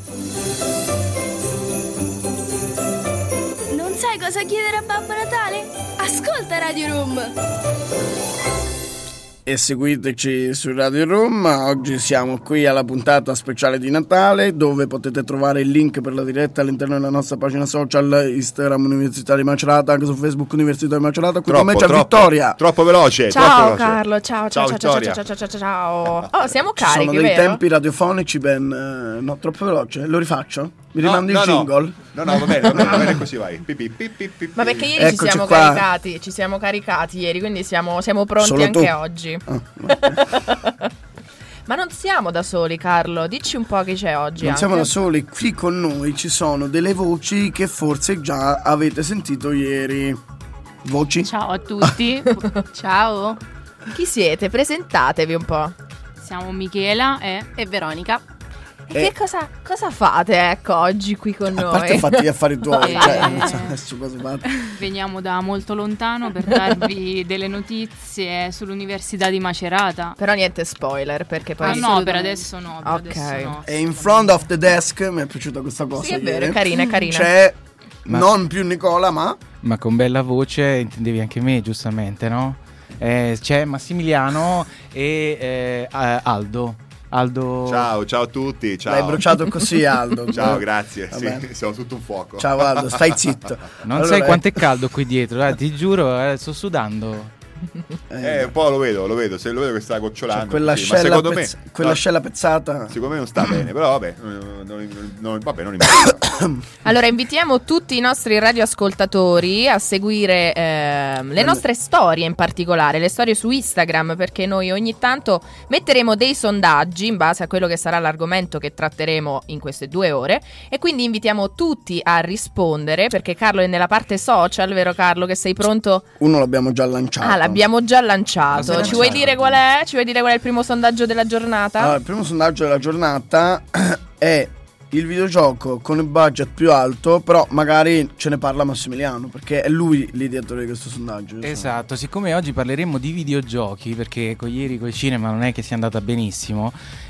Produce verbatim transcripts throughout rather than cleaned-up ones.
Non sai cosa chiedere a Babbo Natale? Ascolta Radio Room! E seguiteci su Radio Room. Oggi siamo qui alla puntata speciale di Natale, dove potete trovare il link per la diretta all'interno della nostra pagina social Instagram Università di Macerata, anche su Facebook Università di Macerata. Qui con me c'è Vittoria. Troppo veloce. Ciao troppo veloce. Carlo, ciao ciao ciao ciao, ciao ciao ciao ciao. Oh, siamo carichi, Ci sono dei vero? tempi radiofonici ben eh, no, troppo veloce. Lo rifaccio? Mi No, rimandi no, il jingle? No, no, va bene, va bene, va bene così vai. Pi, pi, pi, pi, pi. Ma perché ieri Eccoci ci siamo qua. caricati, ci siamo caricati ieri, quindi siamo, siamo pronti Solo anche tu? oggi. Ah, Ma non siamo da soli, Carlo, dici un po' chi c'è oggi. non anche. siamo da soli, qui con noi ci sono delle voci che forse già avete sentito ieri. Voci? Ciao a tutti. Ciao. Chi siete? Presentatevi un po'. Siamo Michela e, e Veronica. E Eh. che cosa, cosa fate, ecco, oggi qui con A noi? parte fatti gli affari tuoi, Eh. cioè, non so adesso cosa fate. Veniamo da molto lontano per darvi delle notizie sull'Università di Macerata. Però niente spoiler, perché poi... Ah no, per adesso no, per Ok. adesso no. E in front of the desk, mi è piaciuta questa cosa Sì, è ieri, vero, è carina, è carina. c'è Ma- non più Nicola, ma Ma con bella voce intendevi anche me, giustamente, no? Eh, c'è Massimiliano e eh, eh, Aldo. Aldo. Ciao, ciao a tutti. Ciao. l'hai bruciato così, Aldo. Ciao, grazie. Va Sì, bene. siamo tutto un fuoco. Ciao Aldo, stai zitto. Non Allora, sai quanto è caldo qui dietro, eh, ti giuro, eh, sto sudando. Eh, un po' lo vedo, lo vedo. Se lo vedo che sta gocciolando. Cioè, quella così, ma scella, secondo pezz- me quella no, scella pezzata. secondo me non sta bene, però vabbè, non, non, non, vabbè, non importa. Allora invitiamo tutti i nostri radioascoltatori a seguire ehm, le nostre storie, in particolare le storie su Instagram, perché noi ogni tanto metteremo dei sondaggi in base a quello che sarà l'argomento che tratteremo in queste due ore, e quindi invitiamo tutti a rispondere, perché Carlo è nella parte social, vero Carlo, che sei pronto? Uno l'abbiamo già lanciato. Ah, l'abbiamo già Ma lanciato. sei Ci vuoi lanciato? dire qual è? Ci vuoi dire qual è il primo sondaggio della giornata? Allora, il primo sondaggio della giornata è il videogioco con il budget più alto, però magari ce ne parla Massimiliano, perché è lui l'ideatore di questo sondaggio. Esatto, siccome oggi parleremo di videogiochi, perché con ieri col cinema non è che sia andata benissimo,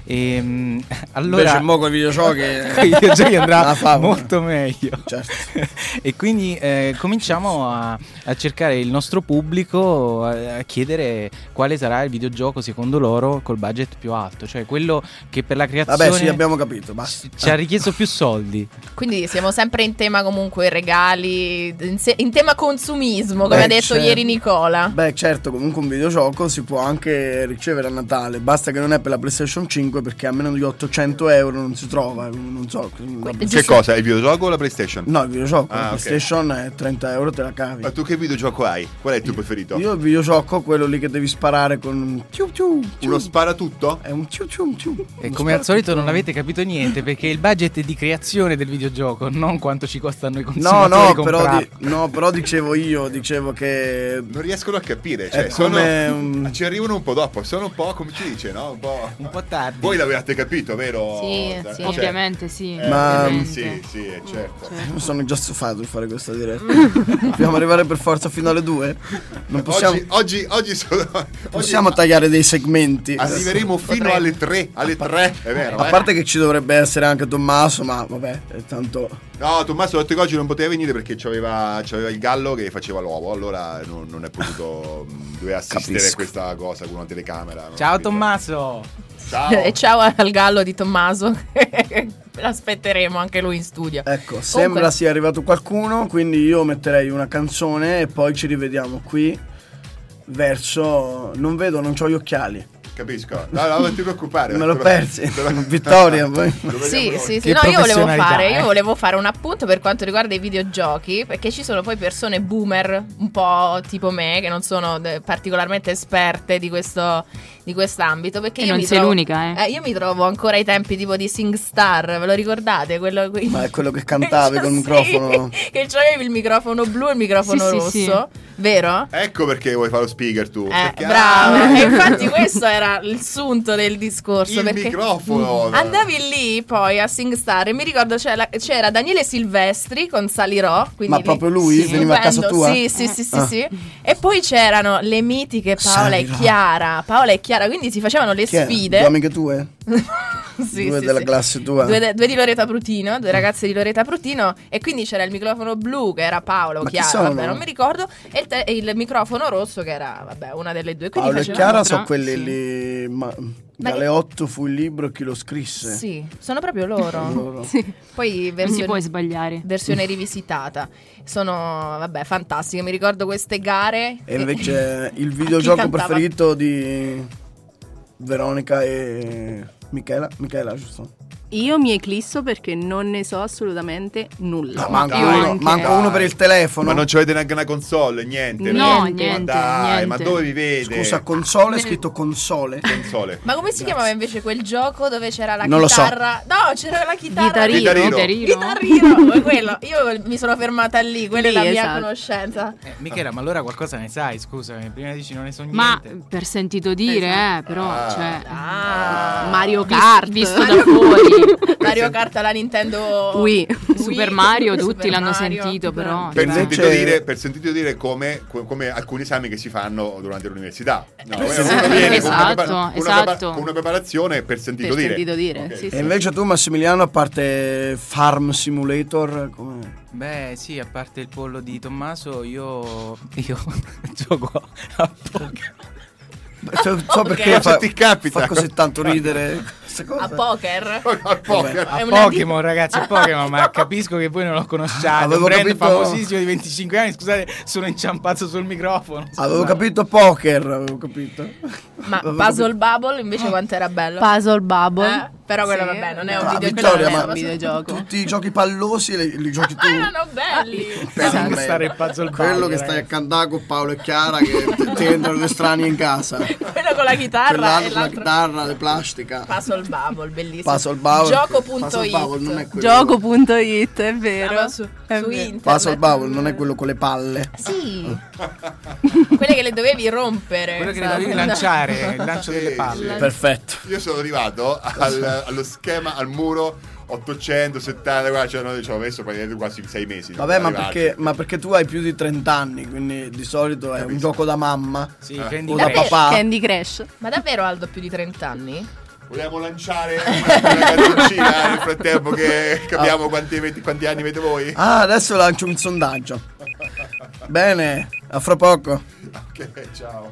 e, allora Invece mo con i videogiochi con i videogiochi andrà la favola. molto meglio. Certo. E quindi eh, cominciamo a, a cercare il nostro pubblico, a, a chiedere quale sarà il videogioco secondo loro col budget più alto, cioè quello che per la creazione Vabbè, sì, abbiamo capito, basta. ci ha richiesto più soldi. Quindi siamo sempre in tema comunque regali, in, se- in tema consumismo, come Beh, ha detto certo. ieri Nicola. Beh, certo, comunque un videogioco si può anche ricevere a Natale, basta che non è per la PlayStation cinque, perché a meno di ottocento euro non si trova, non so. la- Che cosa? Il videogioco o la PlayStation? No, il videogioco, Ah, la ok. PlayStation è trenta euro, te la cavi. Ma tu che videogioco hai? Qual è il tuo preferito? Io il videogioco, quello lì che devi sparare con un tiu tiu, tiu. Uno sparatutto? È un tiu tiu tiu. E Uno come al solito sparatutto. non avete capito niente, perché il budget è di creazione del videogioco, non quanto ci costa a noi No, consumatori no, però, comprarlo. di- no, però dicevo io, dicevo che Non riescono a capire, cioè È sono, come un- ci arrivano un po' dopo, sono un po' come ci dice, no? Un po', Un po' tardi. Voi l'avete capito, vero? Sì, Cioè, sì. Ovviamente sì. Ma- ovviamente. Sì, sì, è certo. mi sono già stufato di fare questa diretta. Dobbiamo arrivare per forza fino alle due? Non possiamo, Oggi, oggi, oggi sono, possiamo oggi tagliare dei segmenti. arriveremo fino Potremmo. alle tre, alle tre, è vero? A eh? parte che ci dovrebbe essere anche Tommaso, ma vabbè, è tanto. No, Tommaso ha detto che oggi non poteva venire perché c'aveva, c'aveva il gallo che faceva l'uovo, allora non, non è potuto, mh, doveva assistere Capisco. a questa cosa con una telecamera. non Ciao capito. Tommaso. Ciao. E ciao al gallo di Tommaso. L'aspetteremo anche lui in studio. Ecco, sembra sia arrivato qualcuno, quindi io metterei una canzone e poi ci rivediamo qui verso. Non vedo, non ho gli occhiali. Capisco. No, no, non ti preoccupare. Me l'ho Te lo- persi. te lo- Vittoria, poi. Lo vediamo Sì, dopo. sì, sì. Che No, io volevo professionalità, fare, eh. io volevo fare un appunto per quanto riguarda i videogiochi, perché ci sono poi persone boomer, un po' tipo me, che non sono de- particolarmente esperte di questo di quest'ambito, perché E io non mi sei trovo, l'unica, eh. Io mi trovo ancora ai tempi tipo di SingStar, ve lo ricordate? Quello qui. Ma è quello che cantavi col Sì, microfono. che c'avevi il microfono blu e il microfono Sì, rosso, sì, sì. vero? Ecco perché vuoi fare lo speaker tu. Eh, perché- bravo. Ah, E infatti questo era il sunto del discorso. il perché microfono. andavi lì poi a SingStar e mi ricordo c'era, c'era Daniele Silvestri con Salirò. Quindi Ma proprio lui? Sì. Veniva a casa Stupendo. tua? Sì, sì, sì, sì, Ah. sì. E poi c'erano le mitiche Paola Salirò. e Chiara. Paola e Chiara, quindi si facevano le Chi è? sfide. Due amiche tue? Sì, due sì, della sì. classe tua. Due, de- due di Loreta Prutino, due ragazze di Loreta Prutino, e quindi c'era il microfono blu che era Paolo, Ma chi Chiara, sono? vabbè, non mi ricordo, e il, te- e il microfono rosso che era, vabbè, una delle due. Quindi Paolo e facevamo Chiara tra- sono quelli sì. lì. Ma, Ma dalle che- otto fu il libro, chi lo scrisse? Sì, sono proprio loro. Loro. Sì. Poi Non si versione, può sbagliare. versione rivisitata. Sono, vabbè, fantastiche. Mi ricordo queste gare. E invece il Chi videogioco cantava? preferito di Veronica e Michela? Michela, giusto? Io mi eclisso perché non ne so assolutamente nulla. No, manca, io uno, anche. manca uno per il telefono. Ma non c'avete neanche una console, niente. No, Ma niente, dai, niente. ma dove vi vede? Scusa, console è scritto console. console. Ma come si chiamava invece quel gioco dove c'era la Non lo so. chitarra? No, c'era la chitarra. Chitarrino. Chitarrino. Chitarrino, è quello. Io mi sono fermata lì, quella Lì, è la mia esatto. conoscenza. Eh, Michela, ma allora qualcosa ne sai, scusami, prima dici non ne so Ma niente. per sentito dire, Esatto. eh, però, Ah. cioè, Ah, Mario vis- Kart. visto da fuori, Mario Kart alla Nintendo Wii. Super Mario, tutti Super l'hanno Mario. sentito, però. Per Invece- sentito, dire, per sentito dire come, co- come alcuni esami che si fanno durante l'università. No, Eh, uno sì, viene esatto, con una, prepara- con una esatto. prepara- con una preparazione per sentito Per dire. sentito dire, Ok. sì, sì. E invece tu, Massimiliano, a parte Farm Simulator, come... Beh, sì, a parte il pollo di Tommaso, io io gioco a poker. So, so Ok. perché Cosa fa, ti capita? fa così tanto ridere questa cosa. A poker. Al poker. A È una Pokémon, ragazzi, a Pokémon, ma capisco che voi non lo conosciate. Avevo un brand capito- famosissimo di venticinque anni, scusate, sono inciampato sul microfono. Avevo capito poker, avevo capito. Ma Avevo Puzzle Bubble invece quanto era bello? Puzzle Bubble. Eh, però quello Sì. vabbè, non è un Ah, video Vittoria, quello ma non è un videogioco. tutti i giochi pallosi li, li giochi tu. Ah, erano belli. Pensa a Devi me. stare il puzzle Quello bubble, che stai a ragazzi. cantare con Paolo e Chiara che ti ti entrano due strani in casa. Quello con la chitarra e Quell'altro la l'altro chitarra, le plastica. Puzzle Bubble, bellissimo. Puzzle Bubble. Gioco.it. Puzzle Bubble non è quello. Gioco punto it, è vero. Stava su, È su vero. internet. Puzzle Bubble non è quello con le palle. Sì. Quelle che le dovevi rompere. Quello che le sai? dovevi lanciare, il lancio Sì, delle sì. palle. Perfetto. Io sono arrivato al- allo schema, al muro ottocentosettanta, qua ci hanno- ci ho messo praticamente quasi sei mesi. Vabbè, per ma arrivarci. perché, ma perché tu hai più di trenta anni, quindi di solito è un Capisco. gioco da mamma Sì, Eh. Candy o da Crush. papà. Candy Crush. Ma davvero Aldo ha più di trenta anni? Vogliamo lanciare una, una canzoncina nel frattempo che capiamo quanti, avete- quanti anni avete voi? Ah, adesso lancio un sondaggio. Bene, a fra poco. Ok, ciao.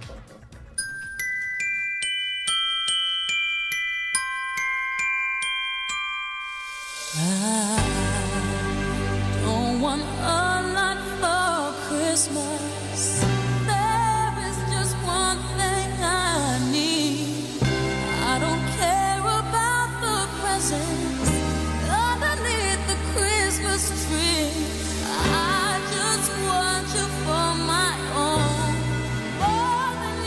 Don't want a lot for Christmas. There is just one thing I need. I don't care about the presents underneath the Christmas tree. I just want you for my own, more than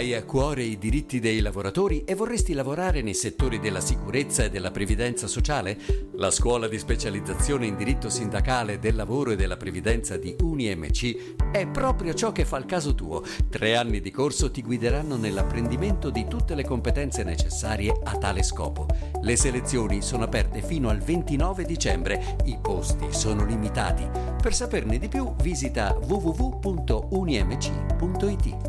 Hai a cuore i diritti dei lavoratori e vorresti lavorare nei settori della sicurezza e della previdenza sociale? La scuola di specializzazione in diritto sindacale del lavoro e della previdenza di UniMC è proprio ciò che fa il caso tuo. Tre anni di corso ti guideranno nell'apprendimento di tutte le competenze necessarie a tale scopo. Le selezioni sono aperte fino al ventinove dicembre. I posti sono limitati. Per saperne di più visita w w w punto unimc punto i t.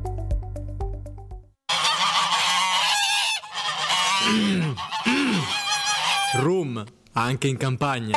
Room, anche in campagna.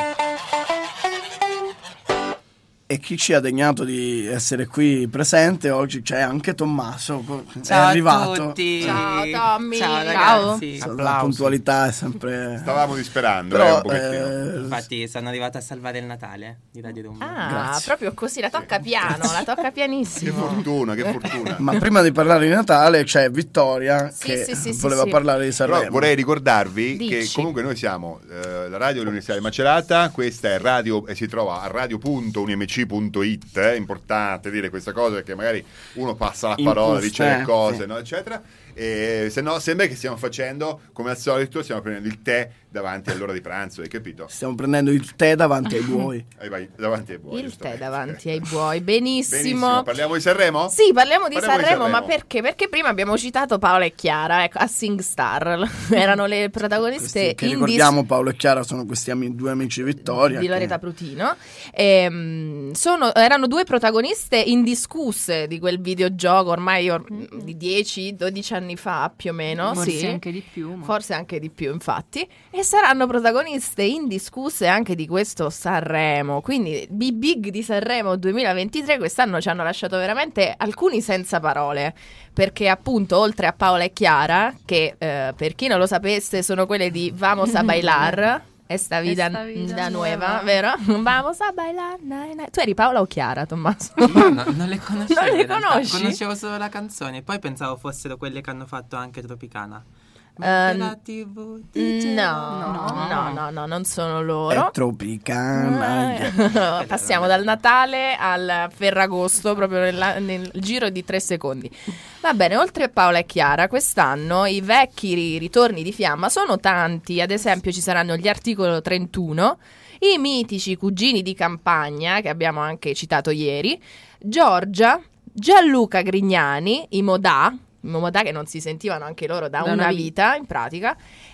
E chi ci ha degnato di essere qui presente oggi c'è anche Tommaso. Ciao è arrivato. a tutti. Ciao Tommy. Ciao ragazzi. Ciao. La puntualità è sempre. Stavamo disperando. Però, eh, un pochettino. eh, Infatti sono arrivato a salvare il Natale di Radio Room. Ah, Grazie. proprio così, la tocca piano, la tocca Che pianissimo. fortuna, che fortuna. Ma prima di parlare di Natale c'è Vittoria Sì, che sì, sì, sì, voleva sì. parlare di Però Sanremo. vorrei ricordarvi Dici. che comunque noi siamo eh, la radio dell'Università di Macerata, questa è radio e si trova a radio punto unimc punto i t, è importante dire questa cosa perché magari uno passa la parola, Impulso, dice le eh, cose, sì. no, eccetera. E se no sembra che stiamo facendo come al solito, stiamo prendendo il tè davanti all'ora di pranzo, hai capito? Stiamo prendendo il tè davanti ai buoi. Vai, vai, davanti ai buoi. Il tè giustamente. davanti ai buoi, benissimo. Benissimo, parliamo di Sanremo? Sì, parliamo di Parliamo di Sanremo, Sanremo. ma perché? Perché prima abbiamo citato Paola e Chiara, ecco, a SingStar. Erano le protagoniste Questi, che indis- ricordiamo, Paolo e Chiara sono questi ami- due amici di Vittoria. di che- Loretta Prutino. Ehm, sono- erano due protagoniste indiscusse di quel videogioco ormai or- di dieci dodici anni fa più o meno. Forse sì. anche di più. Ma... Forse anche di più, infatti. E saranno protagoniste indiscusse anche di questo Sanremo. Quindi, Be Big di Sanremo duemilaventitré quest'anno ci hanno lasciato veramente alcuni senza parole. Perché, appunto, oltre a Paola e Chiara, che eh, per chi non lo sapesse, sono quelle di Vamos a Bailar. Esta vida, Esta vida da nueva. nueva, vero? Vamos a bailar. nai, nai. Tu eri Paola o Chiara, Tommaso? No, no, non le conoscevo. Non le in realtà. conosci? Conoscevo solo la canzone. Poi pensavo fossero quelle che hanno fatto anche Tropicana. Eh, Ma la tivù diceva- No, no, no, no, non sono È loro. tropicana. Eh, Passiamo dal Natale al Ferragosto, proprio nella- nel giro di tre secondi. Va bene, oltre a Paola e Chiara, quest'anno i vecchi ri- ritorni di fiamma sono tanti. Ad esempio ci saranno gli Articolo trentuno, i mitici Cugini di Campagna, che abbiamo anche citato ieri, Giorgia, Gianluca Grignani, i Modà, i Modà che non si sentivano anche loro da, Da una una vita, in pratica,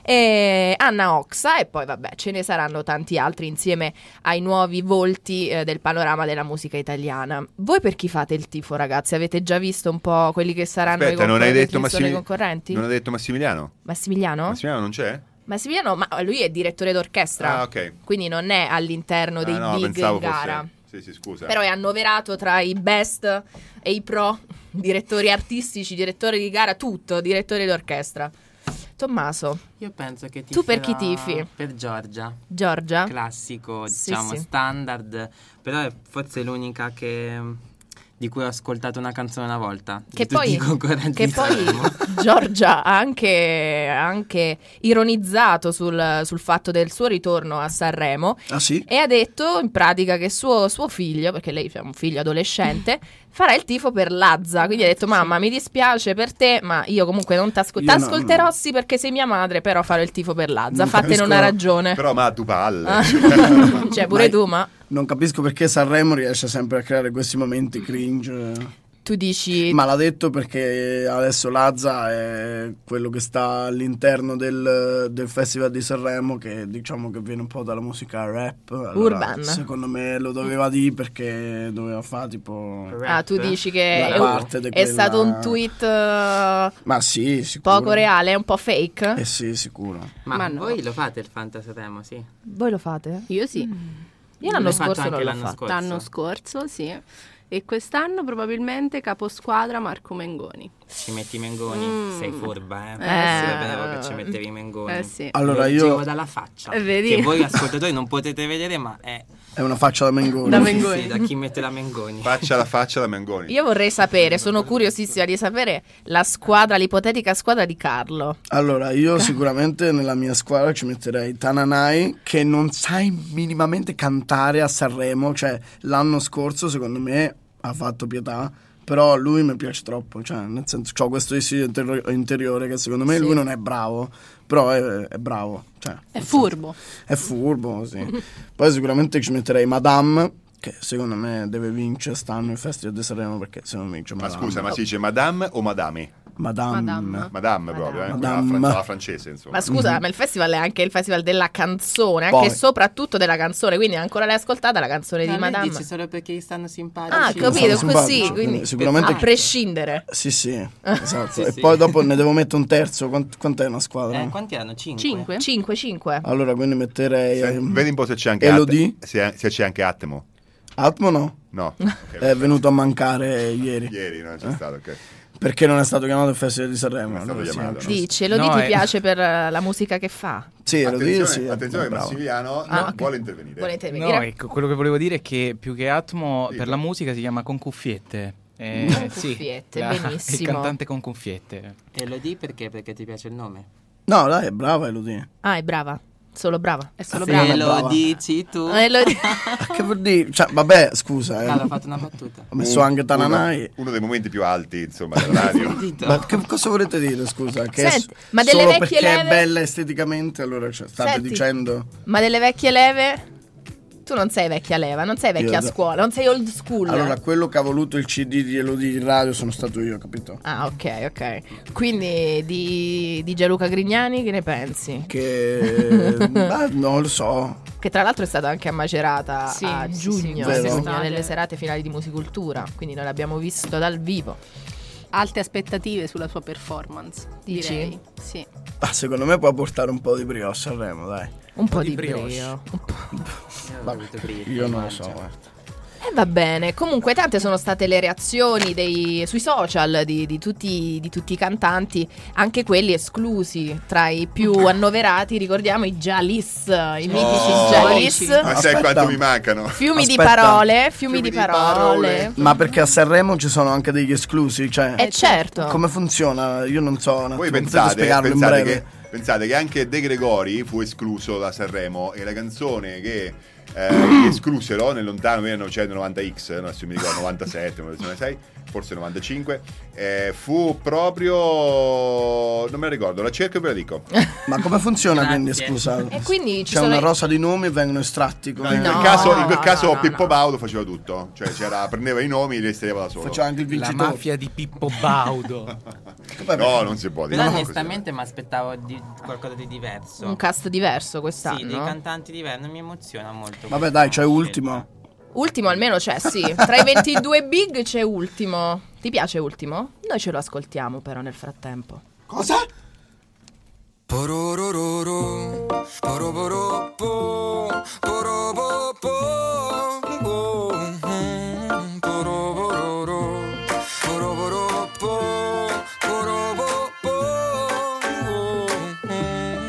e Anna Oxa, e poi vabbè ce ne saranno tanti altri insieme ai nuovi volti eh, del panorama della musica italiana. Voi per chi fate il tifo, ragazzi? Avete già visto un po' quelli che saranno Aspetta, i, non hai concorrenti, detto chi sono i Massimi- concorrenti? Non ha detto Massimiliano? Massimiliano? Massimiliano non c'è? Massimiliano, ma lui è direttore d'orchestra, Ah, ok. quindi non è all'interno dei Ah, no, big pensavo in gara. fosse... Sì, sì, scusa. Però è annoverato tra i best e i pro, direttori artistici, direttori di gara, tutto, direttori d'orchestra. Tommaso, Io penso che Tu per chi tiferò tifi? Per Giorgia. Giorgia? Classico, Sì, diciamo, sì. standard. Però è forse l'unica che... di cui ho ascoltato una canzone una volta. Che di tutti poi, i concorrenti che di poi Sanremo. Giorgia ha anche, ha anche ironizzato sul, sul fatto del suo ritorno a Sanremo Ah sì? e ha detto in pratica che suo, suo figlio, perché lei è un figlio adolescente, farà il tifo per Lazza. Quindi ha detto: mamma, mi dispiace per te, ma io comunque non ti Io no- ascolterò sì perché sei mia madre, però farò il tifo per Lazza. Non Fattene capisco- una ragione. Però ma tu palle. Ah. Cioè pure Ma- tu, ma Non capisco perché Sanremo riesce sempre a creare questi momenti cringe. tu dici... Ma l'ha detto perché adesso Lazza è quello che sta all'interno del, del Festival di Sanremo, che diciamo che viene un po' dalla musica rap. Allora, Urban. Secondo me lo doveva dire perché doveva fare tipo... Ah, tu dici che La è, parte di è quella- stato un tweet eh, Ma sì, sicuro. poco reale, un po' fake? Eh sì, sicuro. Ma, Ma no. voi lo fate il Fantasaremo, sì? Voi lo fate? Io sì, Io l'anno L'hai fatto scorso anche non l'ho l'anno fatto. scorso? l'anno scorso sì. E quest'anno probabilmente caposquadra Marco Mengoni. Ci metti i Mengoni? Mm. Sei furba, eh? Eh. Sapevo che ci mettevi i Mengoni. Eh sì. Allora Lo io... leggevo dalla faccia. Eh, vedi? Che voi ascoltatori non potete vedere, ma è... È una faccia da Mengoni. Da Sì, Mengoni. sì, da chi mette la Mengoni. Faccia la faccia da Mengoni. Io vorrei sapere, sono curiosissima di sapere la squadra, l'ipotetica squadra di Carlo. Allora, io sicuramente nella mia squadra ci metterei Tananai, che non sai minimamente cantare a Sanremo. Cioè, l'anno scorso, secondo me, ha fatto pietà, Però a lui mi piace troppo, cioè nel senso c'ho questo desiderio inter- interiore che secondo me Sì. lui non è bravo, però è, è bravo, cioè, È furbo. è furbo, sì. Poi sicuramente ci metterei Madame, che secondo me deve vincere stanno il Festival di Sanremo, perché se non vince Ma Madame. scusa, ma si dice Madame o Madame? Madame. Madame. Madame proprio, eh? Madame. Quella fran- la francese, insomma. Ma scusa, Mhm. ma il festival è anche il festival della canzone, anche Poi. e soprattutto della canzone, quindi ancora l'hai ascoltata la canzone di No, lui Madame? dice solo perché gli stanno simpatici. Ah, Sono capito, simpatici, così, quindi quindi sicuramente- a prescindere. Sì, sì, esatto. Sì, e sì. poi dopo ne devo mettere un terzo. Quant- quant'è una squadra? Eh, quanti erano? Cinque? Cinque? cinque cinque. Allora, quindi metterei Se- ehm, vedi un po' se c'è anche Elodie. At- se, se c'è anche Atmo. Atmo no, No, è venuto a mancare ieri, ieri non c'è stato, ok. perché non è stato chiamato al Festival di Sanremo. Non è stato allora sì, chiamato. giusto. Dice, Elodie No, ti è- piace per eh, la musica che fa? Sì, Elodie, Attenzione, sì, attenzione che bravo. Massimiliano Ah, non ok. vuole intervenire. Vuole intervenire? No, ecco, quello che volevo dire è che più che Atmo Dillo. per la musica si chiama Con Cuffiette. Eh, Con sì, Cuffiette, la- benissimo. Il cantante con cuffiette. E lo di perché? Perché ti piace il nome? No, dai, è brava Elodie. Ah, è brava, solo brava. È solo Sì. brava. Se lo brava. dici tu. Eh, Elodie- Che vuol dire? Cioè, vabbè, scusa, eh. Ah, ho fatto una battuta. Ho messo anche Tananai. Uno, uno dei momenti più alti, insomma, della radio. Dito. Ma che cosa volete dire, scusa? Che Senti, è s- ma delle solo vecchie perché leve- è bella esteticamente, allora cioè, state Senti, dicendo... Ma delle vecchie leve? Tu non sei vecchia leva, non sei vecchia Io- scuola, non sei old school. Allora, quello che ha voluto il C D di Elodie in radio sono stato io, capito? Ah, ok, ok. Quindi di, di Gianluca Grignani che ne pensi? Che... ah, non lo so. Che tra l'altro è stato anche a Macerata Sì, a sì, giugno, sì, giugno, quest'estate. nelle serate finali di Musicultura. Quindi noi l'abbiamo visto dal vivo. Alte aspettative sulla sua performance. Dici? Direi. Sì. Ah, secondo me può portare un po' di brio a Sanremo, dai. Un po' di di brioche. brio. Un po'. Io ho avuto brillo, Io non lo mangia. so, guarda. E va bene, comunque tante sono state le reazioni dei, sui social di, di tutti, di tutti i cantanti, anche quelli esclusi tra i più annoverati, ricordiamo i Jalis, i mitici Oh. Jalis. Ma sai Aspetta. quanto mi mancano? Fiumi di Aspetta. parole, fiumi, Fiumi di di parole. parole. Ma perché a Sanremo ci sono anche degli esclusi, cioè... Eh certo. Come funziona? Io non so, un attimo, Voi potete pensate, spiegarlo in pensate, breve? che, pensate che anche De Gregori fu escluso da Sanremo e la canzone che eh, gli esclusero nel lontano millenovecentonovanta X, no, adesso mi ricordo novantasette, novantasei, forse novantacinque, eh, fu proprio... non me la ricordo, la cerco e ve la dico. Ma come funziona Grazie. quindi, scusa? E quindi ci C'è sono una i- rosa di nomi e vengono estratti No, come... in, No, quel caso, in quel no, caso no, Pippo no. Baudo faceva tutto, cioè c'era, prendeva i nomi e li estraeva da solo. Faceva anche il La vincitore. mafia di Pippo Baudo. Vabbè, No, non si può dire. Però no, onestamente mi aspettavo di qualcosa di diverso. un cast diverso quest'anno. Sì, dei cantanti diversi, non mi emoziona molto. Vabbè, questa dai, c'è scelta. Ultimo. Ultimo almeno c'è, sì. Tra i ventidue big c'è Ultimo. Ti piace Ultimo? Noi ce lo ascoltiamo però nel frattempo. Cosa? Pororororo, poroboropo, porobopo, oh, mm, porobororo, poroboropo, porobopo, oh, mm.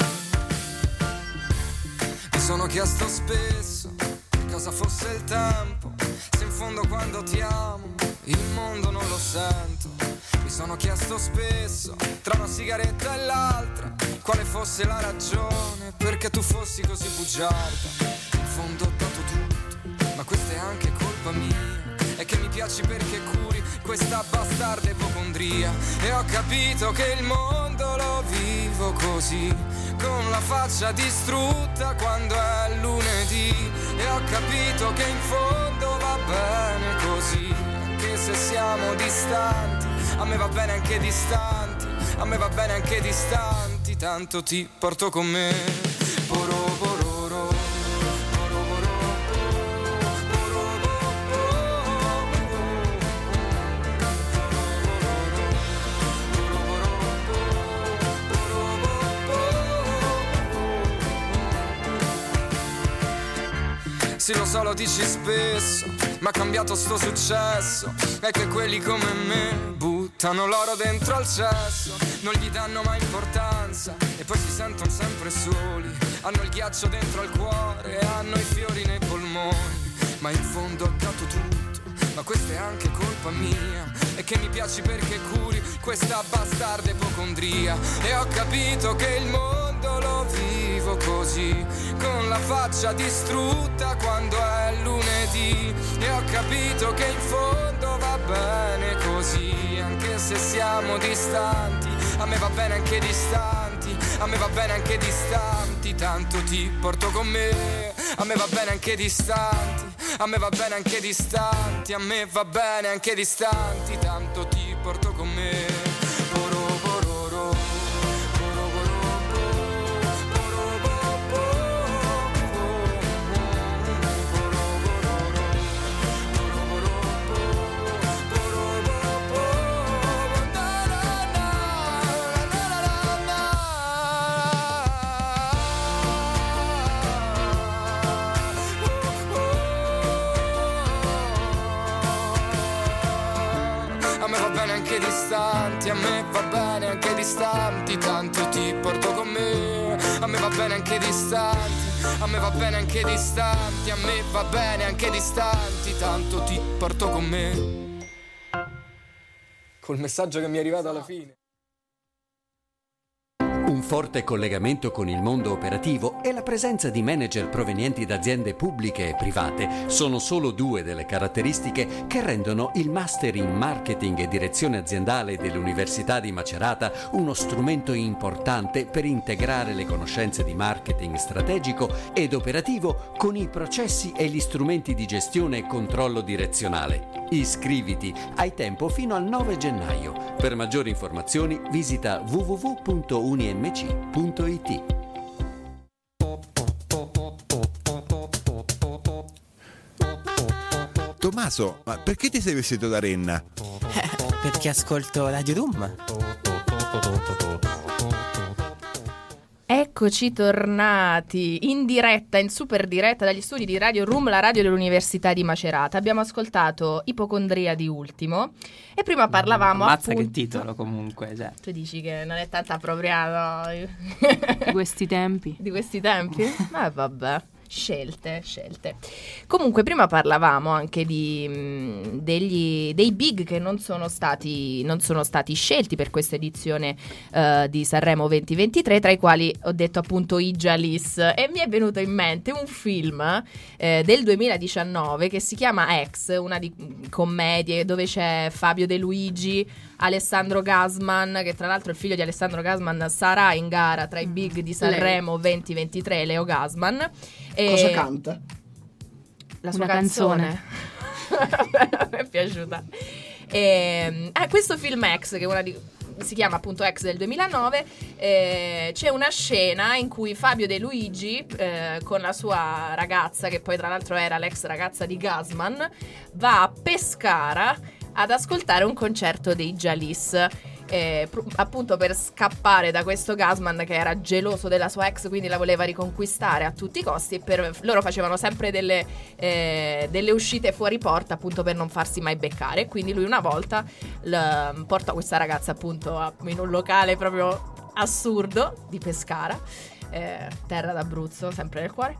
Mi sono chiesto spesso che cosa fosse il tempo, se in fondo quando ti amo il mondo non lo sento. Mi sono chiesto spesso, tra una sigaretta e l'altra, quale fosse la ragione perché tu fossi così bugiarda. In fondo ho dato tutto, ma questa è anche colpa mia. È che mi piaci perché curi questa bastarda ipocondria. E ho capito che il mondo lo vivo così, con la faccia distrutta quando è lunedì. E ho capito che in fondo va bene così, anche se siamo distanti. A me va bene anche distanti, a me va bene anche distanti, tanto ti porto con me. Porobororo, sì, lo so, lo dici spesso, ma ha cambiato sto successo. È che quelli come me buttano l'oro dentro al cesso, non gli danno mai importanza e poi si sentono sempre soli. Hanno il ghiaccio dentro al cuore e hanno i fiori nei polmoni. Ma in fondo ho dato tutto, ma questa è anche colpa mia. E che mi piaci perché curi questa bastarda ipocondria. E ho capito che il mondo lo vivo così, con la faccia distrutta quando è lunedì. E ho capito che in fondo va bene così, anche se siamo distanti. A me va bene anche distanti, a me va bene anche distanti, tanto ti porto con me. A me va bene anche distanti, a me va bene anche distanti, a me va bene anche distanti, tanto ti porto con me. Anche distanti, a me va bene anche distanti, tanto ti porto con me. A me va bene anche distanti, a me va bene anche distanti, a me va bene anche distanti, tanto ti porto con me. Col messaggio che mi è arrivato alla fine. Un forte collegamento con il mondo operativo e la presenza di manager provenienti da aziende pubbliche e private sono solo due delle caratteristiche che rendono il Master in Marketing e Direzione Aziendale dell'Università di Macerata uno strumento importante per integrare le conoscenze di marketing strategico ed operativo con i processi e gli strumenti di gestione e controllo direzionale. Iscriviti, hai tempo fino al nove gennaio. Per maggiori informazioni visita w w w punto uni m c punto i t. Tommaso, ma perché ti sei vestito da renna? Eh, perché ascolto Radio Room. Eccoci tornati in diretta, in super diretta dagli studi di Radio Room, la radio dell'Università di Macerata. Abbiamo ascoltato Ipocondria di Ultimo e prima parlavamo Ammazza appunto... che titolo comunque, cioè. Tu dici che non è tanto appropriato di questi tempi. Di questi tempi? Ma vabbè. Scelte, scelte. Comunque prima parlavamo anche di mh, degli, dei big che non sono stati non sono stati scelti per questa edizione uh, di Sanremo venti ventitré, tra i quali ho detto appunto i Jalis, e mi è venuto in mente un film eh, del duemiladiciannove che si chiama Ex, una di commedie dove c'è Fabio De Luigi, Alessandro Gasman, che tra l'altro il figlio di Alessandro Gasman sarà in gara tra i big di Sanremo venti ventitré, Leo Gasman. E cosa canta? La sua Una canzone, canzone. Mi è piaciuta. E, eh, questo film Ex, che è una di, si chiama appunto Ex del duemilanove, eh, c'è una scena in cui Fabio De Luigi eh, con la sua ragazza, che poi tra l'altro era l'ex ragazza di Gasman, va a Pescara ad ascoltare un concerto dei Jalis. Eh, pr- appunto per scappare da questo Gasman che era geloso della sua ex, quindi la voleva riconquistare a tutti i costi, e per, loro facevano sempre delle, eh, delle uscite fuori porta appunto per non farsi mai beccare, quindi lui una volta l- porta questa ragazza appunto a, in un locale proprio assurdo di Pescara, eh, terra d'Abruzzo, sempre nel cuore,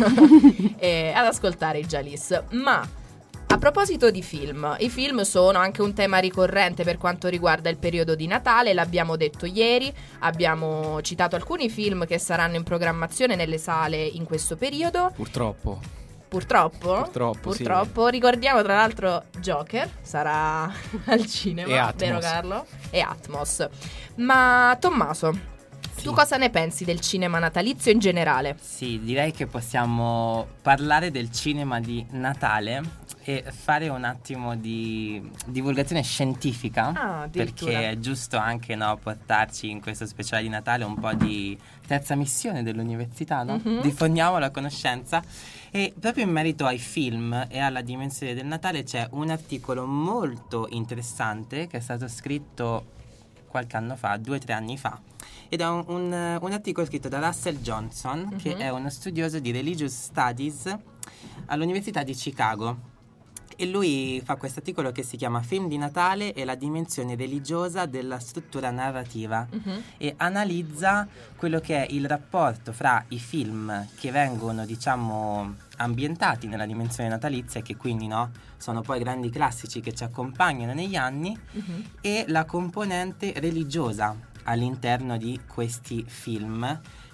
e ad ascoltare i Jalis. Ma a proposito di film, i film sono anche un tema ricorrente per quanto riguarda il periodo di Natale, l'abbiamo detto ieri, abbiamo citato alcuni film che saranno in programmazione nelle sale in questo periodo. Purtroppo. Purtroppo? Purtroppo, Purtroppo. Sì. Ricordiamo tra l'altro Joker sarà al cinema, e Atmos. Vero Carlo? E Atmos. Ma Tommaso, sì, tu cosa ne pensi del cinema natalizio in generale? Sì, direi che possiamo parlare del cinema di Natale e fare un attimo di divulgazione scientifica, ah, perché è giusto anche, no, portarci in questo speciale di Natale un po' di terza missione dell'università, no? Mm-hmm. Diffondiamo la conoscenza. E proprio in merito ai film e alla dimensione del Natale c'è un articolo molto interessante che è stato scritto qualche anno fa, due o tre anni fa, ed è un, un, un articolo scritto da Russell Johnson, mm-hmm, che è uno studioso di Religious Studies all'Università di Chicago. E lui fa questo articolo che si chiama Film di Natale e la dimensione religiosa della struttura narrativa, uh-huh, e analizza quello che è il rapporto fra i film che vengono, diciamo, ambientati nella dimensione natalizia, che quindi, no, sono poi grandi classici che ci accompagnano negli anni, uh-huh, e la componente religiosa all'interno di questi film,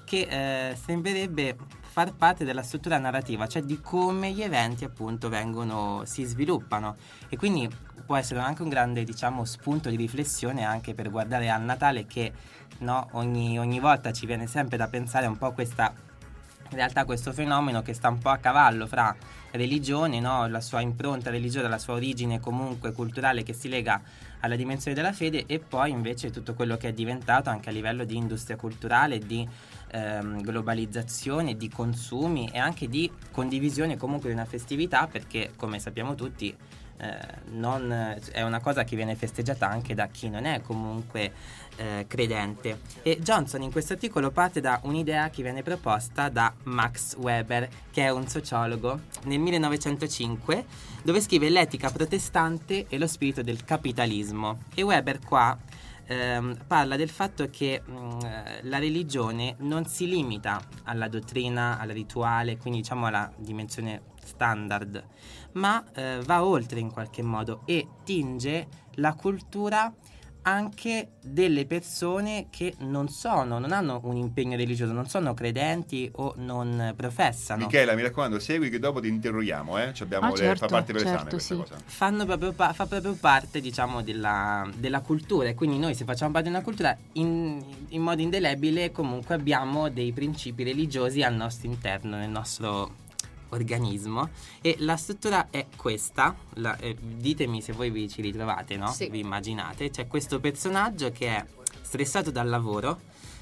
che eh, sembrerebbe far parte della struttura narrativa, cioè di come gli eventi appunto vengono, si sviluppano, e quindi può essere anche un grande, diciamo, spunto di riflessione anche per guardare al Natale, che no, ogni, ogni volta ci viene sempre da pensare un po' questa, in realtà questo fenomeno che sta un po' a cavallo fra religione, no? La sua impronta religiosa, la sua origine comunque culturale che si lega alla dimensione della fede, e poi invece tutto quello che è diventato anche a livello di industria culturale, di ehm, globalizzazione, di consumi e anche di condivisione comunque di una festività, perché come sappiamo tutti eh, non, è una cosa che viene festeggiata anche da chi non è comunque eh, credente. E Johnson in questo articolo parte da un'idea che viene proposta da Max Weber, che è un sociologo, nel millenovecentocinque, dove scrive l'etica protestante e lo spirito del capitalismo. E Weber qua ehm, parla del fatto che mh, la religione non si limita alla dottrina, al rituale, quindi diciamo alla dimensione standard, ma eh, va oltre in qualche modo e tinge la cultura anche delle persone che non sono, non hanno un impegno religioso, non sono credenti o non professano. Michela, mi raccomando, segui che dopo ti interroghiamo, eh? Ci abbiamo Ah, le, certo, fa parte dell'esame certo, questa sì. cosa. Fanno proprio pa- fa proprio parte, diciamo, della, della cultura, e quindi noi, se facciamo parte di una cultura, in, in modo indelebile comunque abbiamo dei principi religiosi al nostro interno, nel nostro organismo, e la struttura è questa. La, eh, ditemi se voi vi ci ritrovate, no? Sì. Vi immaginate, c'è questo personaggio che è stressato dal lavoro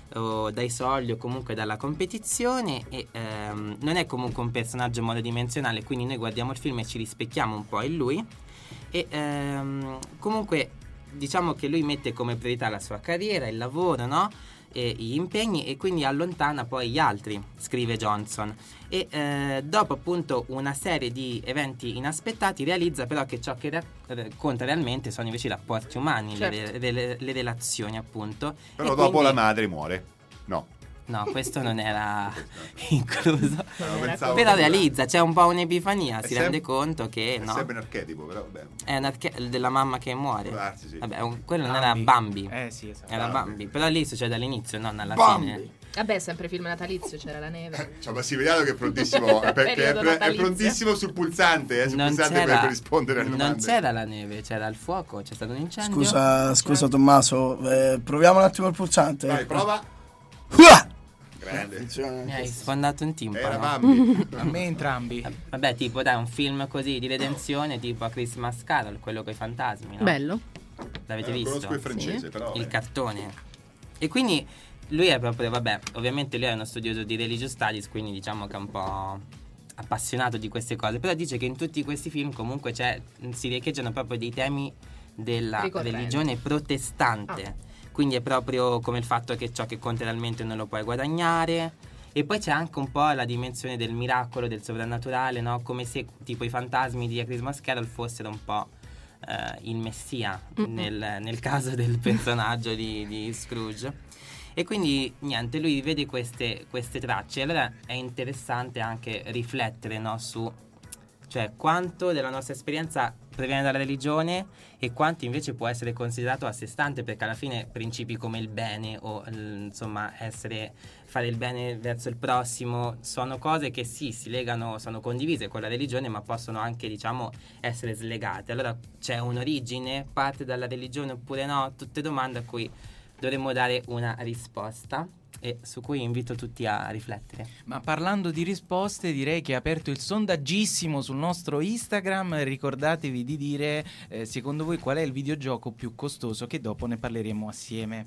o dai soldi o comunque dalla competizione, e ehm, non è comunque un personaggio monodimensionale, quindi noi guardiamo il film e ci rispecchiamo un po' in lui, e ehm, comunque diciamo che lui mette come priorità la sua carriera, il lavoro, no? E gli impegni, e quindi allontana poi gli altri, scrive Johnson, e eh, dopo appunto una serie di eventi inaspettati realizza però che ciò che ra- conta realmente sono invece i rapporti umani, Certo. le, le- le relazioni appunto. Però E dopo quindi- la madre muore. No. No, questo non era incluso. No, pensavo Però che- realizza, c'è un po' un'epifania, È si sem- rende conto che È no, sempre un archetipo, però vabbè. è un arche- della mamma che muore. Può darsi, sì. Vabbè, un- quello non Bambi. era Bambi. Eh sì, esatto. Era Bambi. Bambi, però lì succede all'inizio, non alla Bambi. fine. Vabbè, sempre film natalizio, c'era la neve. Cioè, Massimiliano che è prontissimo, perché è, Periodo pre- è natalizio. prontissimo sul pulsante, eh, sul Non pulsante per, c'era, per rispondere alle non domande. c'era la neve, c'era il fuoco, c'è stato un incendio. Scusa, scusa Tommaso, eh, proviamo un attimo il pulsante. Vai, prova. Uah! Grande. Attenzione. Mi hai sfondato un timpano. Era Bambi. A me entrambi. Vabbè, tipo dai, un film così di redenzione, tipo a Christmas Carol, quello con i fantasmi, no? Bello. L'avete Eh, visto? conosco il francese, però. Il eh. cartone. E quindi lui è proprio, vabbè, ovviamente lui è uno studioso di religious studies, quindi diciamo che è un po' appassionato di queste cose, però dice che in tutti questi film comunque c'è, si riecheggiano proprio dei temi della Ricorrenti. religione protestante. Quindi è proprio come il fatto che ciò che conta realmente non lo puoi guadagnare. E poi c'è anche un po' la dimensione del miracolo, del sovrannaturale, no? Come se tipo i fantasmi di A Christmas Carol fossero un po' eh, il messia nel, nel caso del personaggio di, di Scrooge. E quindi niente, lui vede queste, queste tracce. Allora è interessante anche riflettere, no? Su, cioè, quanto della nostra esperienza proviene dalla religione e quanto invece può essere considerato a sé stante, perché alla fine principi come il bene o l- insomma essere, fare il bene verso il prossimo sono cose che sì, si legano, sono condivise con la religione, ma possono anche, diciamo, essere slegate. Allora c'è un'origine, parte dalla religione oppure no? Tutte domande a cui dovremmo dare una risposta e su cui invito tutti a riflettere. Ma parlando di risposte, direi che è aperto il sondaggissimo sul nostro Instagram. Ricordatevi di dire eh, secondo voi qual è il videogioco più costoso, che dopo ne parleremo assieme.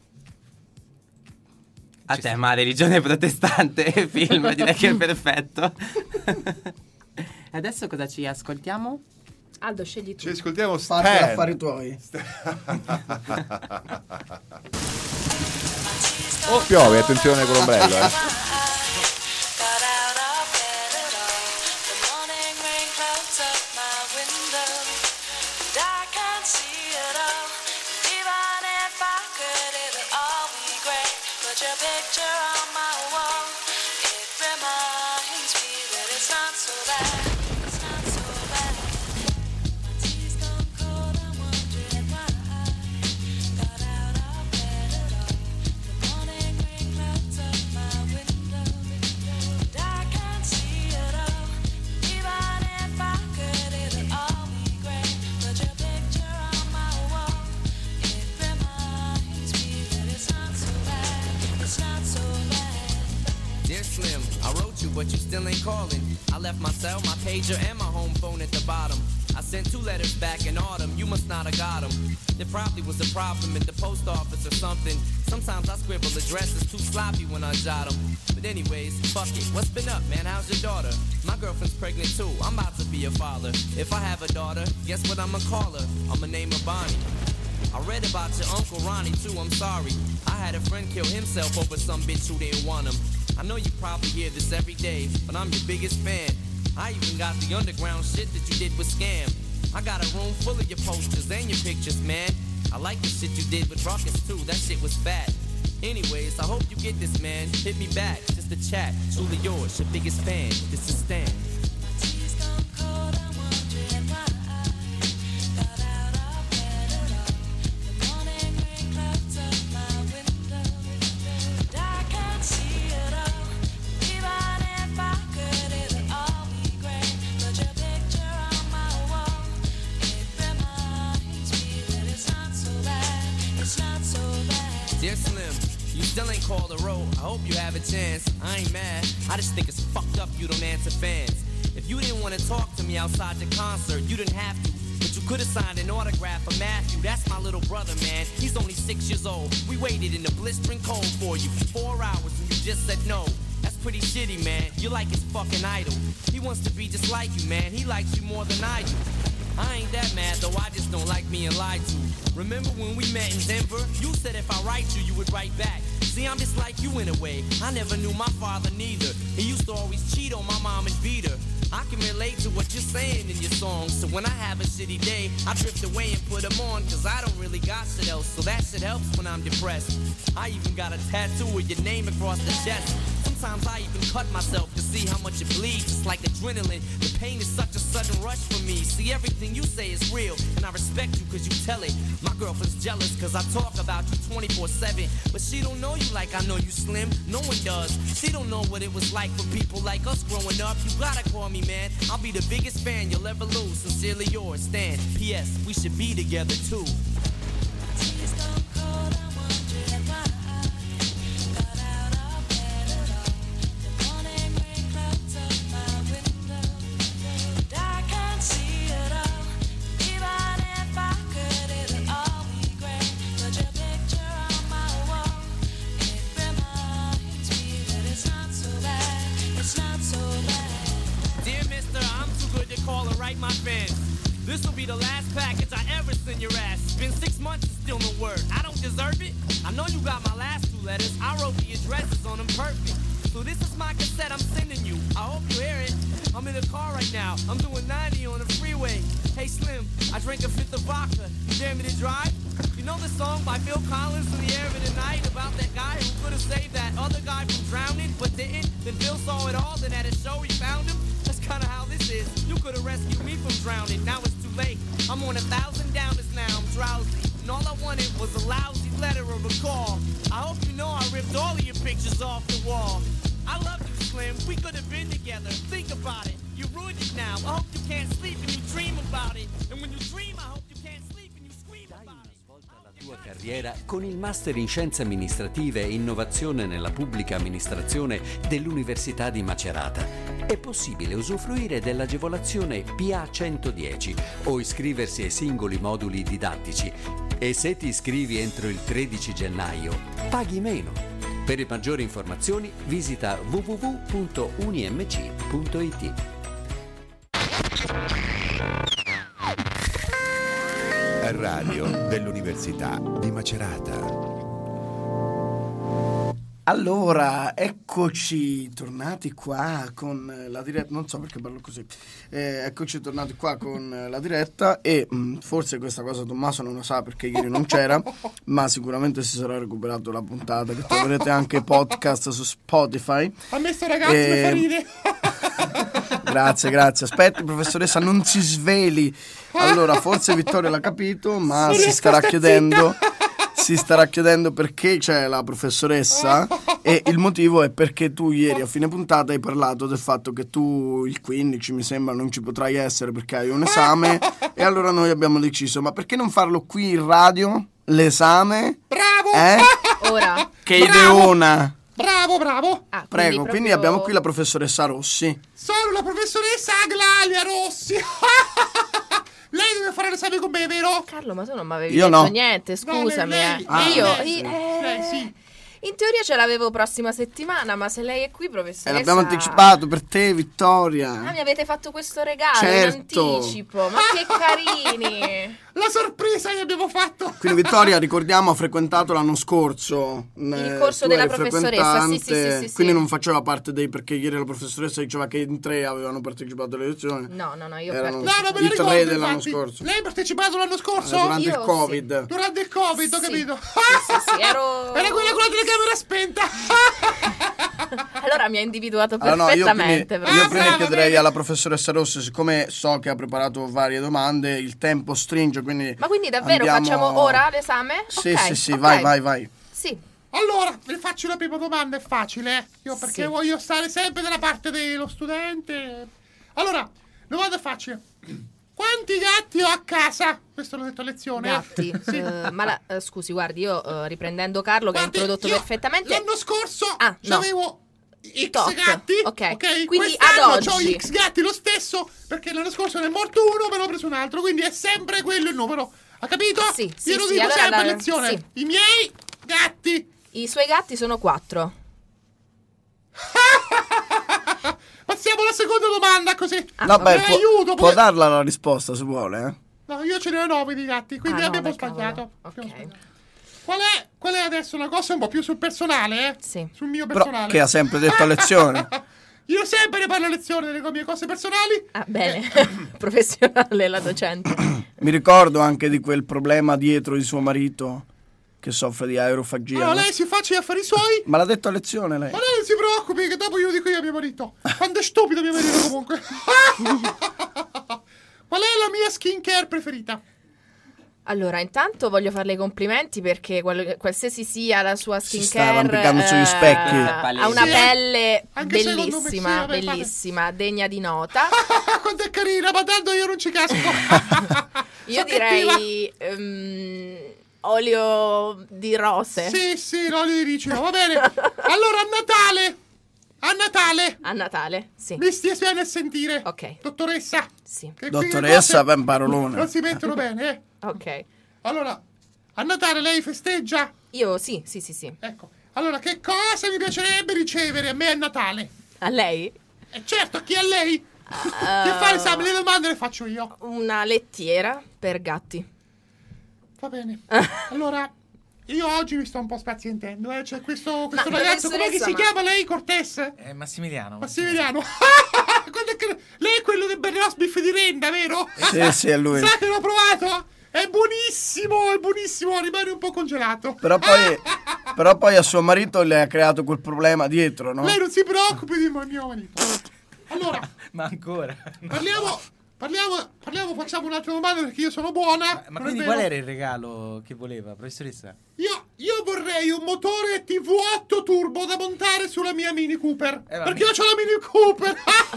A Ci te, sta- ma religione protestante, film, direi che è perfetto. Adesso cosa ci ascoltiamo? Aldo, scegli tu. Ci ascoltiamo Fatti Stan. affari tuoi. Oh, piove, attenzione con l'ombrello, eh. Got out of bed at all. The morning rain clouds up my window, and I can't see it all. Even if I could, it'll all be great. Put your picture on my wall. It reminds me that it's not so bad. It's not so bad. My tea's gone cold. I'm wondering why. Got out of bed at all. The morning rain clouds up my but you still ain't calling. I left my cell, my pager, and my home phone at the bottom. I sent two letters back in autumn, you must not have got them. There probably was a problem at the post office or something. Sometimes I scribble addresses too sloppy when I jot them. But anyways, fuck it, what's been up, man? How's your daughter? My girlfriend's pregnant too, I'm about to be a father. If I have a daughter, guess what I'ma call her? I'ma name her Bonnie. I read about your Uncle Ronnie too, I'm sorry. I had a friend kill himself over some bitch who didn't want him. I know you probably hear this every day, but I'm your biggest fan. I even got the underground shit that you did with Scam. I got a room full of your posters and your pictures, man. I like the shit you did with Ruckus too, that shit was fat. Anyways, I hope you get this, man. Hit me back, just a chat. Truly yours, your biggest fan. This is Stan. Dear Slim, you still ain't called a road. I hope you have a chance. I ain't mad. I just think it's fucked up you don't answer fans. If you didn't want to talk to me outside the concert, you didn't have to. But you could have signed an autograph for Matthew. That's my little brother, man. He's only six years old. We waited in the blistering cold for you for four hours and you just said no. That's pretty shitty, man. You're like his fucking idol. He wants to be just like you, man. He likes you more than I do. I ain't that mad, though I just don't like being lied to. Remember when we met in Denver? You said if I write you, you would write back. See, I'm just like you in a way. I never knew my father neither. He used to always cheat on my mom and beat her. I can relate to what you're saying in your songs. So when I have a shitty day, I drift away and put them on. Cause I don't really got shit else. So that shit helps when I'm depressed. I even got a tattoo with your name across the chest. Sometimes I even cut myself to see how much it bleeds. It's like adrenaline. The pain is such a sudden rush for me. See, everything you say is real, and I respect you cause you tell it. My girlfriend's jealous cause I talk about you twenty-four seven. But she don't know you like I know you, Slim. No one does. She don't know what it was like for people like us growing up. You gotta call me, man. I'll be the biggest fan you'll ever lose. Sincerely yours, Stan. P S. We should be together too. My fans, this will be the last package I ever send your ass. It's been six months and still no word. I don't deserve it. I know you got my last two letters. I wrote the addresses on them perfect. So this is my cassette I'm sending you. I hope you hear it. I'm in the car right now. I'm doing ninety on the freeway. Hey Slim, I drank a fifth of vodka. You dare me to drive? You know the song by Phil Collins in the air of the night about that guy who could have saved that other guy from drowning but didn't? Then Phil saw it all, then at a show he found him. That's kinda how this is. You could have rescued me from drowning. Now it's too late. I'm on a thousand downers now. I'm drowsy. And all I wanted was a lousy letter or a call. I hope you know I ripped all of your pictures off the wall. I love you, Slim. We could have been together. Think about it. You ruined it now. I hope you can't sleep and you dream about it. And when you dream, I hope you can't sleep and you scream about it. Tua carriera con il Master in Scienze Amministrative e Innovazione nella Pubblica Amministrazione dell'Università di Macerata. È possibile usufruire dell'agevolazione P A centodieci o iscriversi ai singoli moduli didattici e se ti iscrivi entro il tredici gennaio paghi meno. Per maggiori informazioni visita w w w punto unimc punto i t. Radio dell'Università di Macerata. Allora, eccoci tornati qua con la diretta, non so perché parlo così, eh, eccoci tornati qua con la diretta e mh, forse questa cosa Tommaso non lo sa perché ieri non c'era, ma sicuramente si sarà recuperato la puntata che troverete anche podcast su Spotify. Ha messo ragazzi e... per far ridere. Grazie, grazie. Aspetti, professoressa, non si sveli. Allora, forse Vittorio l'ha capito, ma si starà chiedendo... Si starà chiedendo perché c'è la professoressa e il motivo è perché tu ieri a fine puntata hai parlato del fatto che tu il quindici mi sembra non ci potrai essere perché hai un esame e allora noi abbiamo deciso ma perché non farlo qui in radio l'esame? Bravo! Eh? Ora Che ideona! Bravo, bravo. Ah, Prego, proprio- quindi abbiamo qui la professoressa Rossi. Sono la professoressa Aglalia Rossi. Lei deve fare l'esame con me, vero? Carlo, ma tu non mi avevi Io detto no. niente, scusami. lei- eh. Ah, io, lei- io- lei eh, sì. in teoria ce l'avevo prossima settimana, ma se lei è qui, E professoressa. l'abbiamo anticipato per te, Vittoria. Ah, mi avete fatto questo regalo Certo. in anticipo, ma che carini. La sorpresa che abbiamo fatto. Quindi Vittoria, ricordiamo, ha frequentato l'anno scorso Il eh, corso tu della eri professoressa, sì, sì, frequentante, sì, sì, sì. quindi non faceva parte dei, perché ieri la professoressa diceva che in tre avevano partecipato alle lezioni. No, no, no, io ho Erano partecipato. No, no, me lo i tre ricordo, dell'anno infatti. scorso. Lei ha partecipato l'anno scorso? Eh, durante Io il sì. Covid. Durante il Covid, ho Sì. capito. Sì, sì, sì, ero... Era quella con la telecamera spenta. Allora mi ha individuato Allora, no, io perfettamente. quindi, io Ah, prima brava, chiederei bene. alla professoressa Rossi, siccome so che ha preparato varie domande, il tempo stringe, quindi Ma quindi davvero andiamo- facciamo ora l'esame? Sì, Ok, sì, sì, ok. vai, vai, vai. Sì. Allora, le faccio la prima domanda, è facile, eh? Io perché Sì. voglio stare sempre dalla parte dello studente. Allora, domanda facile. Quanti gatti ho a casa? Questo l'ho detto a lezione. Gatti. Sì. Eh, ma la- eh, scusi, guardi, io eh, riprendendo Carlo che ha Guardi, introdotto io perfettamente. L'anno scorso Ah, no. avevo X Tot. gatti. Ok. ok? Quindi Quest'anno ad ho oggi. X gatti lo stesso, perché l'anno scorso ne è morto uno, me ne ho preso un altro, quindi è sempre quello il numero. Ha capito? Sì, sì, Io lo sì, dico allora sempre a la- lezione. sì. I miei gatti. I suoi gatti sono quattro. Passiamo alla seconda domanda, così. Vabbè, Mi può, aiuto, può pure- darla la risposta se vuole, eh. No, io ce ne ho nove di gatti, quindi Ah, abbiamo nove, sbagliato. cavolo. Abbiamo Ok. sbagliato. Qual è, qual è adesso una cosa un po' più sul personale, eh? Sì. Sul mio Però personale. che ha sempre detto a lezione. Io sempre ne parlo a lezione delle mie cose personali. Ah, bene. Professionale la docente. Mi ricordo anche di quel problema dietro di suo marito che soffre di aerofagia. Allora, no? lei si faccia gli affari suoi. Ma l'ha detto a lezione lei. Ma lei non si preoccupi, che dopo io dico io a mio marito. Quando è stupido mio marito comunque. Qual è la mia skincare preferita? Allora, intanto voglio farle i complimenti perché qual- qualsiasi sia la sua Si skincare sta arrampicando sugli eh, specchi. ha una Sì, pelle anche secondo me sì, bellissima, vabbè, fate. bellissima, degna di nota. Quanto è carina, ma tanto io non ci casco. Io So direi ehm, olio di rose. Sì, sì, l'olio di ricino, va bene. Allora, a Natale, a Natale, A Natale, sì. mi stia bene a sentire. Ok. Dottoressa. Sì. Che qui le Dottoressa, cose ben parolone. non si mettono bene, eh. Ok. Allora, a Natale lei festeggia? Io sì, sì, sì, sì. Ecco. Allora, che cosa mi piacerebbe ricevere a me a Natale? A lei? E certo, a chi a lei? Che fa l'esame, le domande le faccio io. Una lettiera per gatti. Va bene. Allora, io oggi mi sto un po' spazientendo, eh. C'è questo, questo Ma, ragazzo, come professoressa, si ma- chiama lei, Cortez? Eh, Massimiliano. Massimiliano. Guarda che- lei è quello del Berreos Biff di Renda, vero? Sì, sì, è lui. Sa che l'ho provato? È buonissimo, è buonissimo, rimane un po' congelato. Però poi, però poi a suo marito le ha creato quel problema dietro, no? Lei non si preoccupi di mio marito. Allora, Ma ancora. parliamo, parliamo, parliamo, facciamo un'altra domanda perché io sono buona. Ma non è quindi vero? qual era il regalo che voleva, professoressa? Io, io vorrei un motore T V otto turbo da montare sulla mia Mini Cooper. Eh, ma perché mi- io ho la Mini Cooper.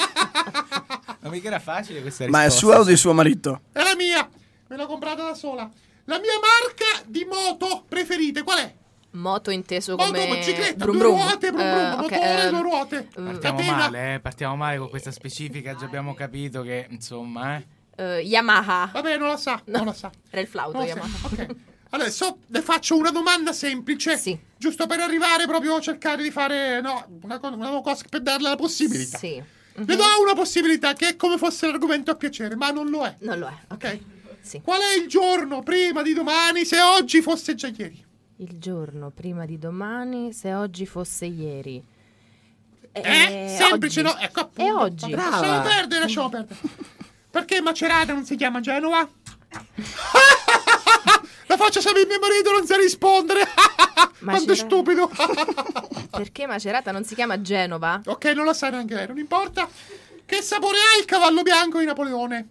Ma mica era facile questa Ma risposta. è sua o di suo marito? È la mia. Me l'ho comprata da sola. La mia marca di moto preferite qual è? Moto inteso Moto, come bicicletta, brum due brum. ruote, brum Eh, brum, ok, motore, ehm, due ruote. Partiamo Catena. male, eh? Partiamo male con questa specifica. Già abbiamo capito che, insomma, eh. eh, Yamaha. Vabbè, non la sa, non la sa. Era il flauto Non la Yamaha. sa. Ok. Adesso le faccio una domanda semplice. Sì. Giusto per arrivare proprio a cercare di fare no, una, co- una cosa per darle la possibilità. Sì. Le do una possibilità che è come fosse l'argomento a piacere, ma non lo è. Non lo è. Ok? Sì. Qual è il giorno prima di domani se oggi fosse già ieri? Il giorno prima di domani, se oggi fosse ieri. Eh? Semplice, oggi. no? Ecco appunto. È oggi. Ma Lasciamo perdere, lasciamo perdere. Perché Macerata non si chiama Genova? La faccio sapere mio marito non sa rispondere. Quanto è Macerata- stupido. Perché Macerata non si chiama Genova? Ok, non lo sa neanche lei, non importa. Che sapore ha il cavallo bianco di Napoleone?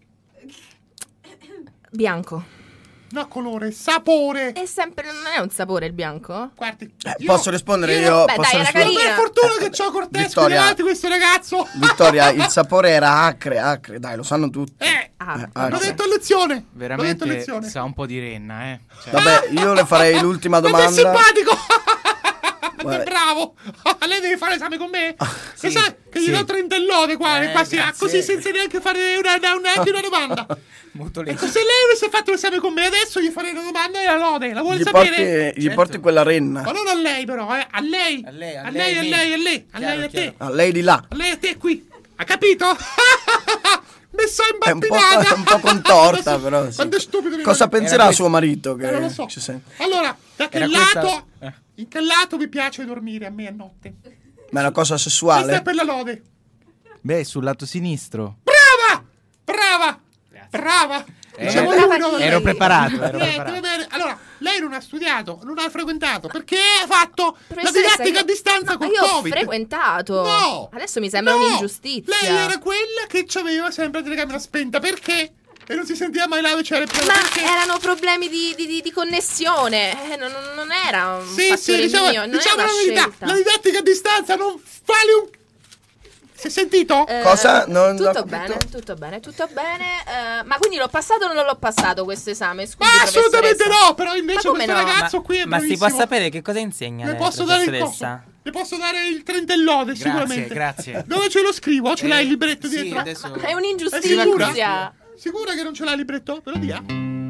Bianco. No, colore, sapore. È sempre, non è un sapore il bianco? Guardi, Eh, io- posso rispondere io- io? Beh, posso dai, era rispondere? Ma per carina. fortuna che c'ho Cortez qui Vittoria. davanti questo ragazzo. Vittoria, il sapore era acre, acre, dai, lo sanno tutti. Eh, Ah, Eh, l'ho acre. detto a lezione. L'ho detto a Veramente lezione. sa un po' di renna, eh. Cioè, Vabbè, io le farei l'ultima Quanto è domanda. simpatico. Guarda. Bravo! Lei deve fare l'esame con me? Ah, sì, e sai che gli sì. do trentellone qua, Eh, qua si ha, grazie. così senza neanche fare una, una, neanche una domanda. Molto Ecco, se lei avesse fatto l'esame con me, adesso gli farei una domanda e la lode. La vuole Gli sapere? porti, gli porti quella renna. Ma non a lei però, eh, a lei. A lei, a lei, a lei, a lei, a lei, a te. A lei di là. A lei, a te qui. Ha capito? Mi sono È un po', imbambinata. è un po' contorta, però. sì. Quando è stupido mi Cosa guarda. penserà Era suo marito? Che Eh, non lo so. ci sei? Allora, da che Era lato, questa- eh. in che lato mi piace dormire a me a notte? Ma è una cosa Questa è sessuale? per la lode. Beh, sul lato sinistro. Brava! Brava! Brava! Eh, Diciamo ero lui, non lei. preparato, ero Niente, preparato. va bene. Allora, lei non ha studiato, non ha frequentato, perché ha fatto la Professoressa, didattica io- a distanza ma col io ho Covid. frequentato. No! Adesso mi sembra No! un'ingiustizia. Lei era quella che aveva sempre la telecamera spenta, perché? E non si sentiva mai là dove c'era il Ma problema. Perché? erano problemi di, di- di- di connessione. Eh, non, non era un Sì, sì, fattore diciamo, mio, non diciamo è la una verità. scelta. La didattica a distanza non vale un... Si è sentito? Eh, Cosa? Non ho tutto capito. bene, tutto bene, tutto bene. Eh, ma quindi l'ho passato o non l'ho passato questo esame? Scusi, Ma assolutamente professoressa. no, però invece Ma come questo no? ragazzo Ma, qui è ma si bravissimo. può sapere che cosa insegna Le lei, posso dare il professoressa? coso. Le posso dare il trentellone, Grazie, sicuramente. grazie. Dove ce lo scrivo? Ce Eh, l'hai il libretto sì, dietro? adesso- Ma è È un'ingiustizia. sicura? Sicura che non ce l'hai il libretto? Ve lo dia?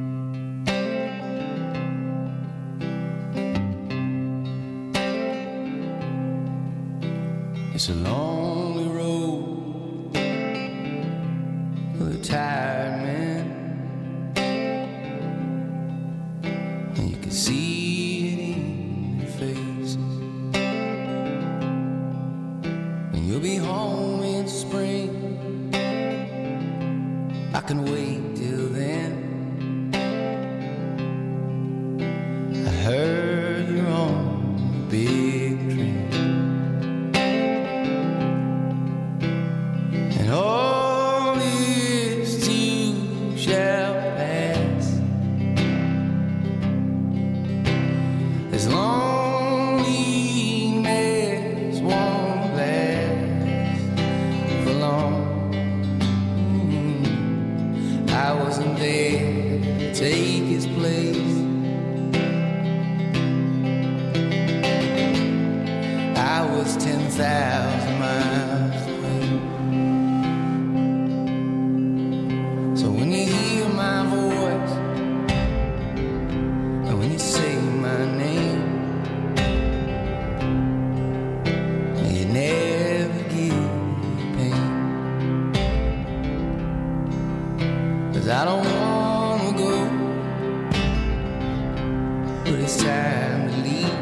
It's a lonely road with a tired man, and you can see it in their faces. And you'll be home in spring. I can wait till then. I heard you're on a big train. And all this too shall pass. As loneliness won't last for long. I wasn't there to take his place. I was ten thousand miles away. So when you hear my voice, and when you say my name, may you never give me pain. 'Cause I don't wanna go, but it's time to leave.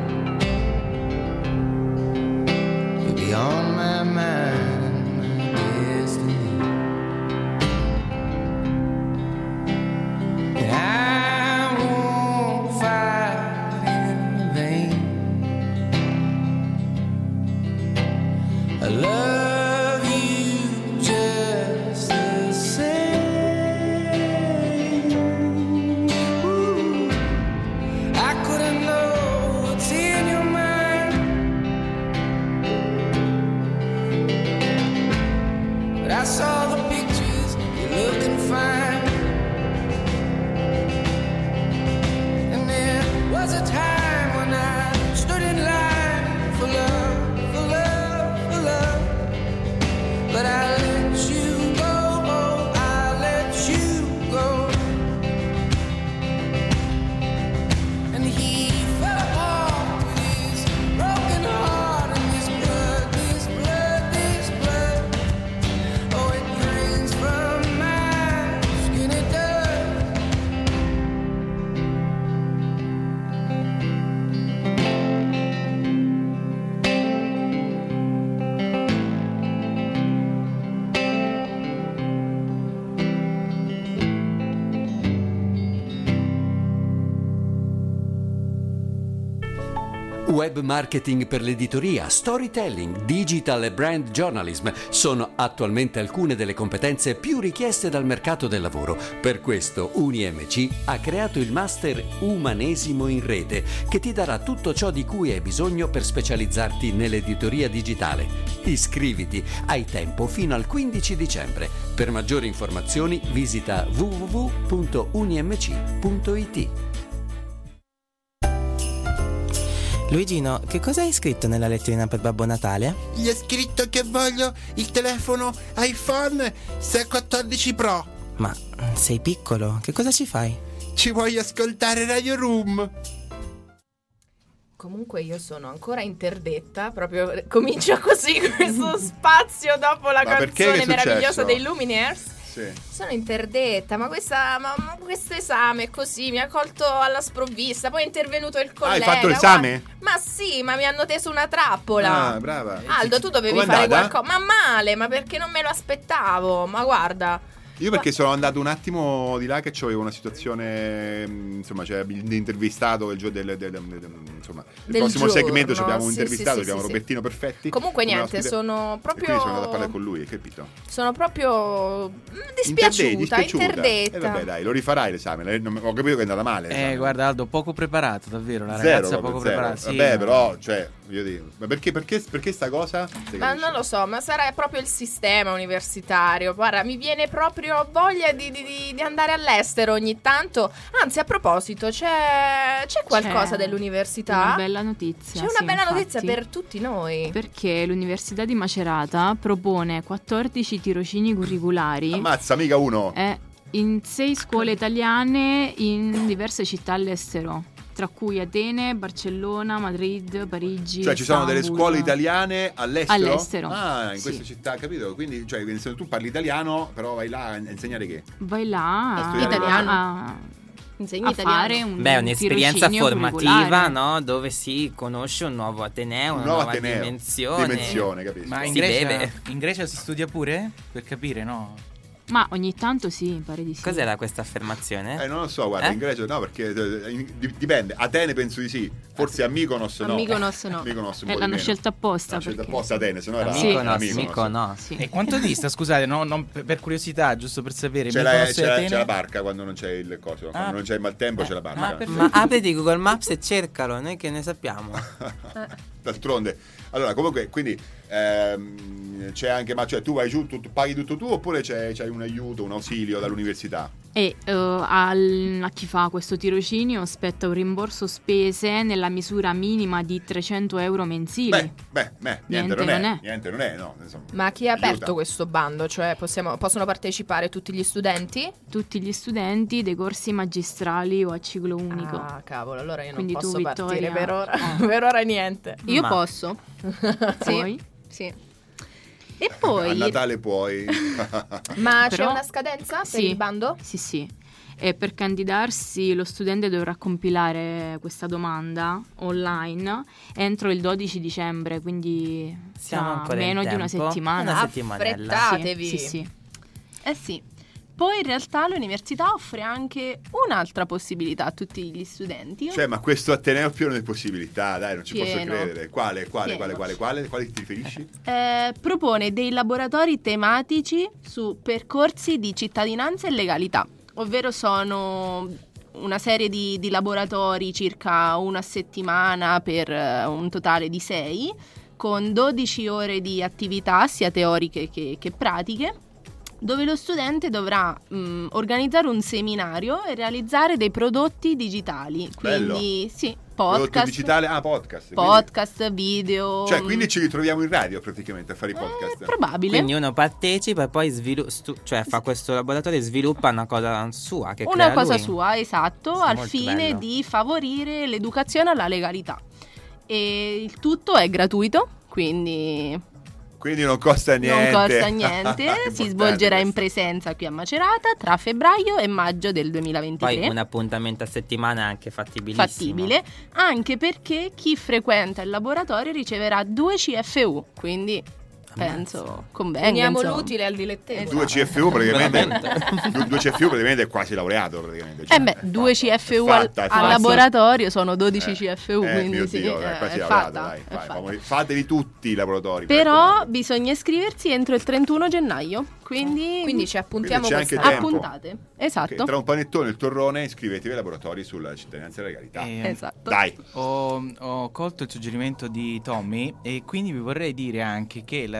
You'll be on my mind, my destiny. And I won't fight in vain. I love you just the same. Ooh, I couldn't know what's in your mind, but I saw the pictures, you're looking fine. And there was a time when I stood in line for love, for love, for love. But I let you go, oh, I let you go. And he fell apart with his broken heart and this blood, this blood, this blood. Oh, it drains from my skin, it does. Web marketing per l'editoria, storytelling, digital e brand journalism sono attualmente alcune delle competenze più richieste dal mercato del lavoro. Per questo UniMC ha creato il master Umanesimo in rete, che ti darà tutto ciò di cui hai bisogno per specializzarti nell'editoria digitale. Iscriviti, hai tempo fino al quindici dicembre. Per maggiori informazioni visita w w w punto unimc punto i t. Luigino, che cosa hai scritto nella letterina per Babbo Natale? Gli ho scritto che voglio il telefono iPhone sei quattordici Pro. Ma sei piccolo, che cosa ci fai? Ci voglio ascoltare Radio Room. Comunque io sono ancora interdetta, proprio comincia così questo spazio dopo la Ma perché? canzone Che è meravigliosa successo? dei Lumineers. Sì. Sono interdetta, ma, questa, ma, ma questo esame così mi ha colto alla sprovvista. Poi è intervenuto il Ah, collega. hai fatto l'esame? guarda- Ma sì, ma mi hanno teso una trappola. Ah, brava. Aldo, tu dovevi Com'è fare andata? qualcosa. Ma male, ma perché non me lo aspettavo? Ma guarda. Io perché sono andato un attimo di là che c'avevo una situazione, mh, insomma, c'è l'intervistato del, gio- del, del, del, del- insomma, il Del prossimo giorno, segmento ci abbiamo un sì, intervistato, sì, abbiamo sì, sì. Robertino Perfetti. Comunque come niente, ospite. sono E proprio. quindi sono andato a parlare con lui, hai capito? Sono proprio mm, Interde- dispiaciuta, dispiaciuta. interdetta. E vabbè, dai, lo rifarai l'esame. lei- non- Ho capito che è andata male. Eh, l'esame. guarda Aldo, poco preparato, davvero. La Zero, ragazza proprio poco zero. preparata. Sì, Vabbè, no. però, cioè, io dico, ma perché, perché, perché sta cosa? Ma non lo so, ma sarà proprio il sistema universitario. Guarda, mi viene proprio voglia di, di- di- di andare all'estero ogni tanto. Anzi, a proposito, c'è, c'è qualcosa C'è una Una bella notizia. C'è una sì, bella infatti. notizia per tutti noi. Perché l'Università di Macerata propone quattordici tirocini curriculari Ammazza, mica uno. eh, in sei scuole italiane in diverse città all'estero, tra cui Atene, Barcellona, Madrid, Parigi. Cioè ci sono delle Istanbul. scuole italiane all'estero? All'estero. Ah, in Sì. queste città, capito? Quindi, cioè, quindi se tu parli italiano, però vai là a insegnare che? Vai là A a, studiare italiano. italiano. a, Insegni a italiano. fare un Beh, un'esperienza tirocinio formativa, curriculare. no? Dove si conosce un nuovo ateneo, Un una nuovo nuova ateneo. dimensione. Dimensione, capisco. Ma in Si Grecia, beve. in Grecia si studia pure? Per capire, no? Ma ogni tanto sì, pare di sì. Cos'era questa affermazione? Eh, non lo so, guarda, Eh? in Grecia no, perché eh, in- di- dipende. Atene penso di sì, forse a Mykonos no. A Mykonos no. Mykonos un Eh, po' di l'hanno meno. scelta apposta. L'hanno scelta perché- apposta Atene, se no era Sì. era Mykonos, Mykonos. Mykonos. Sì. E quanto dista, scusate, no, non- per per curiosità, giusto per sapere. C'è la, Mykonos e c'è, la, Atene? c'è la barca quando non c'è il coso, quando Ah. non c'è il maltempo c'è la barca. Ah, perfetto. Ma apriti Google Maps e cercalo, noi che ne sappiamo. D'altronde. Allora, comunque, quindi ehm, c'è anche, ma cioè tu vai giù, tu, tu paghi tutto tu oppure c'è, c'hai un aiuto, un ausilio dall'università? E eh, al- a chi fa questo tirocinio spetta un rimborso spese nella misura minima di trecento euro mensili. Beh, beh, beh, niente, Niente non, è, non è. niente non è, no, insomma. Ma chi ha aperto Aiuta. questo bando? Cioè possiamo- possono partecipare tutti gli studenti? Tutti gli studenti dei corsi magistrali o a ciclo unico. Ah, cavolo, allora io non Quindi tu, posso partire Vittoria- per ora. Ah. Per ora niente. Io Ma- posso. Poi? Sì. E poi A Natale puoi. Ma c'è Però- una scadenza per Sì. il bando? Sì, sì. E per candidarsi lo studente dovrà compilare questa domanda online entro il dodici dicembre, quindi Siamo tra ancora in meno di una tempo. settimana. Una settimanella. Affrettatevi. Sì, sì, sì. Eh sì. Poi in realtà l'università offre anche un'altra possibilità a tutti gli studenti. Cioè, ma questo Ateneo è pieno di possibilità, dai, non ci posso Pieno. credere. Quale, quale, Pieno. quale, quale, quale? Quale ti riferisci? Eh, propone dei laboratori tematici su percorsi di cittadinanza e legalità, ovvero sono una serie di, di laboratori circa una settimana per eh, un totale di sei, con dodici ore di attività sia teoriche che, che pratiche, dove lo studente dovrà mh, organizzare un seminario e realizzare dei prodotti digitali, quindi sì, Prodotto podcast, digitale, ah, podcast. quindi- podcast, video. Cioè, quindi ci ritroviamo in radio praticamente a fare i podcast. probabile. Quindi uno partecipa e poi svilu- stu- cioè fa questo laboratorio e sviluppa una cosa sua che Una crea cosa lui. sua, esatto, Questo è al molto fine bello. di favorire l'educazione alla legalità. E il tutto è gratuito, quindi Quindi non costa niente. non costa niente. Si Importante svolgerà in questo. presenza qui a Macerata tra febbraio e maggio del duemilaventitré. Poi un appuntamento a settimana è anche fattibilissimo. Fattibile, anche perché chi frequenta il laboratorio riceverà due C F U, quindi penso convenga. Uniamo insomma. l'utile al dilettevole. Due C F U praticamente. due, due C F U praticamente è quasi laureato praticamente. Cioè, Eh beh, due C F U è al, fatta, è al fatta. laboratorio sono dodici C F U, Eh, quindi mio sì, Dio, eh, dai, quasi è laureato, fatta. dai, è fai, fatta. famosi- fatevi tutti i laboratori. Però bisogna iscriversi entro il trentuno gennaio, quindi, Quindi ci appuntiamo Quindi c'è questa anche tempo. appuntate. Esatto. Che tra un panettone e il torrone iscrivetevi ai laboratori sulla cittadinanza e la legalità. Eh, Esatto. Dai. Ho, ho colto il suggerimento di Tommy e quindi vi vorrei dire anche che la-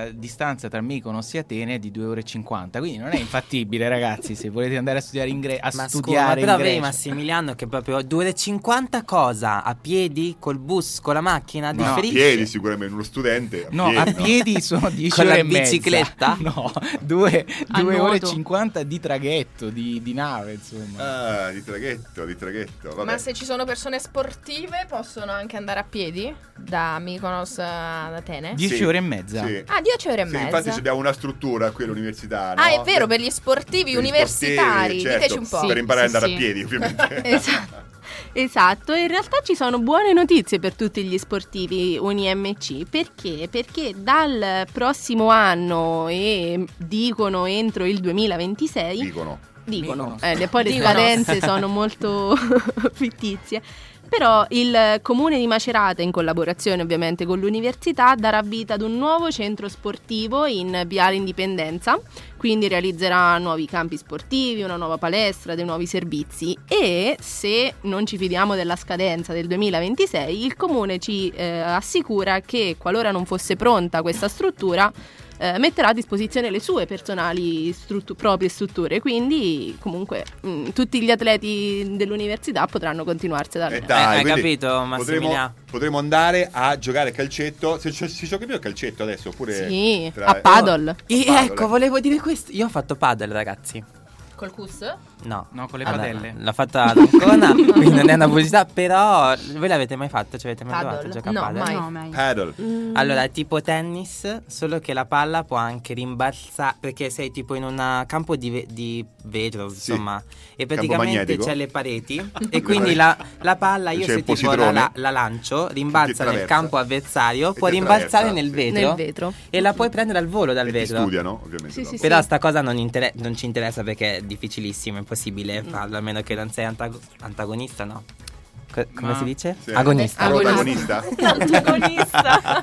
la distanza tra Mykonos e Atene è di due ore e cinquanta, quindi non è infattibile, ragazzi, se volete andare a studiare in Grecia, a Ma scusa, studiare però in vedi Grecia. Massimiliano che proprio due ore e cinquanta cosa? A piedi? Col bus? Con la macchina? No, a Differisce? piedi sicuramente, uno studente. A No, piedi, a piedi sono dieci Con la ore e mezza. bicicletta? No, due, A due ore e nuoto? cinquanta di traghetto, di, di nave, insomma. Ah, di traghetto, di traghetto. Vabbè. Ma se ci sono persone sportive possono anche andare a piedi da Mykonos ad Atene? dieci Sì, ore e mezza. sì. Ah, dieci ore e Sì, mezza. infatti abbiamo una struttura qui all'università, no? Ah, è vero, per gli sportivi Per gli universitari. sportivi, certo, Diteci un po'. per imparare Sì, ad andare sì. a piedi, ovviamente. Esatto. Esatto, e in realtà ci sono buone notizie per tutti gli sportivi U N I M C. Perché? Perché dal prossimo anno e dicono entro il duemilaventisei Dicono. Dicono, eh, le- poi le Dicono. scadenze sono molto fittizie. Però il comune di Macerata, in collaborazione ovviamente con l'università, darà vita ad un nuovo centro sportivo in Viale Indipendenza, quindi realizzerà nuovi campi sportivi, una nuova palestra, dei nuovi servizi, e se non ci fidiamo della scadenza del duemilaventisei, il comune ci eh, assicura che qualora non fosse pronta questa struttura, eh, metterà a disposizione le sue personali struttu- proprie strutture, quindi comunque mh, tutti gli atleti dell'università potranno continuarsi ad Eh, allenare. dai, hai quindi capito, potremo, Massimiliano? potremo andare a giocare a calcetto. Se, se, si gioca più a calcetto adesso oppure Sì, tra- a paddle. E paddle, ecco, eh. volevo dire questo. Io ho fatto paddle, ragazzi. Col cus? No. No, con le Allora, padelle. l'ho fatta ad Ancona, quindi non è una pubblicità, però voi l'avete mai fatto? Ci avete mai Paddle? provato a giocare No, a paddle? mai. No, mai. Paddle. Allora, è tipo tennis, solo che la palla può anche rimbalzare, perché sei tipo in un campo di, ve- di vetro, insomma, e praticamente magnetico. c'è le pareti, e quindi la, la palla, io C'è se il tipo la, positrone. la- la lancio, rimbalza nel traversa. campo avversario, può ti rimbalzare attraversa, nel sì. vetro, Nel vetro. e la puoi prendere al volo dal E ti vetro. studiano, ovviamente. Sì, dopo. sì, Però sta cosa non, inter- non ci interessa perché è difficilissimo, è impossibile Mm. farlo, a meno che non sei antago- antagonista, no? Co- come Ma- si dice? Sì. Agonista. Protagonista? Antagonista.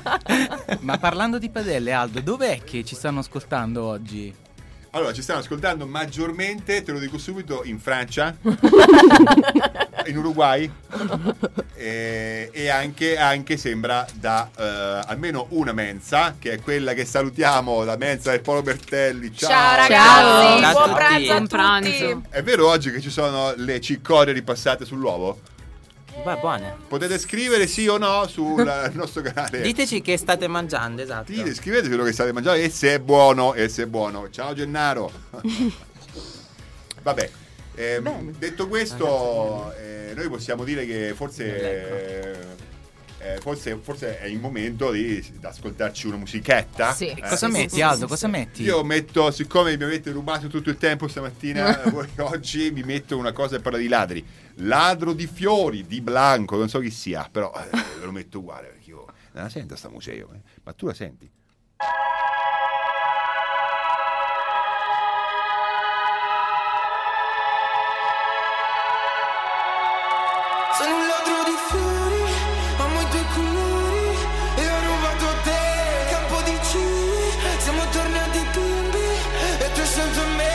Ma parlando di padelle, Aldo, dov'è che ci stanno ascoltando oggi? Allora, ci stanno ascoltando maggiormente, te lo dico subito, in Francia, in Uruguay e, e anche, anche sembra da eh, almeno una mensa, che è quella che salutiamo, la mensa del Polo Bertelli. Ciao, Ciao ragazzi, Ciao. buon Ciao a pranzo tutti. a Buon tutti. pranzo. È vero oggi che ci sono le cicorie ripassate sull'uovo? Beh, buone. Potete scrivere sì o no sul nostro canale. Diteci che state mangiando, esatto. Dite, scrivete quello che state mangiando e se è buono, e se è buono. Ciao Gennaro. Vabbè, ehm, detto questo, eh, noi possiamo dire che forse, eh, forse, forse è il momento di, di ascoltarci una musichetta. Sì. Eh, Cosa sì, metti, sì, Aldo? sì, cosa sì. metti? Io metto, siccome mi avete rubato tutto il tempo stamattina, voi oggi vi metto una cosa che parla di ladri. Ladro di fiori di Blanco, non so chi sia, però eh, ve lo metto uguale perché io non la sento sta museo, eh. Ma tu la senti? Sono un ladro di fiori, amo i tuoi colori e ho rubato a te il campo di C. Siamo tornati bimbi e tu hai scelto me.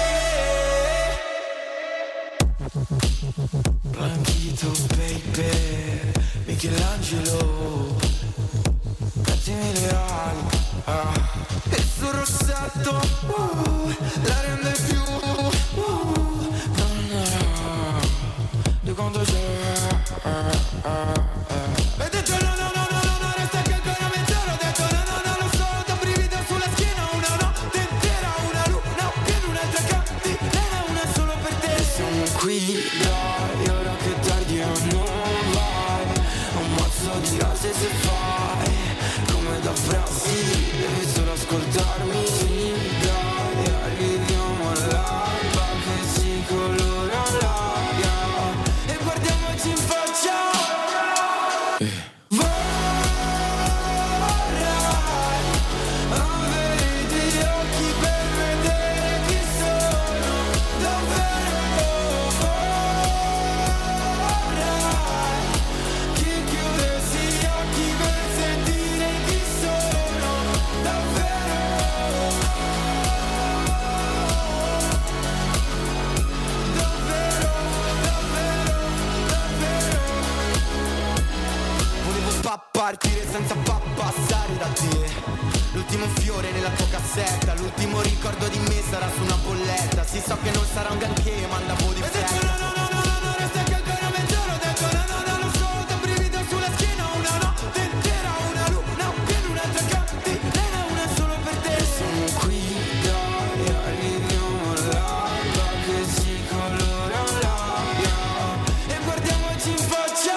Blanchito baby, Michelangelo, mettimi le ali, ah. E sul rossetto, uh, la rende più, uh, donna, di quanto c'è. Hai detto no, no, no, no, no, no, resta che ancora mezz'ora. Ho detto no, no, no, lo so, da brivido sulla schiena. Una notte intera, una luna piena, un'altra cantilena, una solo per te. E siamo qui, dai, ora che tardi o non vai. Ammazzo di cose se fai, come da frasi, devi solo ascoltarmi. Sì, dai, arriviamo all'alba che si colora l'aria e guardiamo setta. L'ultimo ricordo di me sarà su una bolletta. Sì, so che non sarà un granché, ma andavo di fretta. No, no, no, no, no, resta che ancora mezz'ora. Ho detto no, no, no, lo so, da brivido sulla schiena. Una notte intera, una luna piena, un'altra cantilena, una solo per te. E siamo qui, dai, arriviamo all'alba che si colora l'aria e guardiamoci in faccia.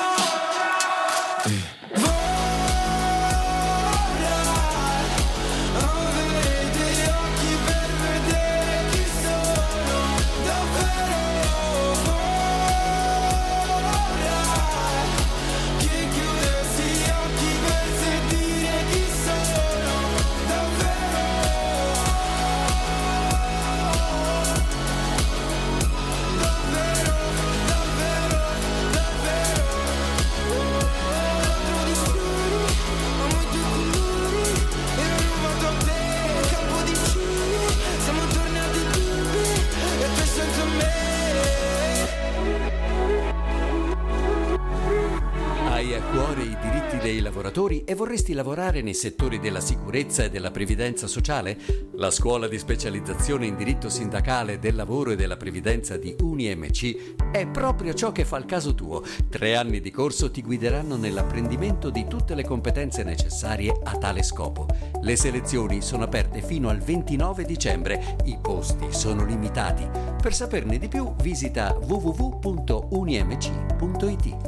Hai a cuore i diritti dei lavoratori e vorresti lavorare nei settori della sicurezza e della previdenza sociale? La scuola di specializzazione in diritto sindacale del lavoro e della previdenza di UniMC è proprio ciò che fa il caso tuo. Tre anni di corso ti guideranno nell'apprendimento di tutte le competenze necessarie a tale scopo. Le selezioni sono aperte fino al ventinove dicembre. I posti sono limitati. Per saperne di più visita w w w punto unimc punto i t.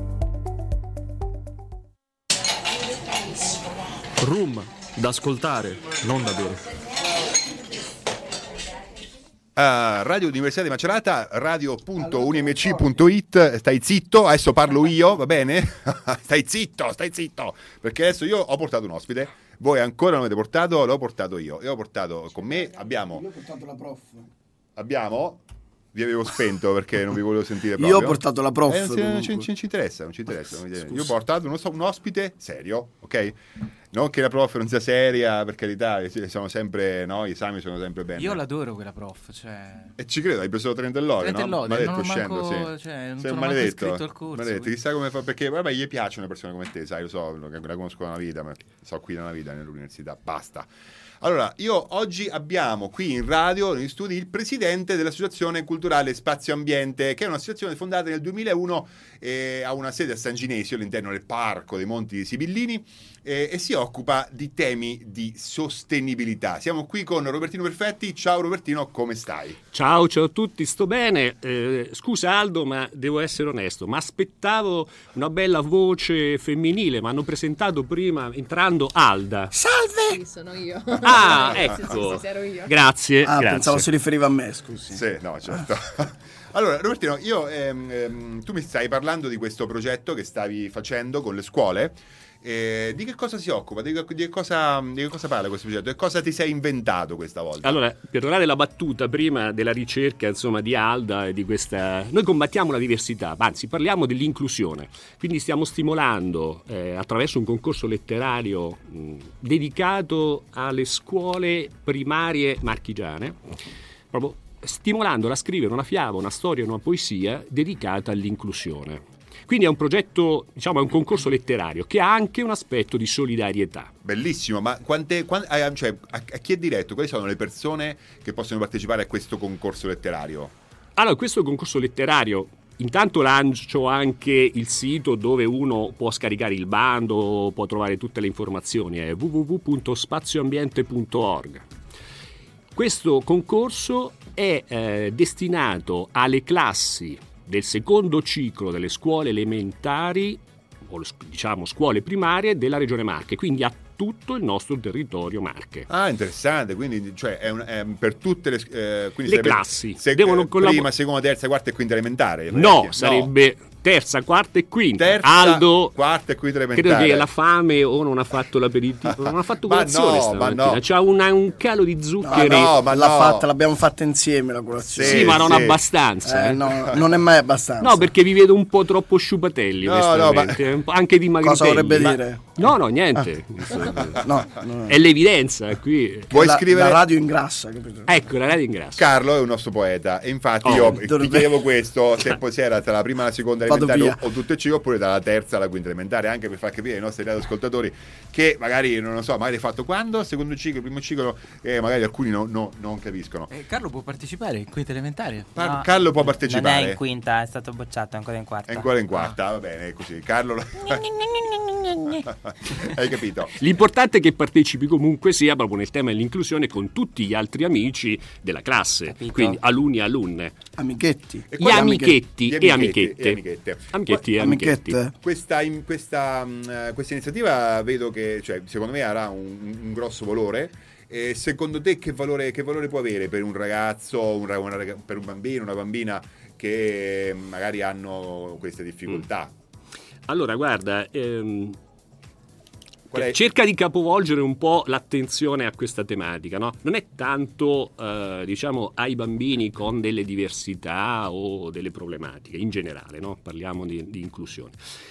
Room, da ascoltare, non da bere. Uh, Radio Università di Macerata, radio punto unimc punto i t. Stai zitto, adesso parlo io, va bene? Stai zitto, stai zitto, perché adesso io ho portato un ospite, voi ancora non avete portato, l'ho portato io. Io ho portato con me, abbiamo... Io ho portato la prof. Abbiamo... Vi avevo spento perché non vi volevo sentire proprio. Io ho portato la prof. Eh, non, ci, non, ci, non ci interessa, non ci interessa. Non mi interessa. Io ho portato uno, un ospite serio, ok? Non che la prof non sia seria, per carità, siamo sempre, no, gli esami sono sempre bene. Io l'adoro quella prof, cioè... E ci credo, hai preso trenta lode, no? Lode, maledetto non scendo, manco, sì. Cioè, non sei un sono maledetto. iscritto al corso. Maledetto, chissà come fa, perché vabbè, gli piacciono persone come te, sai, lo so, la conosco da una vita, ma so qui da una vita nell'università, basta. Allora, io oggi abbiamo qui in radio, negli studi, il presidente dell'Associazione Culturale Spazio Ambiente, che è un'associazione fondata nel duemilauno, eh, ha una sede a San Ginesio, all'interno del Parco dei Monti Sibillini, eh, e si occupa di temi di sostenibilità. Siamo qui con Robertino Perfetti. Ciao Robertino, come stai? Ciao, ciao a tutti, sto bene. Eh, scusa Aldo, ma devo essere onesto, ma aspettavo una bella voce femminile, ma hanno presentato prima entrando Alda. Salve! Sì, sono io. Ah, ecco. Sì, sì, sì, ero io. Grazie, Ah, grazie. pensavo si riferiva a me, scusi. Sì, no, certo. Allora, Robertino, io, ehm, ehm, tu mi stai parlando di questo progetto che stavi facendo con le scuole. Eh, di che cosa si occupa? Di che, di che cosa, di che cosa parla questo progetto? E cosa ti sei inventato questa volta? Allora, per tornare alla battuta prima della ricerca, insomma, di Alda e di questa... Noi combattiamo la diversità, anzi parliamo dell'inclusione. Quindi stiamo stimolando eh, attraverso un concorso letterario mh, dedicato alle scuole primarie marchigiane, proprio stimolandola a scrivere una fiaba, una storia, una poesia dedicata all'inclusione. Quindi è un progetto, diciamo, è un concorso letterario che ha anche un aspetto di solidarietà. Bellissimo, ma quante, quante, cioè, a, a chi è diretto? Quali sono le persone che possono partecipare a questo concorso letterario? Allora, questo concorso letterario, intanto lancio anche il sito dove uno può scaricare il bando, può trovare tutte le informazioni, è w w w punto spazioambiente punto org. Questo concorso è eh, destinato alle classi del secondo ciclo delle scuole elementari, o diciamo scuole primarie della Regione Marche, quindi a tutto il nostro territorio Marche. Ah, interessante, quindi cioè è, un, è per tutte le, eh, quindi le sarebbe, classi se, devono eh, collabor- prima, seconda, terza, quarta e quinta elementare. No, no, sarebbe terza, quarta e quinta. Terza, Aldo, quarta e quinta elementare. credo che la fame o non ha fatto l'aperitivo, non ha fatto Ma colazione no, stamattina. ma no. C'ha una, un calo di zuccheri. No, no, ma l'ha no. fatta, l'abbiamo fatta insieme la colazione. Sì, ma non sì. abbastanza. Eh, eh. no, non è mai abbastanza. No, perché vi vedo un po' troppo sciupatelli, No, no, onestamente. Un po' anche dimagritelli. Cosa vorrebbe Ma dire? No, no, niente. Ah. No, no. È l'evidenza qui. Vuoi la, scrivere? La radio ingrassa, capito? Ecco, la radio ingrassa. Carlo è un nostro poeta e infatti Oh, io dovrebbe- ti chiedevo questo, se poi si era tra la prima e la seconda Vado elementare via. o, o tutte e cinque, oppure dalla terza alla quinta elementare, anche per far capire ai nostri radioascoltatori che magari, non lo so, magari hai fatto quando? Secondo ciclo, primo ciclo, e magari alcuni no- no- non capiscono. Eh, Carlo può partecipare in quinta elementare? Car- No, Carlo può Non partecipare. è in quinta, è stato bocciato, è ancora in quarta. È ancora in quarta, va bene, così. Carlo lo- hai capito? L'importante è che partecipi comunque sia proprio nel tema dell'inclusione con tutti gli altri amici della classe, Capito. quindi alunni e alunne. Amichetti. E Gli quali- amichetti Gli e amichetti amichette. e amichette. Amichetti e amichetti. Amichette. Questa, in- questa, mh, questa iniziativa vedo che, cioè, secondo me avrà un, un grosso valore. E secondo te che valore, che valore può avere per un ragazzo, un, ra- una raga- per un bambino, una bambina che magari hanno queste difficoltà? Allora, guarda, ehm, Qual è- cerca di capovolgere un po' l'attenzione a questa tematica, no? Non è tanto, eh, diciamo, ai bambini con delle diversità o delle problematiche, in generale, no? Parliamo di, di inclusione.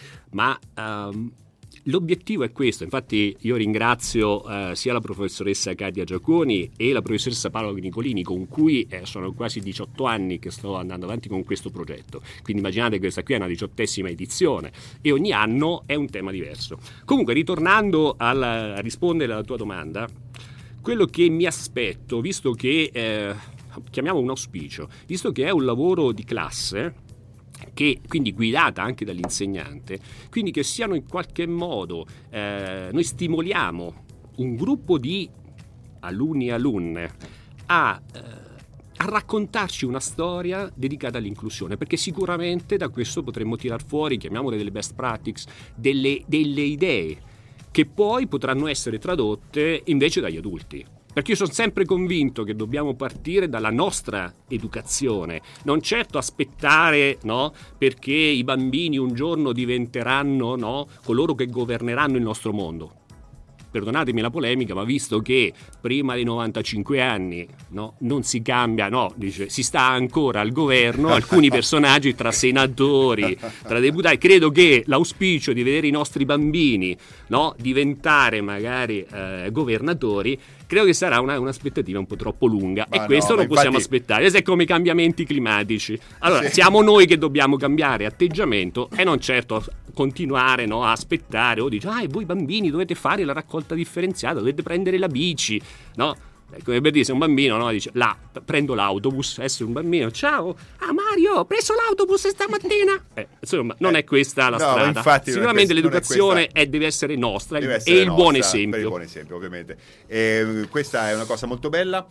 Ma ehm, l'obiettivo è questo, infatti io ringrazio eh, sia la professoressa Katia Giaconi e la professoressa Paola Nicolini, con cui eh, sono quasi diciotto anni che sto andando avanti con questo progetto, quindi immaginate che questa qui è una diciottesima edizione e ogni anno è un tema diverso. Comunque, ritornando alla- a rispondere alla tua domanda, quello che mi aspetto, visto che eh, chiamiamo un auspicio, visto che è un lavoro di classe, che quindi guidata anche dall'insegnante, quindi che siano in qualche modo, eh, noi stimoliamo un gruppo di alunni e alunne a, eh, a raccontarci una storia dedicata all'inclusione, perché sicuramente da questo potremmo tirar fuori, chiamiamole delle best practices, delle, delle idee che poi potranno essere tradotte invece dagli adulti. Perché io sono sempre convinto che dobbiamo partire dalla nostra educazione, non certo aspettare, no, perché i bambini un giorno diventeranno, no, coloro che governeranno il nostro mondo. Perdonatemi la polemica, ma visto che prima dei novantacinque anni, no, non si cambia, no, dice, si sta ancora al governo, alcuni personaggi tra senatori, tra deputati, credo che l'auspicio di vedere i nostri bambini, no, diventare magari eh, governatori, credo che sarà una, un'aspettativa un po' troppo lunga. Ma e questo no, non ma possiamo infatti- aspettare. È come i cambiamenti climatici. Allora, Sì. siamo noi che dobbiamo cambiare atteggiamento e non certo continuare, no, a aspettare o dice, ah, e voi bambini dovete fare la raccolta differenziata, dovete prendere la bici, no? Come per dire, se un bambino, no, dice, là, prendo l'autobus, essere un bambino, ciao, ah Mario, ho preso l'autobus stamattina. Eh, insomma, non Eh, è questa la no, strada. infatti non è Sicuramente questa- non è l'educazione questa- è- deve essere nostra Deve e essere il buon nostra, esempio. per il buon esempio, ovviamente. E, questa è una cosa molto bella,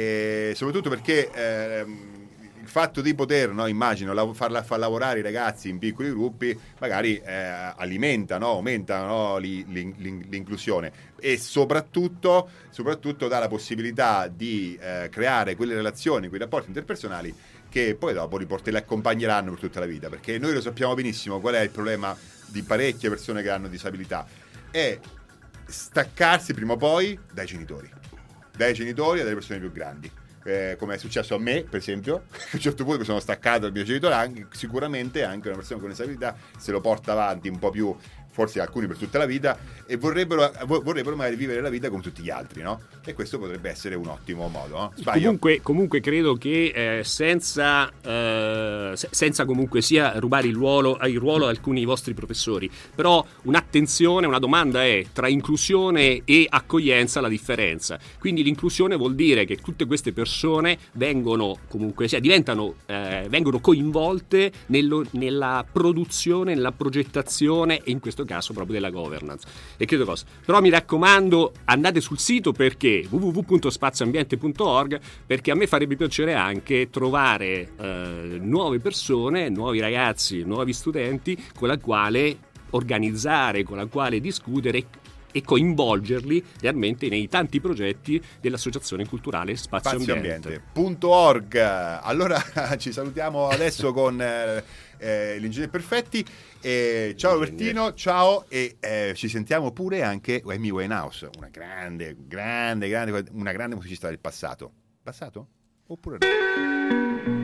e soprattutto perché ehm, il fatto di poter, no, immagino, lav- farla, far lavorare i ragazzi in piccoli gruppi magari eh, alimenta, no, aumenta, no, li- l'in- l'in- l'inclusione e soprattutto, soprattutto dà la possibilità di eh, creare quelle relazioni, quei rapporti interpersonali che poi dopo li, porti- li accompagneranno per tutta la vita, perché noi lo sappiamo benissimo qual è il problema di parecchie persone che hanno disabilità, è staccarsi prima o poi dai genitori, dai genitori e dalle persone più grandi. Eh, come è successo a me, per esempio, a un certo punto mi sono staccato dal mio genitore, anche, sicuramente anche una persona con disabilità se lo porta avanti un po' più, forse alcuni per tutta la vita, e vorrebbero, vo- vorrebbero magari vivere la vita come tutti gli altri, no? E questo potrebbe essere un ottimo modo, no? Sbaglio? Comunque, comunque credo che eh, senza, eh, se- senza comunque sia rubare il ruolo, il ruolo a alcuni vostri professori, però un'attenzione, una domanda è tra inclusione e accoglienza la differenza. Quindi l'inclusione vuol dire che tutte queste persone vengono comunque sia diventano eh, vengono coinvolte nello- nella produzione, nella progettazione e in questo caso proprio della governance. E credo cosa. Però mi raccomando, andate sul sito perché w w w punto spazioambiente punto org, perché a me farebbe piacere anche trovare eh, nuove persone, nuovi ragazzi, nuovi studenti con la quale organizzare, con la quale discutere e coinvolgerli realmente nei tanti progetti dell'Associazione Culturale Spazio, Spazio Ambiente. Ambiente punto org. Allora ci salutiamo adesso con eh, eh, l'Ingegner Perfetti. E ciao Robertino, ciao, e eh, ci sentiamo pure anche Amy Winehouse, una grande, grande, grande, una grande musicista del passato. Passato? Oppure no?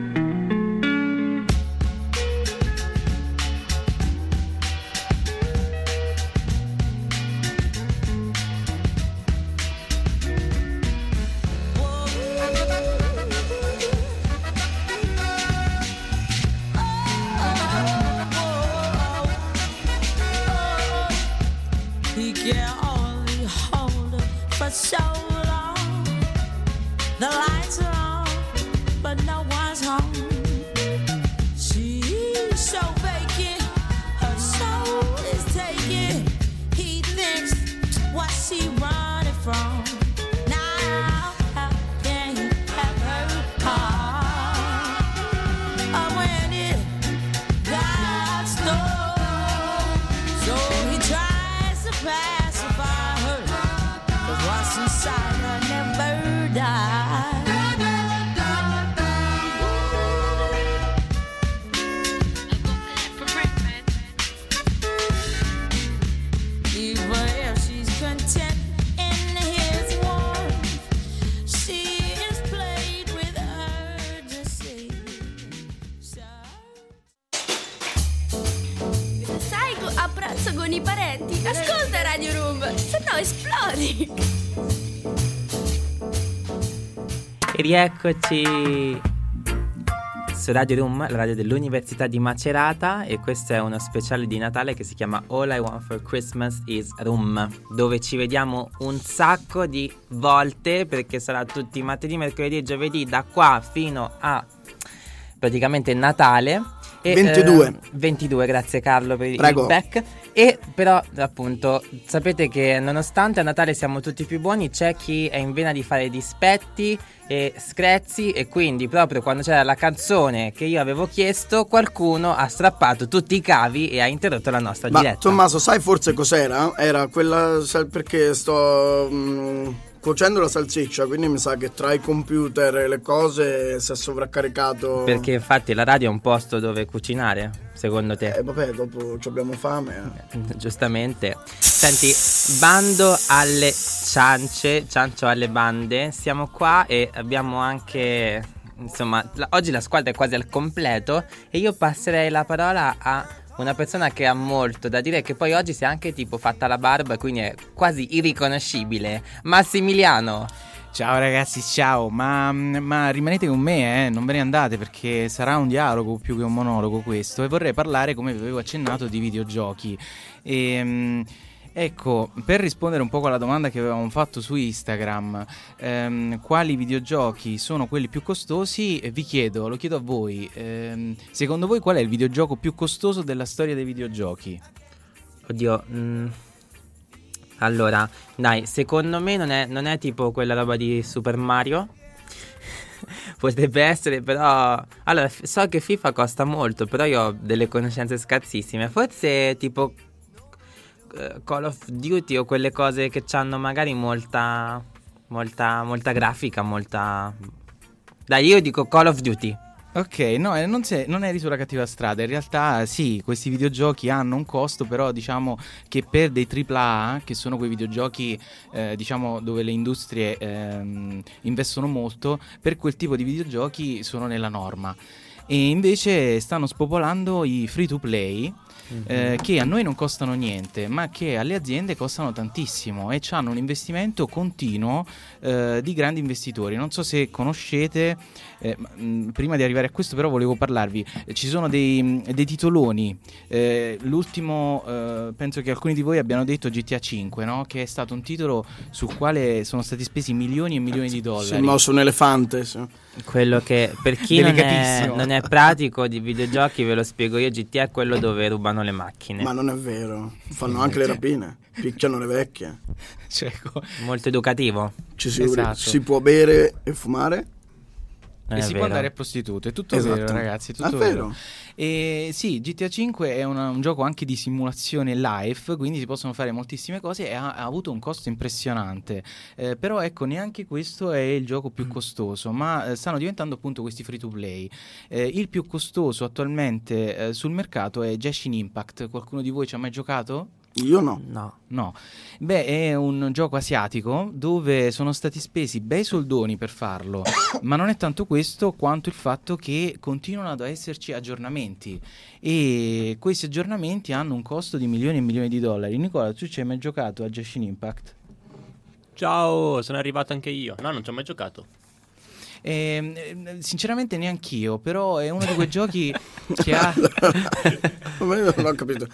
con i parenti. Ascolta Radio Room, se no esplodi. E rieccoci su Radio Room, la radio dell'Università di Macerata, e questo è uno speciale di Natale che si chiama All I Want for Christmas is Room, dove ci vediamo un sacco di volte perché sarà tutti martedì, mercoledì e giovedì da qua fino a praticamente Natale. E, ventidue. Eh, ventidue, grazie Carlo per Prego. il back. E però appunto sapete che nonostante a Natale siamo tutti più buoni, c'è chi è in vena di fare dispetti e screzi, e quindi proprio quando c'era la canzone che io avevo chiesto qualcuno ha strappato tutti i cavi e ha interrotto la nostra Ma diretta. Tommaso, sai forse cos'era? Era quella, sai, perché sto mh, cuocendo la salsiccia, quindi mi sa che tra i computer e le cose si è sovraccaricato. Perché infatti la radio è un posto dove cucinare, secondo te? Eh vabbè, dopo ci abbiamo fame. Eh. Giustamente. Senti, bando alle ciance, ciancio alle bande, siamo qua e abbiamo anche, insomma, la, oggi la squadra è quasi al completo e io passerei la parola a una persona che ha molto da dire, che poi oggi si è anche tipo fatta la barba, quindi è quasi irriconoscibile. Massimiliano. Ciao ragazzi, ciao, ma, ma rimanete con me, eh? Non ve ne andate perché sarà un dialogo più che un monologo questo, e vorrei parlare, come vi avevo accennato, di videogiochi. E, ecco, per rispondere un po' alla domanda che avevamo fatto su Instagram, ehm, quali videogiochi sono quelli più costosi, vi chiedo, lo chiedo a voi, ehm, secondo voi qual è il videogioco più costoso della storia dei videogiochi? Oddio, mh, allora, dai, secondo me non è, non è tipo quella roba di Super Mario. Potrebbe essere, però allora, so che FIFA costa molto, però io ho delle conoscenze scarsissime. Forse tipo Call of Duty o quelle cose che hanno magari molta molta molta grafica, molta. Dai, io dico Call of Duty. Ok, no, non, sei, non eri sulla cattiva strada. In realtà sì, questi videogiochi hanno un costo, però diciamo che per dei tripla A, che sono quei videogiochi eh, diciamo dove le industrie ehm, investono molto, per quel tipo di videogiochi sono nella norma. E invece stanno spopolando i free to play, mm-hmm. eh, che a noi non costano niente, ma che alle aziende costano tantissimo e hanno un investimento continuo eh, di grandi investitori. Non so se conoscete, eh, mh, prima di arrivare a questo però volevo parlarvi, eh, ci sono dei, dei titoloni, eh, l'ultimo eh, penso che alcuni di voi abbiano detto G T A cinque, no? Che è stato un titolo sul quale sono stati spesi milioni e milioni di dollari. Si è mosso un elefante, sì. Quello che per chi non è, non è pratico di videogiochi, ve lo spiego io, G T A è quello dove rubano le macchine. Ma non è vero, fanno anche le rapine, picchiano le vecchie. Cieco. Molto educativo. Ci si, Esatto. si può bere e fumare? Non e è si vero. può andare a prostitute, è tutto Esatto. vero ragazzi, è tutto Ah, vero. vero. E sì, G T A cinque è una, un gioco anche di simulazione live, quindi si possono fare moltissime cose e ha, ha avuto un costo impressionante, eh, però ecco, neanche questo è il gioco più costoso, ma eh, stanno diventando appunto questi free to play. Eh, il più costoso attualmente eh, sul mercato è Genshin Impact. Qualcuno di voi ci ha mai giocato? Io no. No. No. Beh, è un gioco asiatico dove sono stati spesi bei soldoni per farlo, ma non è tanto questo quanto il fatto che continuano ad esserci aggiornamenti e questi aggiornamenti hanno un costo di milioni e milioni di dollari. Nicola, tu ci hai mai giocato a Genshin Impact? Ciao, sono arrivato anche io. No, non ci ho mai giocato. Eh, sinceramente neanch'io, però è uno di quei giochi che ha... Non ho capito.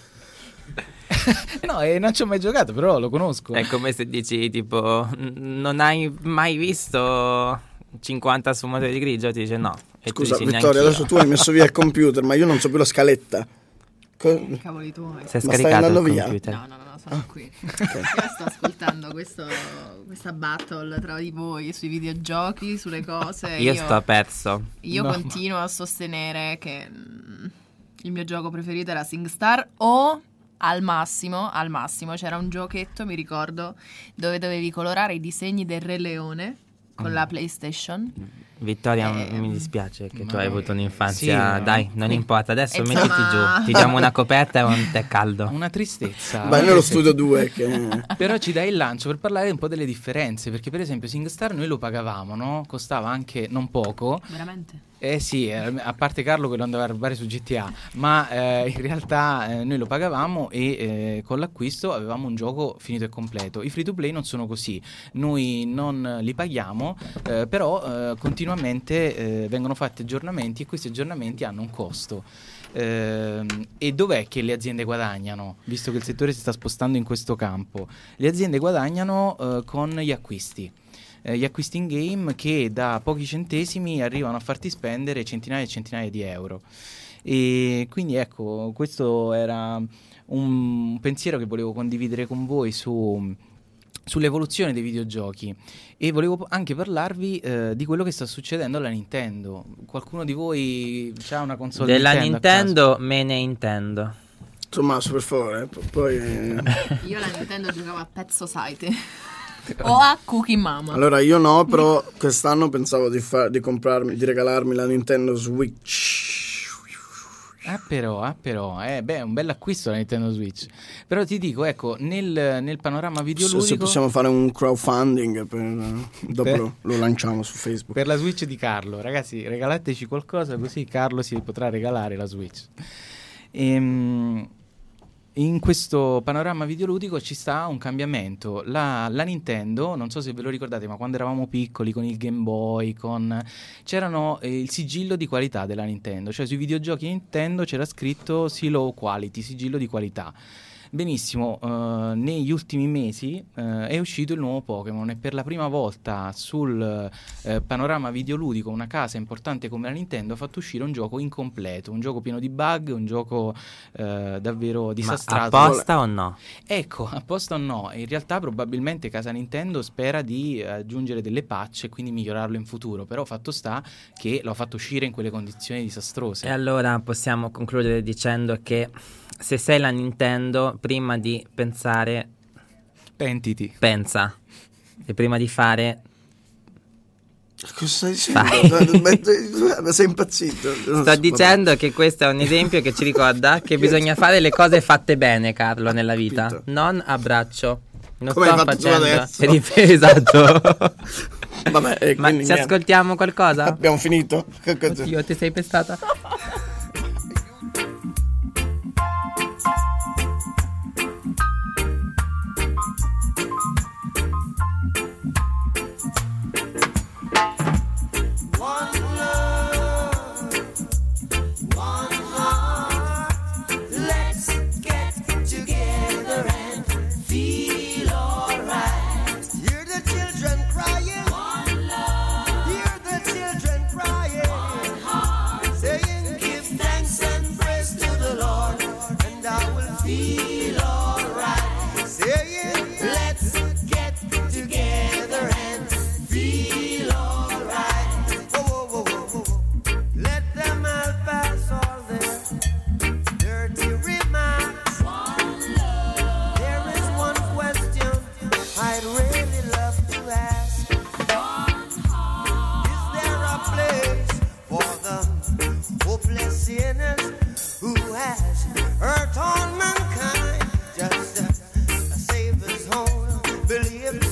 No, eh, non ci ho mai giocato, però lo conosco. È come se dici tipo n- non hai mai visto cinquanta sfumature di grigio, ti dice no. E Scusa tu dici, Vittoria, adesso tu hai messo via il computer, ma io non so più la scaletta. Co- Cavoli tuoi. Si è Ma stai scaricato andando il via? computer. No, no, no, sono qui. Io sto ascoltando questo, questa battle tra di voi sui videogiochi, sulle cose. Io sto perso. Io No. continuo a sostenere che mm, il mio gioco preferito era SingStar, o al massimo, al massimo c'era un giochetto, mi ricordo, dove dovevi colorare i disegni del Re Leone con Mm. la PlayStation Vittoria, Eh, mi dispiace che tu ma- hai avuto un'infanzia. sì, Dai, non importa. Adesso Eh, mettiti insomma- giù. Ti diamo una coperta e un tè caldo. Una tristezza. Vai nello studio due che... Però ci dai il lancio per parlare un po' delle differenze, perché per esempio SingStar noi lo pagavamo, no? Costava anche non poco. Veramente? Eh sì, eh, a parte Carlo che lo andava a rubare su G T A, ma eh, in realtà eh, noi lo pagavamo e eh, con l'acquisto avevamo un gioco finito e completo. I free to play non sono così, noi non li paghiamo, eh, però eh, continuamente eh, vengono fatti aggiornamenti e questi aggiornamenti hanno un costo. Ehm, e dov'è che le aziende guadagnano, visto che il settore si sta spostando in questo campo? Le aziende guadagnano eh, con gli acquisti. Eh, gli acquisti in game che da pochi centesimi arrivano a farti spendere centinaia e centinaia di euro. E quindi ecco, questo era un pensiero che volevo condividere con voi su sull'evoluzione dei videogiochi e volevo anche parlarvi eh, di quello che sta succedendo alla Nintendo. Qualcuno di voi ha una console Della Nintendo? Nintendo me ne intendo. Tommaso, per favore, p- poi... Io la Nintendo giocavo a Pet Society. O a Cookie Mama. Allora io no, però quest'anno pensavo di, far, di comprarmi, di regalarmi la Nintendo Switch. Ah però, ah però, eh, beh, è un bel acquisto la Nintendo Switch. Però ti dico, ecco, nel, nel panorama Se, videoludico se possiamo fare un crowdfunding per, dopo Per- lo, lo lanciamo su Facebook. per la Switch di Carlo, ragazzi, regalateci qualcosa così Carlo si potrà regalare la Switch. Ehm, in questo panorama videoludico ci sta un cambiamento. La, la Nintendo, non so se ve lo ricordate, ma quando eravamo piccoli con il Game Boy, con c'erano eh, il sigillo di qualità della Nintendo, cioè sui videogiochi Nintendo c'era scritto Silo Quality, sigillo di qualità. Benissimo, eh, negli ultimi mesi eh, è uscito il nuovo Pokémon e per la prima volta sul eh, panorama videoludico una casa importante come la Nintendo ha fatto uscire un gioco incompleto, un gioco pieno di bug, un gioco eh, davvero disastrato. Ma apposta o no? Ecco, apposta o no, in realtà probabilmente casa Nintendo spera di aggiungere delle patch e quindi migliorarlo in futuro, però fatto sta che lo ha fatto uscire in quelle condizioni disastrose. E allora possiamo concludere dicendo che se sei la Nintendo, prima di pensare, pentiti. Pensa. E prima di fare, Cosa stai dicendo? Sei impazzito. sto dicendo che questo è un esempio che ci ricorda che bisogna fare le cose fatte bene, Carlo, nella vita. Non a braccio. Non Come sto hai fatto tu facendo adesso? rif- esatto. Vabbè, e Ma quindi ci niente. ascoltiamo qualcosa? Abbiamo finito? Che cosa- Oddio, ti sei pestata? One love, one heart. Let's get together and feel alright. Hear the children crying. One love. Hear the children crying. One heart. Saying, give thanks and praise to the Lord, and I will feel alright. Saying, let's get together and feel alright. Whoa, whoa, whoa, whoa, whoa. Let them all pass all their dirty remarks. One love. There is one question I'd really love to ask. One heart. Is there a place for the hopeless sinners who has hurt all mankind? Just uh, save his own belief.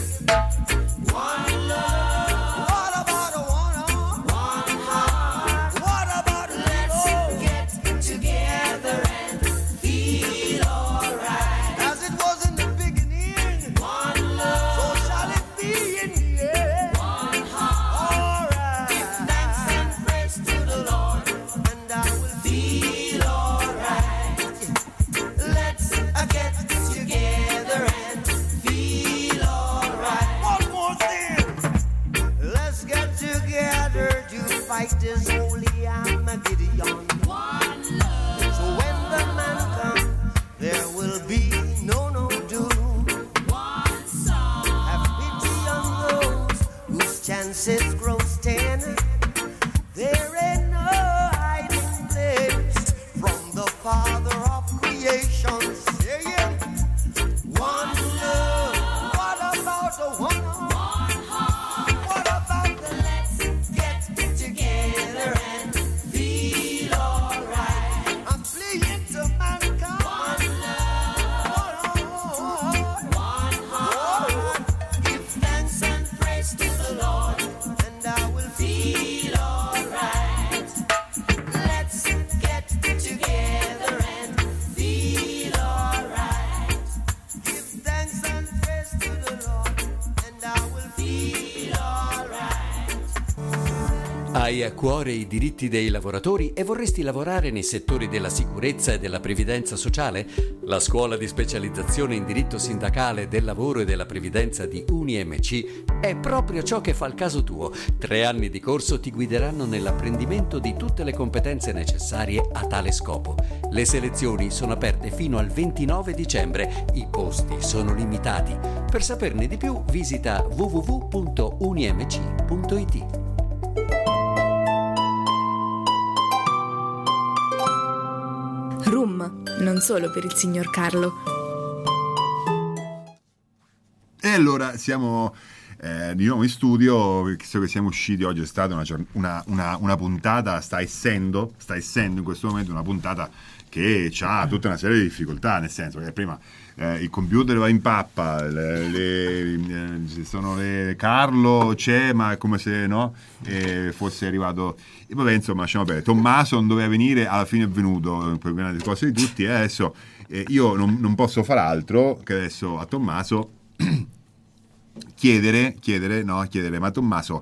One love. What about a one One heart. What about let's get together and feel alright. As it was in the beginning. One love. So shall it be in the end. One heart. Alright. Give thanks and praise to the Lord, and I will feel alright. Let's uh, get together and feel alright. One more thing. Let's get together to fight this holy Armageddon. One love. So when the man comes, there will be no no doom. One song. Have pity on those whose chances grow ten. There ain't no hiding place from the Father of creation. Saying, one love. What about the one? One heart. What about the let's get Hai a cuore i diritti dei lavoratori e vorresti lavorare nei settori della sicurezza e della previdenza sociale? La scuola di specializzazione in diritto sindacale del lavoro e della previdenza di UniMC è proprio ciò che fa il caso tuo. Tre anni di corso ti guideranno nell'apprendimento di tutte le competenze necessarie a tale scopo. Le selezioni sono aperte fino al ventinove dicembre. I posti sono limitati. Per saperne di più visita w w w punto unimc punto i t. Rum, non solo per il signor Carlo. E allora siamo eh, di nuovo in studio, visto che siamo usciti oggi, è stata una, giorn- una, una, una puntata, sta essendo, sta essendo in questo momento una puntata che ha tutta una serie di difficoltà, nel senso che prima eh, il computer va in pappa, le, le, eh, ci sono le Carlo c'è, ma è come se no eh, fosse arrivato, e vabbè, insomma, lasciamo perdere. Tommaso non doveva venire, alla fine è venuto per una delle cose di tutti, e adesso eh, io non, non posso far altro che adesso a Tommaso chiedere, chiedere, no, chiedere, ma Tommaso,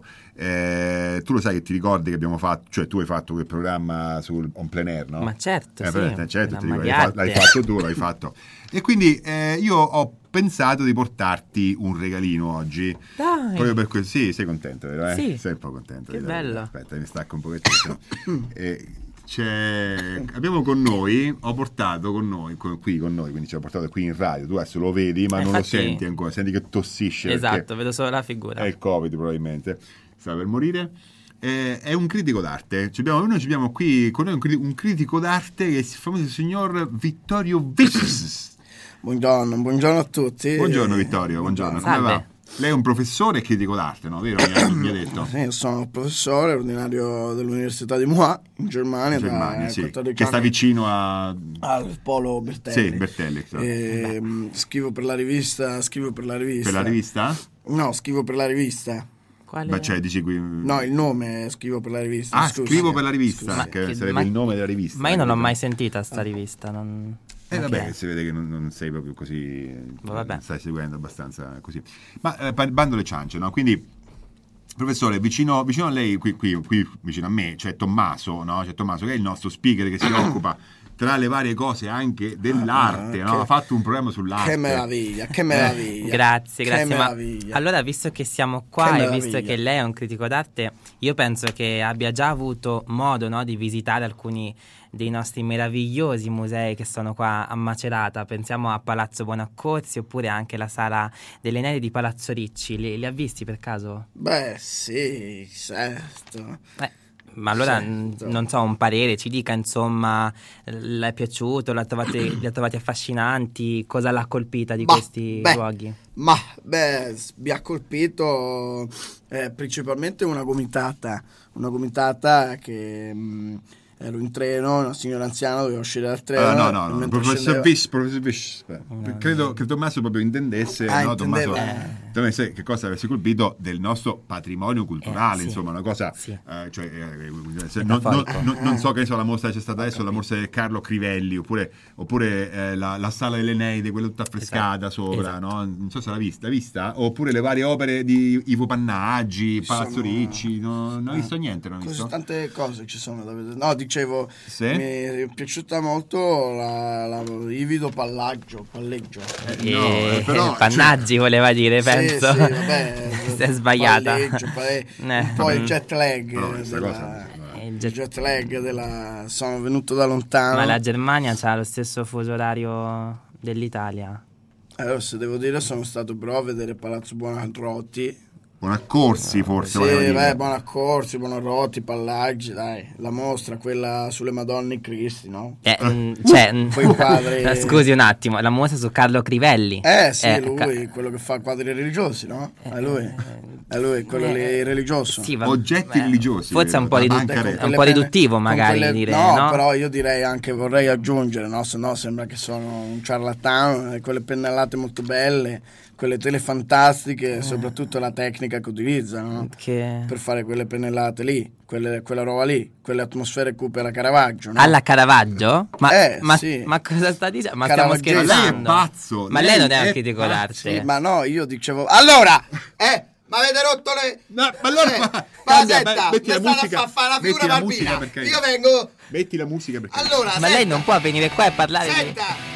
eh, tu lo sai che ti ricordi che abbiamo fatto, cioè tu hai fatto quel programma sul On Plein Air, no? Ma certo, eh, sì, per, certo, ti ricordi, Mariette. l'hai fatto tu, l'hai fatto. E quindi eh, io ho pensato di portarti un regalino oggi. Dai. Proprio per questo, sì, sei contento, vero? Eh? Sì. Sei un po' contento. Che vero? bello. Aspetta, mi stacco un pochettino. eh, C'è, abbiamo con noi, ho portato con noi, con, qui con noi, quindi ci ho portato qui in radio, tu adesso lo vedi ma Eh, non infatti- lo senti ancora, senti che tossisce. Esatto, perché vedo solo la figura. è il Covid probabilmente, sta per morire. Eh, è un critico d'arte, ci abbiamo, noi ci abbiamo qui con noi un, critico, un critico d'arte che è il famoso signor Vittorio Vis. Buongiorno, buongiorno a tutti. Buongiorno Vittorio, buongiorno, come Salve. va? Lei è un professore e critico d'arte, no? Vero? Mi ha, mi ha detto. Sì, io sono professore ordinario dell'Università di Moix in Germania, In Germania, da sì, quattordici che sta anni, vicino a... al polo Bertelli. Sì, Bertelli, esatto. E, mh, scrivo per la rivista, scrivo per la rivista. Per la rivista? No, scrivo per la rivista. Quale? Ma cioè, dici qui... No, il nome scrivo per la rivista. Ah, scusi. scrivo per la rivista, Scusi. che che- sarebbe ma- il nome della rivista. Ma io non l'ho mai capito? sentita sta rivista. Non... Eh Ma vabbè, che è? si vede che non, non sei proprio così, Vabbè. non stai seguendo abbastanza così. Ma eh, pa- bando le ciance, no? Quindi, professore, vicino, vicino a lei, qui, qui, qui vicino a me, c'è Tommaso, no? C'è Tommaso che è il nostro speaker che si occupa tra le varie cose anche dell'arte, Ah, no? che- Ha fatto un programma sull'arte. Che meraviglia, che meraviglia. Grazie, Che grazie. Ma meraviglia. allora, visto che siamo qua Che e visto meraviglia. che lei è un critico d'arte, io penso che abbia già avuto modo, no, di visitare alcuni dei nostri meravigliosi musei che sono qua a Macerata. Pensiamo a Palazzo Buonaccorsi oppure anche la Sala delle Nere di Palazzo Ricci. Li, li ha visti per caso? Beh, sì, certo. Eh, ma allora, Certo. n- non so, un parere, ci dica insomma, le è piaciuto, la trovate, li ha trovati affascinanti, cosa l'ha colpita di Bah, questi beh, luoghi? Ma, beh, s- mi ha colpito eh, principalmente una gomitata, una gomitata che mh, ero in treno, una signora anziana doveva uscire dal treno. Ah, no, no, e no, mentre professor scendeva- Vish, professor Vish. Credo che Tommaso proprio intendesse, Ah, no, intendeva. Tommaso, Tommaso, che cosa avesse colpito del nostro patrimonio culturale, Eh, sì. insomma, una cosa, Sì. eh, cioè, eh, se- È non, non- metaforico. non- non so che ne so, la mostra c'è stata adesso, la mostra di Carlo Crivelli, oppure, oppure eh, la, la Sala delle Neide, quella tutta affrescata Esatto, sopra, esatto. no? Non so se l'ha vista, l'ha vista? Oppure le varie opere di Ivo Pannaggi, Palazzo sono- Ricci, no, non ho visto niente, non ho Così visto. tante cose ci sono da vedere. No, dicevo, Sì? mi è piaciuta molto la, la Ivido Pallaggio, Palleggio. E no, eh, però, Pannaggi voleva dire, Sì, penso. sì, vabbè, Si è sbagliata. Palleggio, palle- Eh. un po' il jet lag Però questa della, cosa- Il il jet- jet lag della sono venuto da lontano. Ma la Germania ha lo stesso fuso orario dell'Italia. Allora, se devo dire, sono stato però a vedere Palazzo Buonarroti. Buonaccorsi forse, Sì, voleva dire. beh, Buonaccorsi, Buonarroti, Pallaggi, dai, la mostra, quella sulle Madonne Cristi, no? Eh, mm, cioè, mm, Quei quadri- eh, scusi un attimo, la mostra su Carlo Crivelli. Eh sì, Eh, lui, ca- quello che fa quadri religiosi, no? È lui, è lui, quello lì religioso. Sì, va- Oggetti eh, religiosi. Forse è un po', la ridu- banca è re- un Quelle po' penne- riduttivo con magari quelle- dire, no, no? però io direi anche, vorrei aggiungere, no? Se no sembra che sono un ciarlatano, eh, quelle pennellate molto belle, quelle tele fantastiche, soprattutto la tecnica che utilizzano, no? Che... Per fare quelle pennellate lì, quelle- quella roba lì, quelle atmosfere cupe alla Caravaggio, no? Alla Caravaggio? Ma, Eh, ma, sì. ma cosa sta dicendo? Ma stiamo Caravaggese. scherzando? Ma lei è pazzo, Ma lei lei non è è un critico pazzo. d'arte. Sì, ma no, io dicevo, allora, eh, Ma avete rotto le... No, ma allora... Eh, ma- Basetta, cambia, metti la mi state musica, a fa- fare la metti figura la barbina. musica per carità. Io vengo... Metti la musica perché... Allora, Ma lei non può venire qua a parlare di... Senta!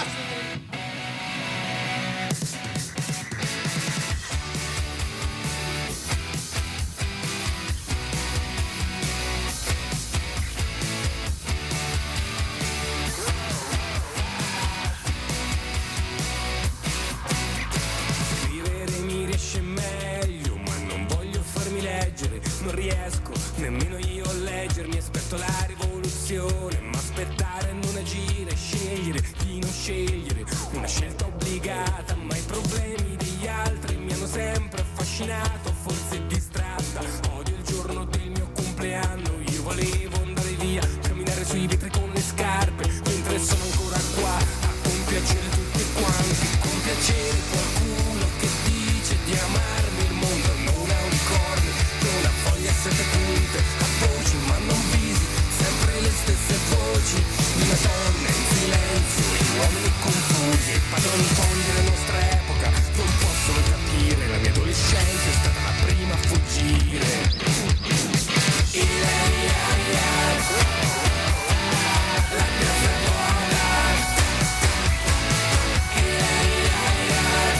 Scrivere mi riesce meglio, ma non voglio farmi leggere. Non riesco nemmeno io a leggermi. Aspetto la rivoluzione, ma aspettare non agire. Scegliere di non scegliere, una scelta obbligata. Ma i problemi degli altri mi hanno sempre affascinato. Forse distratta, odio il giorno del mio compleanno. Io volevo andare via, camminare sui vetri con le scarpe, mentre sono ancora qua a compiacere tutti quanti. Compiacere qualcuno che dice di amarmi. Il mondo non ha unicorni, non ha foglie a sette punte, ha voci ma non visi, sempre le stesse voci. Una donna in silenzio, gli uomini confusi, i padroni poni della nostra epoca non possono capire. La mia adolescenza è stata la prima a fuggire. E lei, ai, ai, la piazza è vuota. E lei, ai, ai,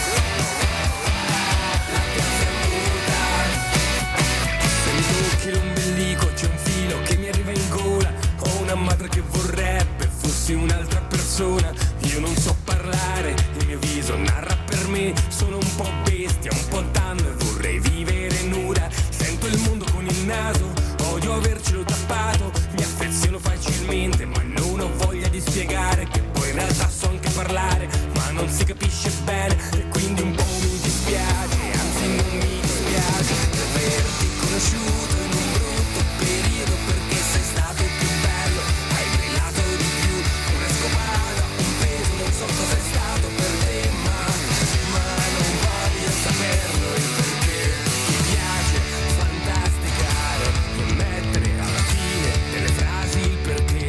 la piazza è muta. Se mi tocchi l'ombelico c'è un filo che mi arriva in gola. Ho una madre che vorrebbe fossi un'altra persona. Io non so parlare, il mio viso narra per me. Sono un po' bestia, un po' danno e vorrei vivere nuda. Sento il mondo con il naso, odio avercelo tappato. Mi affeziono facilmente, ma non ho voglia di spiegare che poi in realtà so anche parlare, ma non si capisce bene e quindi un po' mi dispiace. Anzi non mi dispiace di averti conosciuto in un brutto periodo, perché sei stato il più bello, hai brillato di più. Una scopada, un peso, non so cosa è stato per te, ma, ma non voglio saperlo il perché. Mi piace fantasticare e mettere alla fine delle frasi il perché.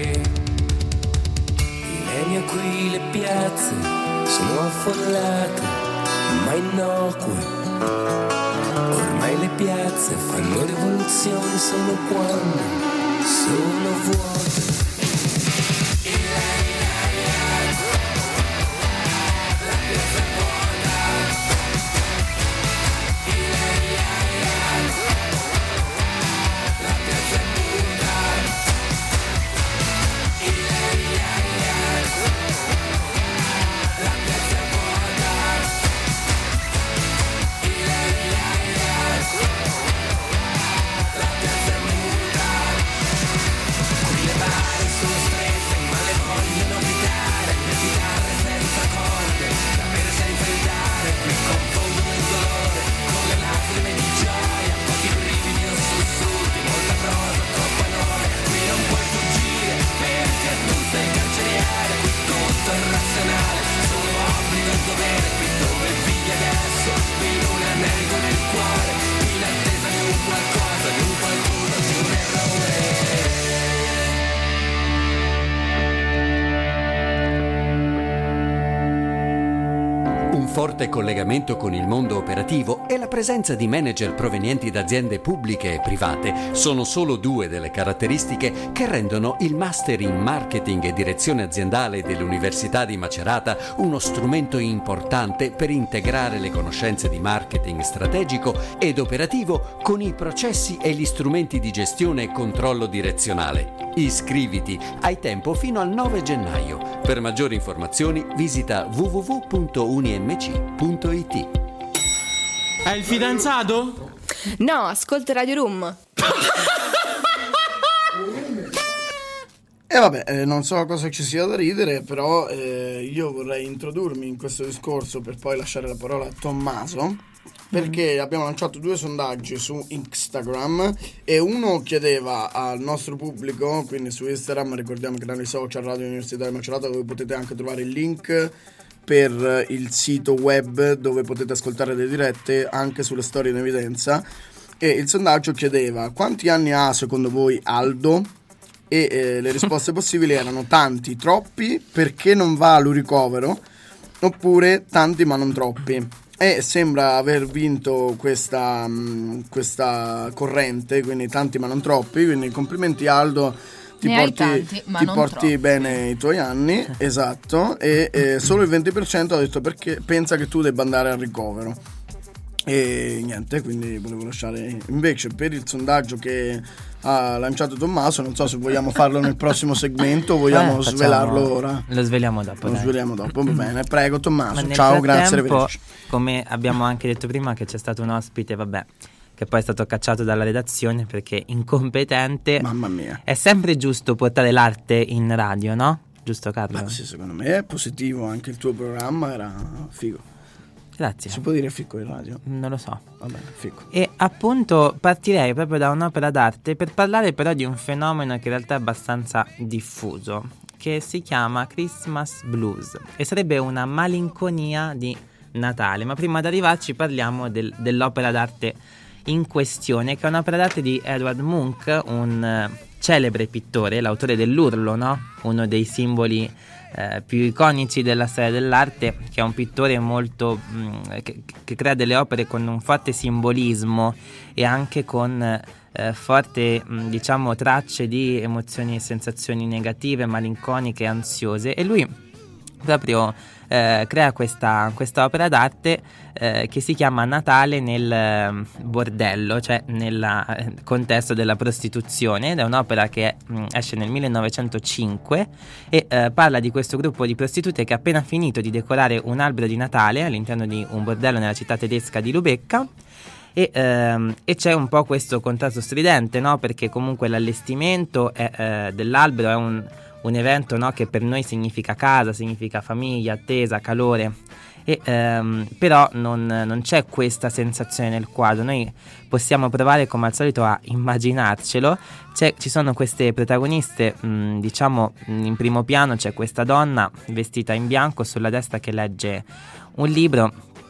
I legni a cui le piazze sono affollate, ma innocue. Ormai le piazze fanno rivoluzioni solo quando sono vuote. forte collegamento con il mondo operativo e la presenza di manager provenienti da aziende pubbliche e private sono solo due delle caratteristiche che rendono il Master in Marketing e Direzione Aziendale dell'Università di Macerata uno strumento importante per integrare le conoscenze di marketing strategico ed operativo con i processi e gli strumenti di gestione e controllo direzionale. Iscriviti, hai tempo fino al nove gennaio. Per maggiori informazioni visita w w w punto unimc punto i t. È il fidanzato? No, ascolta Radio Room. E vabbè, eh, non so cosa ci sia da ridere, però eh, io vorrei introdurmi in questo discorso per poi lasciare la parola a Tommaso, perché abbiamo lanciato due sondaggi su Instagram e uno chiedeva al nostro pubblico, quindi su Instagram, ricordiamo canale social Radio Università di Macerata, dove potete anche trovare il link per il sito web dove potete ascoltare le dirette anche sulle storie in evidenza, e il sondaggio chiedeva: quanti anni ha secondo voi Aldo? E eh, le risposte possibili erano tanti, troppi, perché non va all'uricovero, oppure tanti ma non troppi. e sembra aver vinto questa, mh, questa corrente, quindi tanti ma non troppi, quindi complimenti Aldo, ti Ne hai porti, tanti, ma ti non porti troppi. bene i tuoi anni, esatto, e eh, solo il venti per cento ha detto perché pensa che tu debba andare al ricovero. E niente, quindi volevo lasciare invece per il sondaggio che ha lanciato Tommaso, non so se vogliamo farlo nel prossimo segmento o vogliamo Eh, facciamo- svelarlo ora. Lo sveliamo dopo. Lo dai. sveliamo dopo, va bene, prego Ma Tommaso. nel Ciao, grazie, frattempo, arrivederci. come abbiamo anche detto prima, che c'è stato un ospite, vabbè, che poi è stato cacciato dalla redazione perché incompetente. Mamma mia. È sempre giusto portare l'arte in radio, no? Giusto, Carlo? Ma sì, secondo me è positivo, anche il tuo programma era figo. Grazie. Si può dire fico in radio? Non lo so. Va bene, fico. E appunto partirei proprio da un'opera d'arte per parlare però di un fenomeno che in realtà è abbastanza diffuso, che si chiama Christmas Blues e sarebbe una malinconia di Natale. Ma prima di arrivarci parliamo del- dell'opera d'arte in questione, che è un'opera d'arte di Edward Munch, un eh, celebre pittore, l'autore dell'Urlo, no? Uno dei simboli eh, più iconici della storia dell'arte, che è un pittore molto mh, che, che crea delle opere con un forte simbolismo e anche con eh, forte mh, diciamo tracce di emozioni e sensazioni negative, malinconiche e ansiose, e lui proprio eh, crea questa, questa opera d'arte eh, che si chiama Natale nel eh, bordello, cioè nel eh, contesto della prostituzione, ed è un'opera che mh, esce nel millenovecentocinque e eh, parla di questo gruppo di prostitute che ha appena finito di decorare un albero di Natale all'interno di un bordello nella città tedesca di Lubecca. E, ehm, e c'è un po' questo contrasto stridente, no? Perché comunque l'allestimento è, eh, dell'albero è un, un evento, no? Che per noi significa casa, significa famiglia, attesa, calore, e, ehm, però non, non c'è questa sensazione nel quadro. Noi possiamo provare come al solito a immaginarcelo. C'è, ci sono queste protagoniste, mh, diciamo in primo piano c'è questa donna vestita in bianco sulla destra che legge un libro.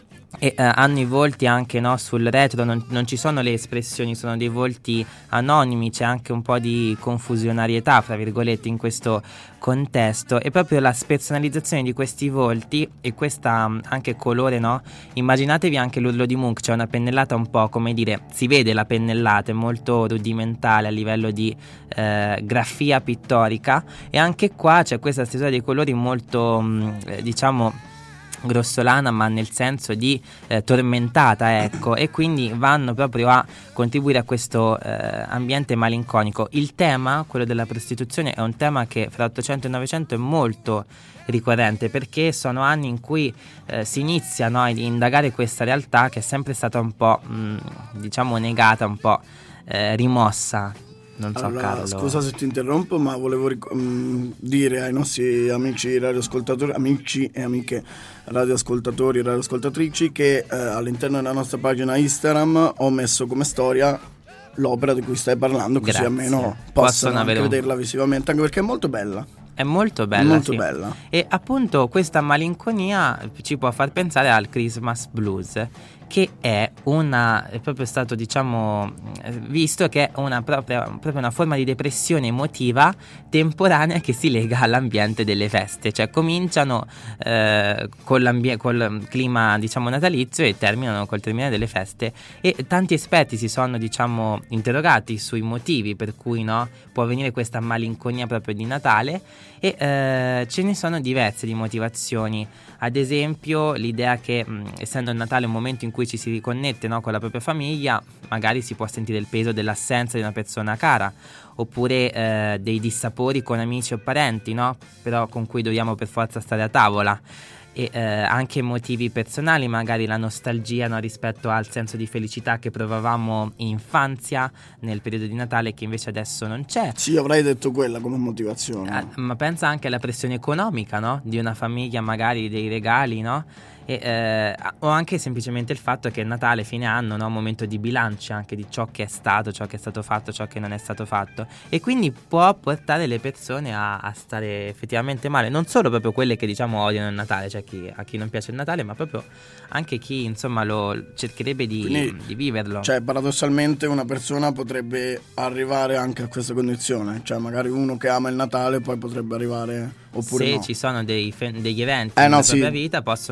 E eh, hanno i volti anche, no, sul retro, non, non ci sono le espressioni, sono dei volti anonimi, c'è anche un po' di confusionarietà, fra virgolette, in questo contesto, e proprio la spersonalizzazione di questi volti e questa mh, anche colore, no? Immaginatevi anche l'Urlo di Munch, c'è una pennellata un po', come dire, si vede la pennellata, è molto rudimentale a livello di eh, grafia pittorica, e anche qua c'è questa stesura dei colori molto, mh, eh, diciamo grossolana, ma nel senso di eh, tormentata, ecco, e quindi vanno proprio a contribuire a questo eh, ambiente malinconico. Il tema, quello della prostituzione, è un tema che fra Ottocento e Novecento è molto ricorrente, perché sono anni in cui eh, si inizia, no, ad indagare questa realtà che è sempre stata un po' mh, diciamo negata, un po' eh, rimossa. Non so, allora, Carlo. scusa se ti interrompo, ma volevo ric- mh, dire ai nostri amici radioascoltatori, amici e amiche radioascoltatori e radioascoltatrici che eh, all'interno della nostra pagina Instagram ho messo come storia l'opera di cui stai parlando, così Grazie. almeno Possono possono anche avere un- vederla visivamente, anche perché è molto bella. È molto bella, Molto sì. bella. E appunto questa malinconia ci può far pensare al Christmas Blues, che è una, è proprio stato, diciamo, visto che è una propria, proprio una forma di depressione emotiva temporanea che si lega all'ambiente delle feste, cioè cominciano eh, con l'ambie- col clima, diciamo, natalizio e terminano col terminare delle feste, e tanti esperti si sono, diciamo, interrogati sui motivi per cui, no, può avvenire questa malinconia proprio di Natale, e eh, ce ne sono diverse di motivazioni. Ad esempio l'idea che mh, essendo il Natale un momento in cui ci si riconnette, no, con la propria famiglia, magari si può sentire il peso dell'assenza di una persona cara, oppure eh, dei dissapori con amici o parenti, no, però con cui dobbiamo per forza stare a tavola. E eh, anche motivi personali, magari la nostalgia, no, rispetto al senso di felicità che provavamo in infanzia nel periodo di Natale, che invece adesso non c'è. Sì, avrei detto quella come motivazione. Ah, ma pensa anche alla pressione economica, no? Di una famiglia, magari dei regali, no? E, eh, o anche semplicemente il fatto che Natale, fine anno, no? Un momento di bilancio anche di ciò che è stato, ciò che è stato fatto, ciò che non è stato fatto, e quindi può portare le persone a, a stare effettivamente male, non solo proprio quelle che, diciamo, odiano il Natale, cioè chi, a chi non piace il Natale, ma proprio anche chi, insomma, lo cercherebbe di, Quindi, di viverlo. Cioè, paradossalmente una persona potrebbe arrivare anche a questa condizione, cioè magari uno che ama il Natale poi potrebbe arrivare, oppure se no. ci sono dei fe- degli eventi Eh, nella no, propria sì. vita, possono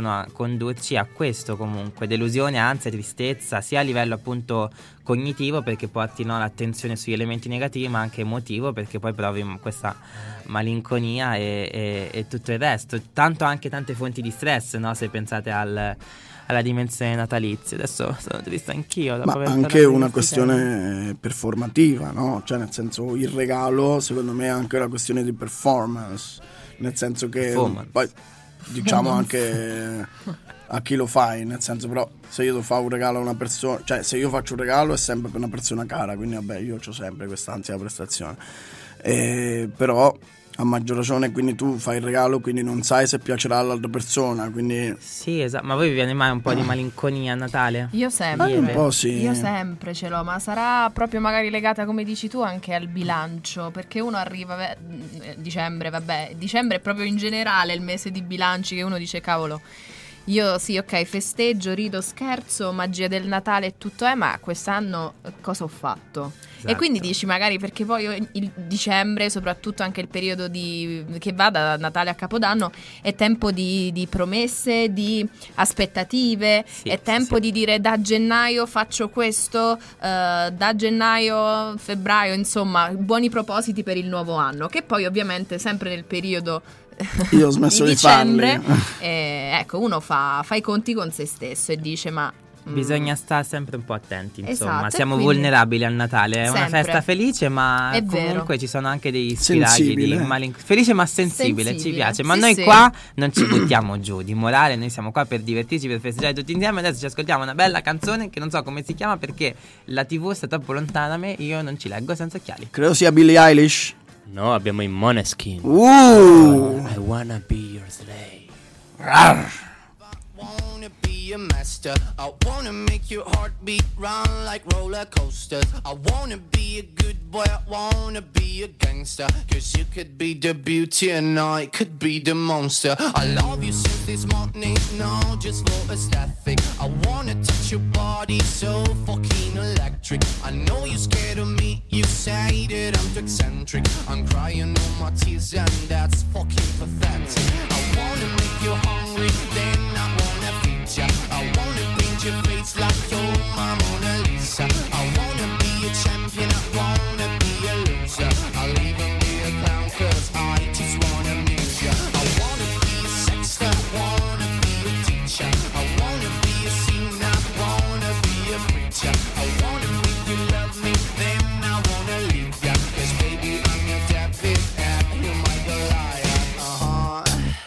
condurci a questo comunque, delusione, ansia, tristezza, sia a livello appunto cognitivo perché porti no, l'attenzione sugli elementi negativi, ma anche emotivo perché poi provi questa malinconia e, e, e tutto il resto. Tanto anche tante fonti di stress, no? Se pensate al, alla dimensione natalizia. Adesso sono triste anch'io. Ma anche una questione performativa, no? Cioè nel senso il regalo secondo me è anche una questione di performance, nel senso che poi diciamo anche a chi lo fai, nel senso però se io devo fare un regalo a una persona, cioè se io faccio un regalo è sempre per una persona cara, quindi vabbè io ho sempre questa ansia da prestazione, e, però a maggior ragione quindi tu fai il regalo quindi non sai se piacerà all'altra persona, quindi sì esatto. Ma voi vi viene mai un po' di malinconia a Natale? Io sempre un po' sì. Io sempre ce l'ho, ma sarà proprio magari legata, come dici tu, anche al bilancio, perché uno arriva beh, dicembre, vabbè, dicembre è proprio in generale il mese di bilanci che uno dice cavolo, io sì, ok, festeggio, rido, scherzo, magia del Natale e tutto è, ma quest'anno cosa ho fatto? Esatto. E quindi dici magari, perché poi il dicembre, soprattutto anche il periodo di, che va da Natale a Capodanno, è tempo di, di promesse, di aspettative, sì, è tempo sì. di dire da gennaio faccio questo, uh, da gennaio, febbraio, insomma, buoni propositi per il nuovo anno, che poi ovviamente sempre nel periodo io ho smesso di, di dicembre, farli. Eh, ecco, uno fa, fa i conti con se stesso e dice ma bisogna stare sempre un po' attenti, insomma, esatto, siamo quindi vulnerabili al Natale, è sempre. Una festa felice, ma è comunque vero. Ci sono anche dei spiragli di malin- felice ma sensibile, sensibile. Ci piace, ma sì, noi sì. qua non ci buttiamo giù di morale, noi siamo qua per divertirci, per festeggiare tutti insieme. Adesso ci ascoltiamo una bella canzone che non so come si chiama perché la tivù sta troppo lontana da me, io non ci leggo senza occhiali. Credo sia Billie Eilish. No, abbiamo i Måneskin. Uh. I wanna be your slave. Rar. Wanna be a master. I wanna make your heartbeat run like roller coasters. I wanna be a good boy. I wanna be a gangster. Cause you could be the beauty and I could be the monster. I love you since this morning. No, just for aesthetic. I wanna touch your body so fucking electric. I know you're scared of me. You say that I'm too eccentric. I'm crying all my tears and that's fucking pathetic. I wanna make you hungry. Then I wanna feed ya. I wanna paint your face like you're my Mona Lisa. I wanna be a champion. I wanna be a loser. I'll even be a clown cause I just wanna amuse ya. I wanna be a sexter. I wanna be a teacher. I wanna be a singer. I wanna be a preacher. I wanna make you love me. Then I wanna leave ya. Cause baby I'm your David and you're my Goliath. Uh-huh.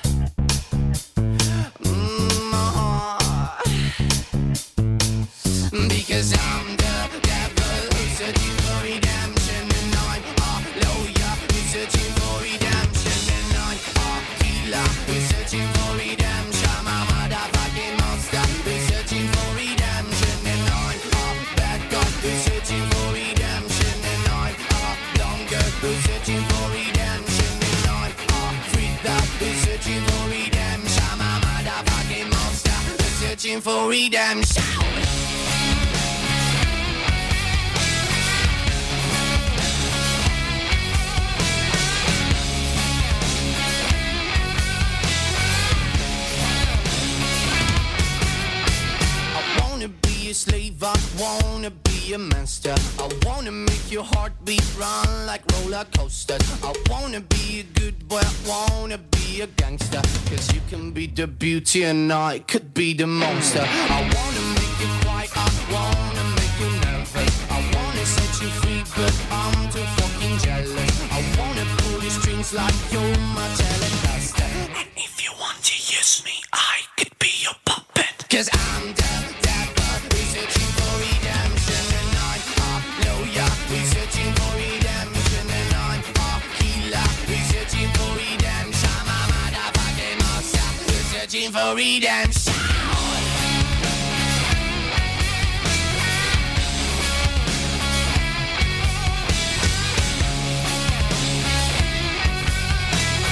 Because I'm the devil who's searching for redemption, and I'm a lawyer who's searching for redemption, and I'm a healer who's searching for redemption. I'm a motherfucking monster who's searching for redemption, and I'm a bad guy who's searching for redemption, and I'm a longer who's searching for redemption, and I'm a freak who's searching for redemption. I'm a motherfucking monster who's searching for redemption. A slave, I wanna be a master. I wanna make your heartbeat run like roller coasters. I wanna be a good boy, I wanna be a gangster. Cause you can be the beauty and I could be the monster. I wanna make you quiet, I wanna make you nervous. I wanna set you free, but I'm too fucking jealous. I wanna pull your strings like you're my Telecaster. And if you want to use me, I could be your puppet. Cause I'm the searching for redemption, and I'm a lawyer. We're searching for redemption, and I'm a healer. We're searching for redemption. I'm a motherfucking monster. We're searching for redemption.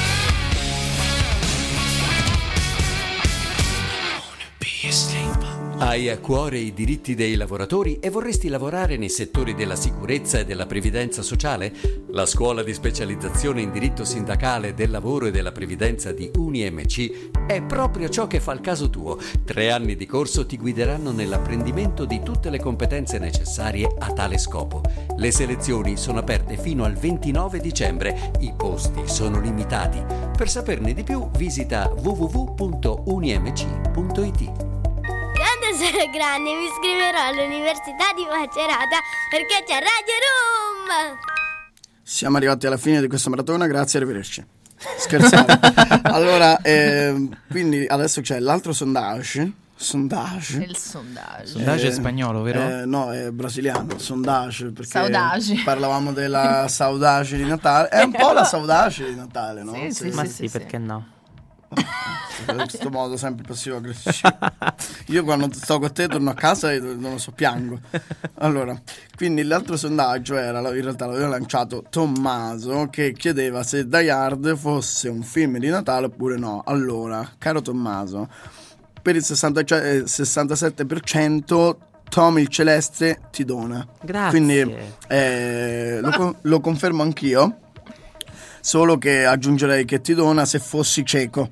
I wanna be a slave. Hai a cuore i diritti dei lavoratori e vorresti lavorare nei settori della sicurezza e della previdenza sociale? La scuola di specializzazione in diritto sindacale del lavoro e della previdenza di UniMC è proprio ciò che fa il caso tuo. Tre anni di corso ti guideranno nell'apprendimento di tutte le competenze necessarie a tale scopo. Le selezioni sono aperte fino al ventinove dicembre. I posti sono limitati. Per saperne di più visita w w w punto unimc punto i t. Quando sarò grande mi iscriverò all'Università di Macerata perché c'è Radio Room! Siamo arrivati alla fine di questa maratona, grazie, arrivederci. Scherzate. Allora, eh, quindi adesso c'è l'altro sondage. Sondage. Il sondage. Sondage è spagnolo, vero? Eh, no, è brasiliano. Sondage, perché Saudage. parlavamo della saudage di Natale. È un po' la saudage di Natale, no? Sì, sì, Ma sì, sì, sì, perché no? In questo modo sempre passivo aggressivo. Io quando sto con te torno a casa e non lo so, piango. Allora, quindi l'altro sondaggio era, in realtà l'aveva lanciato Tommaso, che chiedeva se Die Hard fosse un film di Natale oppure no. Allora, caro Tommaso, per il sessanta, cioè, sessantasette per cento Tom il Celeste ti dona. Grazie. Quindi eh, lo, lo confermo anch'io. Solo che aggiungerei che ti dona se fossi cieco.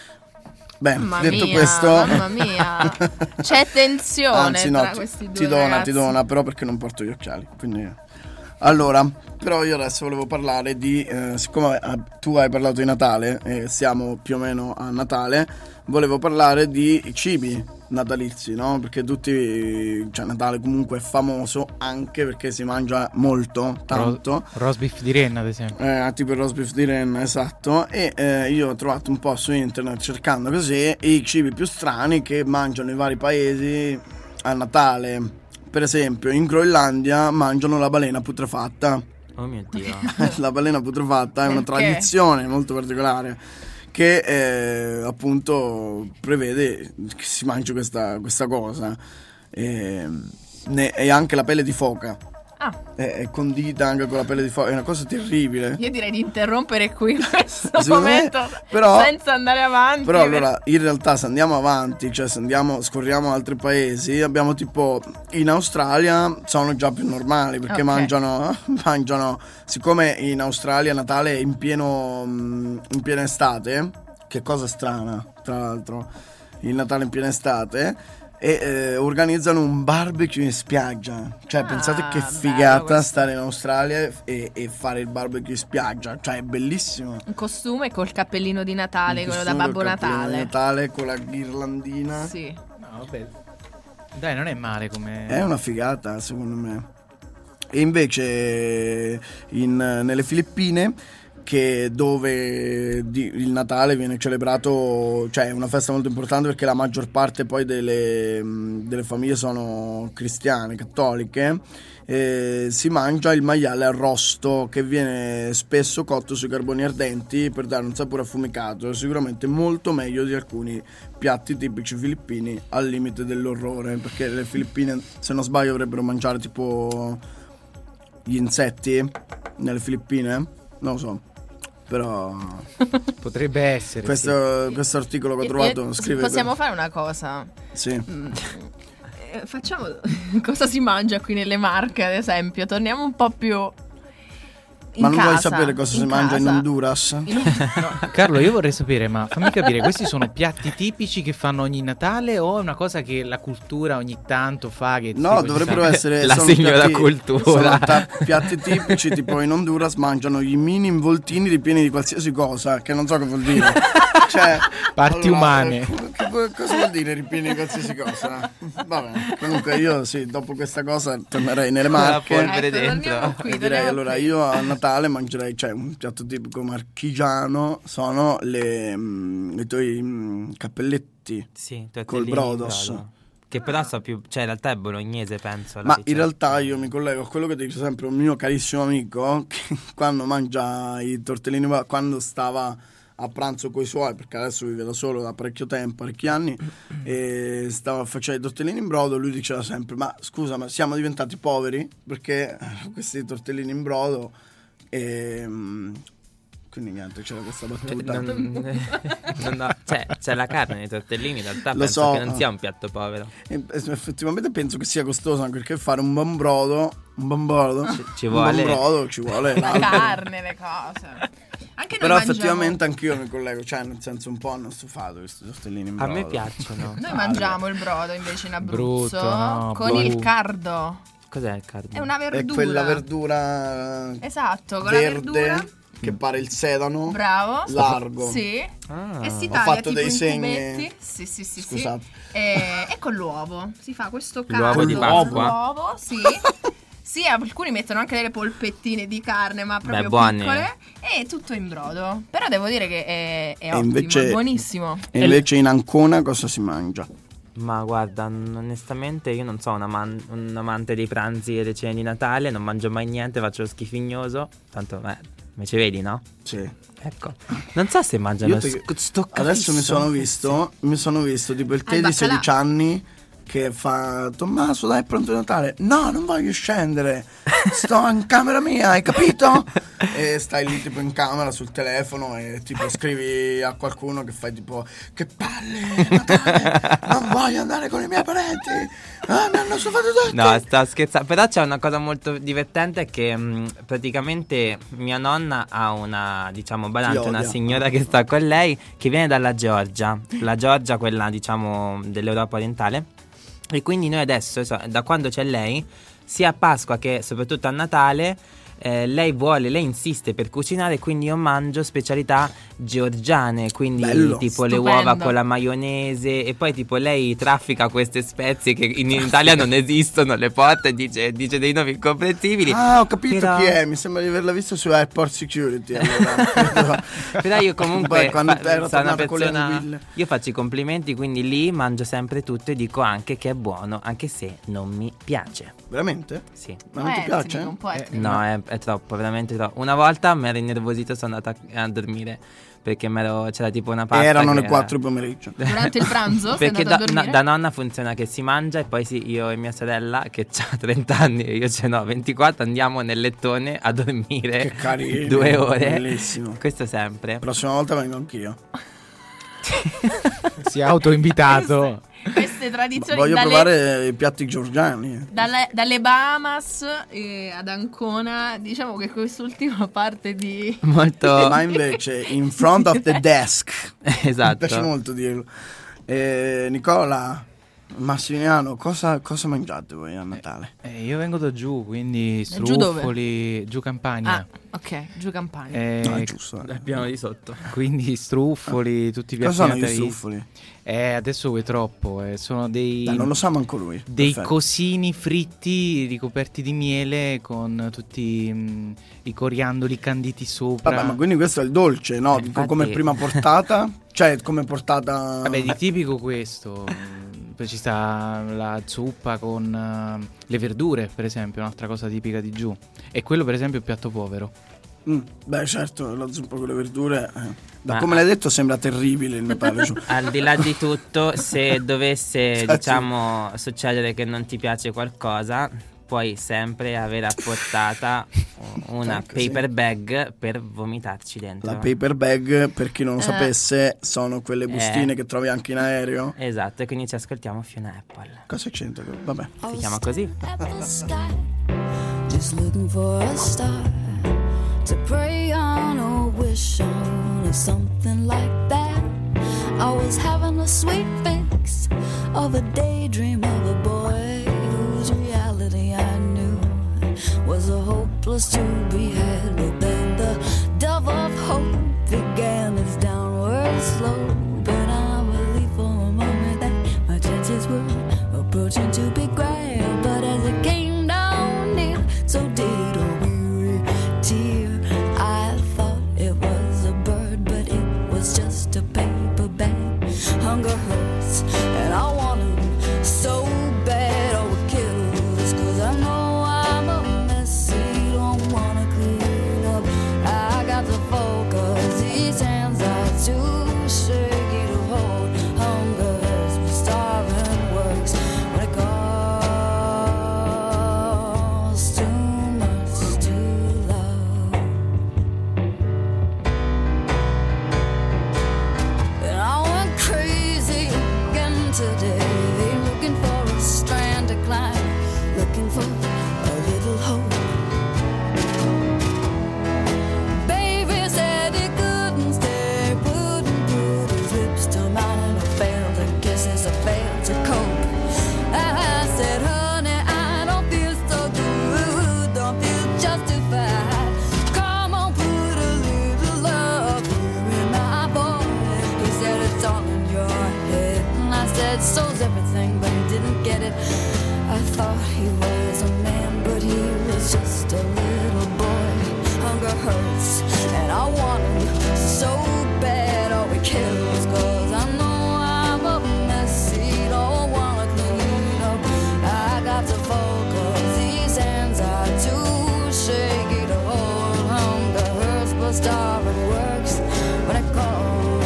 Beh, Mamma detto mia, questo, mamma mia, c'è tensione anzi, no, tra ti, questi due ti dona, ragazzi. ti dona, però perché non porto gli occhiali. Quindi, allora, però io adesso volevo parlare di, eh, siccome eh, tu hai parlato di Natale e siamo più o meno a Natale, volevo parlare di cibi natalizi, no? Perché tutti, cioè Natale comunque è famoso anche perché si mangia molto, tanto. Ro- roast beef di renna, ad esempio. Eh, tipo il roast beef di renna, esatto. E eh, io ho trovato un po' su internet cercando così i cibi più strani che mangiano i vari paesi a Natale. Per esempio, in Groenlandia mangiano la balena putrefatta. Oh mio Dio. La balena putrefatta è una Perché? tradizione molto particolare che eh, appunto prevede che si mangi questa, questa cosa e, ne, e anche la pelle di foca. Ah. È, è condita anche con la pelle di foca, è una cosa terribile. Io direi di interrompere qui questo Secondo me, momento però- senza andare avanti. Però allora in realtà se andiamo avanti, cioè se andiamo, scorriamo altri paesi, abbiamo tipo in Australia sono già più normali perché Ok. mangiano, mangiano, siccome in Australia Natale è in pieno mm, in piena estate, che cosa strana tra l'altro, il Natale in piena estate, e eh, organizzano un barbecue in spiaggia. Cioè pensate che figata stare in Australia e, e fare il barbecue in spiaggia, cioè è bellissimo. Un costume col cappellino di Natale, Un quello da costume Babbo col cappellino Natale. di Natale con la ghirlandina. Sì. No, vabbè. Dai, non è male come... È una figata, secondo me. E invece in, nelle Filippine, che dove di, il Natale viene celebrato, cioè è una festa molto importante perché la maggior parte poi delle, delle famiglie sono cristiane, cattoliche, eh, si mangia il maiale arrosto, che viene spesso cotto sui carboni ardenti per dare un sapore affumicato, sicuramente molto meglio di alcuni piatti tipici filippini, al limite dell'orrore, perché le Filippine, se non sbaglio, dovrebbero mangiare tipo gli insetti nelle Filippine, non lo so, però potrebbe essere. questo, sì. questo articolo che ho Io- trovato io- scrive Possiamo fare una cosa? sì. Mm, eh, Facciamo cosa si mangia qui nelle Marche, ad esempio. Torniamo un po' più in Ma non casa, vuoi sapere cosa si in mangia in casa. Honduras? Carlo, io vorrei sapere, ma fammi capire, questi sono piatti tipici che fanno ogni Natale o è una cosa che la cultura ogni tanto fa? Che No, tipo, dovrebbero ci sta- essere la sono segno della piatti- cultura. sono ta- piatti tipici, tipo in Honduras mangiano i mini involtini ripieni di qualsiasi cosa, che non so che vuol dire. Cioè, Parti allora, umane. eh, Che, che- cosa vuol dire ripieni di qualsiasi cosa? Vabbè, comunque io sì, dopo questa cosa tornerei nelle Con la Marche. polvere Ecco, dentro. torniamo qui, E direi torniamo allora qui. io a Natale mangerei, cioè un piatto tipico marchigiano sono le, mm, i tuoi mm, cappelletti Sì, col tortellini di brodos. brodo. Che però so più, cioè in realtà è bolognese, penso. la Ma ricetta. in realtà io mi collego a quello che dice sempre un mio carissimo amico che quando mangia i tortellini, quando stava a pranzo con i suoi, perché adesso vive da solo da parecchio tempo, parecchi anni, e stava facendo i tortellini in brodo, lui diceva sempre: ma scusa, ma siamo diventati poveri perché questi tortellini in brodo, e, Quindi niente, c'era questa battuta. Non, non ho- cioè, c'è la carne nei tortellini, in realtà Lo penso so. che non sia un piatto povero. E- effettivamente penso che sia costoso, anche perché fare un buon brodo, un buon brodo, ci, ci un vuole buon brodo ci vuole La l'albero. carne, le cose. Anche noi Però mangiamo- effettivamente anch'io mi collego, cioè nel senso un po' hanno stufato questi tortellini in A brodo. me piacciono. Noi mangiamo il brodo invece in Abruzzo Brutto, no, con brutto. il cardo. Cos'è il cardo? È una verdura. È quella verdura Esatto, con verde la verdura. che pare il sedano. Bravo. Largo. Sì. Ah. E si Ho taglia fatto tipo dei in segni. cubetti. Sì, sì, sì, sì. Scusate. E, e con l'uovo. Si fa questo L'uovo cardo. di con Pasqua? l'uovo, sì. Sì, alcuni mettono anche delle polpettine di carne, ma proprio Beh, buone. piccole. E tutto in brodo. Però devo dire che è, è E ottimo, invece- è buonissimo. E invece in Ancona cosa si mangia? Ma guarda, n- onestamente io non so un, aman- un amante dei pranzi e delle cene di Natale, non mangio mai niente, faccio lo schifignoso. Tanto, eh, mi ci vedi, no? Sì. Ecco. Non so se mangiano Io te- sc- sto Adesso mi cafisso. sono visto, mi sono visto tipo il Ah, te il di baccalà. sedici anni che fa Tommaso dai è pronto il Natale. No, non voglio scendere, sto in camera mia, hai capito? E stai lì tipo in camera sul telefono e tipo scrivi a qualcuno che fai tipo che palle Natale, non voglio andare con i miei parenti, ah, mi hanno stufato tutti. No, sta scherzando. Però c'è una cosa molto divertente che mh, praticamente mia nonna ha una, diciamo, badante, Ti una odia. signora che sta con lei che viene dalla Georgia. La Georgia, quella, diciamo, dell'Europa orientale. E quindi noi adesso, so- da quando c'è lei, sia a Pasqua che soprattutto a Natale, eh, lei vuole, lei insiste per cucinare, quindi io mangio specialità georgiane, quindi Bello. tipo le Stupendo. uova con la maionese e poi tipo lei traffica queste spezie che in Italia non esistono, le porta e dice, dice dei nomi incomprensibili. Ah, ho capito Però- chi è, mi sembra di averla visto su Airport Security. Allora. Però io comunque Poi quando fa- ero sono una tornato con le persona, anguille. io faccio i complimenti, quindi lì mangio sempre tutto e dico anche che è buono, anche se non mi piace. Veramente? Sì. Ma non ti Eh, piace? ti dico un po' etnico. No, è, è troppo, veramente troppo. Una volta mi ero innervosito, sono andata a dormire perché m'ero- c'era tipo una pasta. Erano che le quattro di pomeriggio. Durante il pranzo sei Perché andato da, a dormire? no, da nonna funziona che si mangia e poi sì, io e mia sorella che ha trenta anni e io ce n'ho ventiquattro andiamo nel lettone a dormire Che carino, due ore. bellissimo. Questo sempre. La prossima volta vengo anch'io. Si è autoinvitato. Queste tradizioni Voglio dalle, provare i piatti georgiani. dalle, dalle Bahamas eh, ad Ancona, diciamo che quest'ultima parte di Molto. Ma invece in front of the desk. Esatto. Mi piace molto dirlo. Eh, Nicola, Massimiliano, cosa, cosa mangiate voi a Natale? Eh, io vengo da giù, quindi giù dove? struffoli, giù Campania. Ah, ok, giù Campania. Eh, No, è giusto. Dal piano di sotto. Quindi struffoli, tutti i piatti Cosa sono gli natalizi. struffoli? Eh, adesso vuoi troppo, eh, sono dei Dai, non lo sa manco lui. dei Perfetto. cosini fritti ricoperti di miele con tutti mh, i coriandoli canditi sopra. Vabbè, ma quindi questo è il dolce, no? Dico, infatti- come prima portata? Cioè, come portata... Vabbè, di tipico questo. Mm, Poi ci sta la zuppa con eh, le verdure, per esempio, un'altra cosa tipica di giù. E quello, per esempio, è il piatto povero. Mm, beh, certo, la zuppa con le verdure. eh. Da Ma- come l'hai detto sembra terribile il Natale. giù. Al di là di tutto, se dovesse, Sì. diciamo, succedere che non ti piace qualcosa, puoi sempre avere a portata una Ecco, sì. paper bag per vomitarci dentro. La paper bag, per chi non lo Eh. sapesse, sono quelle bustine Eh. che trovi anche in aereo. Esatto, e quindi ci ascoltiamo Fiona Apple. Cosa c'entra? Vabbè. Si chiama così. At the sky, just looking for a star to pray on or wish on or something like that. I was having a sweet fix of a daydream of a boy whose reality I knew was a hopeless to be had. But then the dove of hope began its downward slope, and I believed for a moment that my chances were approaching to be grand. But as it came down near, so did a weary tear. I thought it was a bird, but it was just a paper bag. Hunger hurts, and I want it so bad. I would kill us, 'cause I know I'm a mess. You don't wanna clean up kills, 'cause I know I'm a messy, don't wanna clean up. I got to focus, these hands are too shaky to hold on. The hurts, but stop it works when it calls.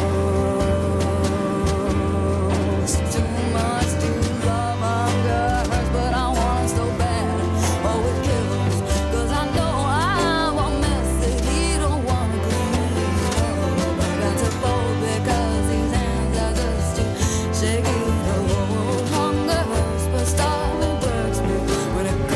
Too much to love, hunger hurts, but I want so bad. Oh, it kills, 'cause I know I'm a mess that he don't wanna clean up. I got to fold because these hands are just too shaky to hold. Hunger hurts, but starving works me when it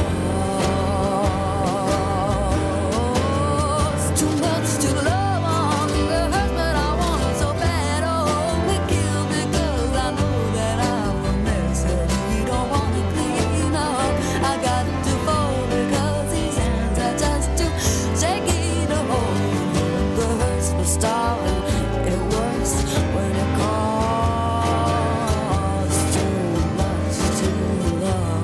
calls. Too much to love, hunger hurts, but I want so bad. Oh, it kills because I know that I'm a mess that he don't wanna clean up. I got to fold because these hands are just too shaky to hold. Hunger hurts, but starving it works when it calls. Too much to love.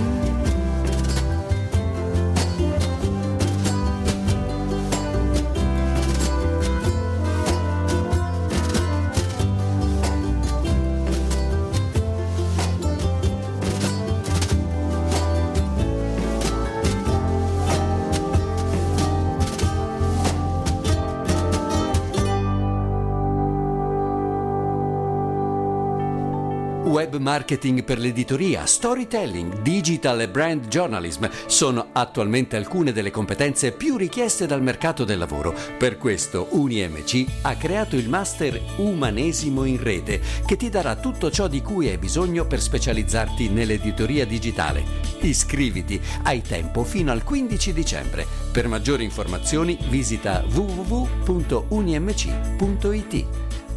Web marketing per l'editoria, storytelling, digital e brand journalism sono attualmente alcune delle competenze più richieste dal mercato del lavoro. Per questo UniMC ha creato il master Umanesimo in rete, che ti darà tutto ciò di cui hai bisogno per specializzarti nell'editoria digitale. Iscriviti, hai tempo fino al quindici dicembre. Per maggiori informazioni visita w w w punto unimc punto i t.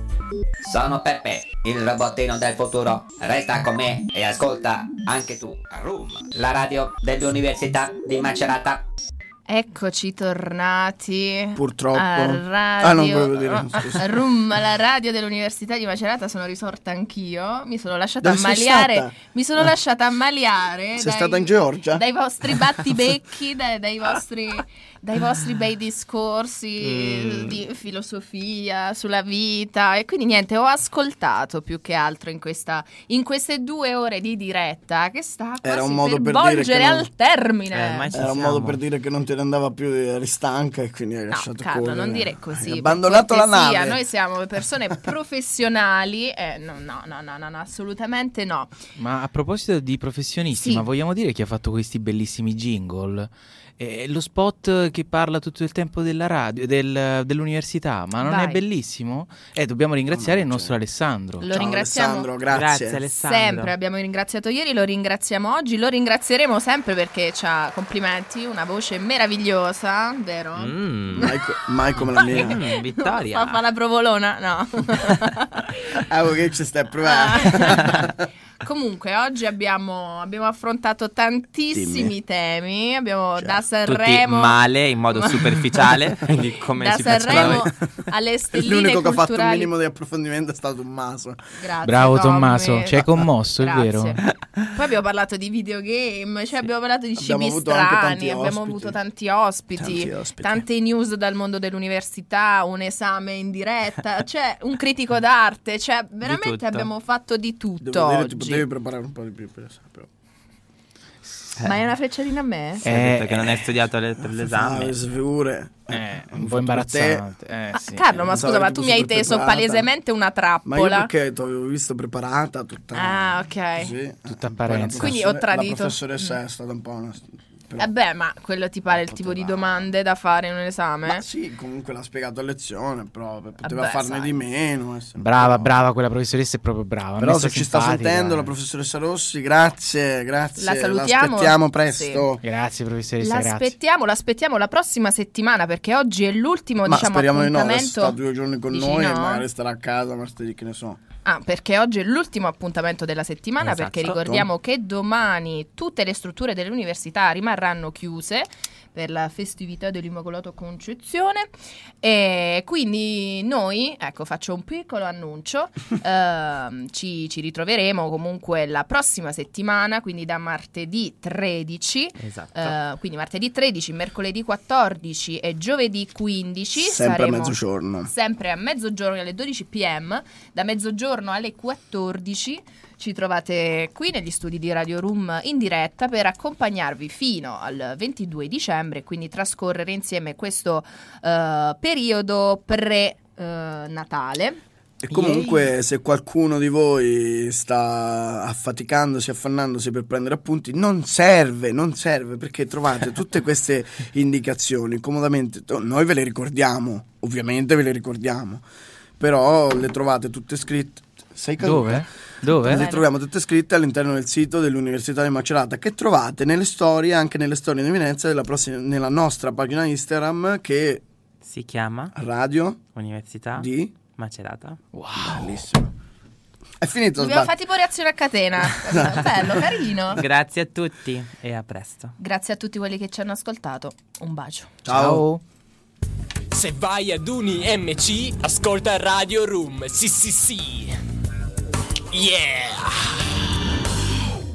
Sono Peppe, il robottino del futuro. Resta con me e ascolta anche tu Room, la radio dell'Università di Macerata. Eccoci tornati. Purtroppo. A radio, Ah, non volevo dire, scusa. a Room, la radio dell'Università di Macerata. Sono risorta anch'io. Mi sono lasciata Dove sei ammaliare. stata? Mi sono Ah. lasciata ammaliare. Sei dai- stata in Georgia? Dai vostri battibecchi, dai, dai vostri, dai vostri bei discorsi Mm. di filosofia sulla vita. E quindi niente, ho ascoltato più che altro in questa in queste due ore di diretta che sta quasi Era un modo per per dire volgere che non- al termine. Era un modo per dire che non te ne andava più, eri stanca e quindi hai No, lasciato Carlo, correre. non dire così. Hai per abbandonato la cortesia. nave. Noi siamo persone professionali. Eh, no, no, no, no, no, no, assolutamente no. Ma a proposito di professionisti, Sì. ma vogliamo dire chi ha fatto questi bellissimi jingle? Eh, lo spot che parla tutto il tempo della radio, del- dell'università, ma non Vai. è bellissimo? Eh, dobbiamo ringraziare il nostro Alessandro. Lo ringraziamo Grazie Alessandro. sempre, abbiamo ringraziato ieri, lo ringraziamo oggi, lo ringrazieremo sempre perché c'ha, complimenti, una voce meravigliosa, vero? Mm. Mai, co- mai come la mia. Mm, Vittoria. Fa, fa la provolona, no. Ah, che ci stai a provare? Comunque oggi abbiamo, abbiamo affrontato tantissimi Dimmi. temi, abbiamo da Tutti Sanremo male, in modo superficiale, quindi come da ci piace a Sanremo noi. alle stelline L'unico che ha fatto un culturali. minimo di approfondimento è stato un maso. Grazie, Bravo Tommy. Tommaso, ci hai commosso, è Grazie. vero? Poi abbiamo parlato di videogame, cioè abbiamo parlato di Abbiamo cibi avuto anche tanti strani, abbiamo ospiti. avuto tanti ospiti, Tanti ospiti. tante news dal mondo dell'università, un esame in diretta, cioè un critico d'arte, cioè veramente tutto. abbiamo fatto di tutto Devo dire, ti oggi. potevi preparare un po' di più per esempio. Ma è una frecciatina a me? Sì, ha detto che non hai studiato le- per Ah, l'esame. le figure. Eh, un Ho po' fatto imbarazzante. per Eh, Ah, sì. Carlo, ma Pensavo scusa, ma eri tu tu mi hai super teso preparata. palesemente una Ma io trappola. perché ti avevo visto preparata tutta. Ah, ok. Sì. Tutta Poi la apparenza. Quindi ho professore- tradito. La professoressa Mm. è stata un po' una. Vabbè, ma quello ti pare il tipo di domande da fare in un esame? Ma sì, comunque l'ha spiegato a lezione, però poteva Vabbè, farne sai. di meno. eh, se- Brava, brava, quella professoressa è proprio brava. Però messa se ci sta simpatica. sentendo la professoressa Rossi, grazie, grazie. La salutiamo? Aspettiamo presto. Grazie professoressa, grazie. L'aspettiamo, l'aspettiamo la prossima settimana perché oggi è l'ultimo Ma diciamo speriamo di no, adesso appuntamento. sta due giorni con Dici noi e no? magari starà a casa martedì, che ne so. Ah, perché oggi è l'ultimo appuntamento della settimana, Esatto. perché ricordiamo che domani tutte le strutture dell'università rimarranno chiuse per la festività dell'Immacolata Concezione. E quindi noi, ecco, faccio un piccolo annuncio, ehm, ci, ci ritroveremo comunque la prossima settimana, quindi da martedì tredici, Esatto. eh, quindi martedì tredici, mercoledì quattordici e giovedì quindici. Sempre a saremo mezzogiorno. Sempre a mezzogiorno alle dodici p m, da mezzogiorno alle quattordici. Ci trovate qui negli studi di Radio Room in diretta per accompagnarvi fino al ventidue dicembre, quindi trascorrere insieme questo uh, periodo pre-natale. E comunque se qualcuno di voi sta affaticandosi, affannandosi per prendere appunti, non serve, non serve, perché trovate tutte queste indicazioni comodamente. Noi ve le ricordiamo, ovviamente ve le ricordiamo, però le trovate tutte scritte. Sei caduta? Dove? Dove? Le troviamo tutte scritte all'interno del sito dell'Università di Macerata, che trovate nelle storie, anche nelle storie in evidenza della prossima, nella nostra pagina Instagram, che si chiama Radio Università di Macerata. Wow, bellissimo. È finito. Abbiamo sbatti. fatto tipo reazione a catena. Bello, carino. Grazie a tutti e a presto. Grazie a tutti quelli che ci hanno ascoltato. Un bacio. Ciao. Se vai ad Uni M C, ascolta Radio Room. Sì, sì, sì. Yeah.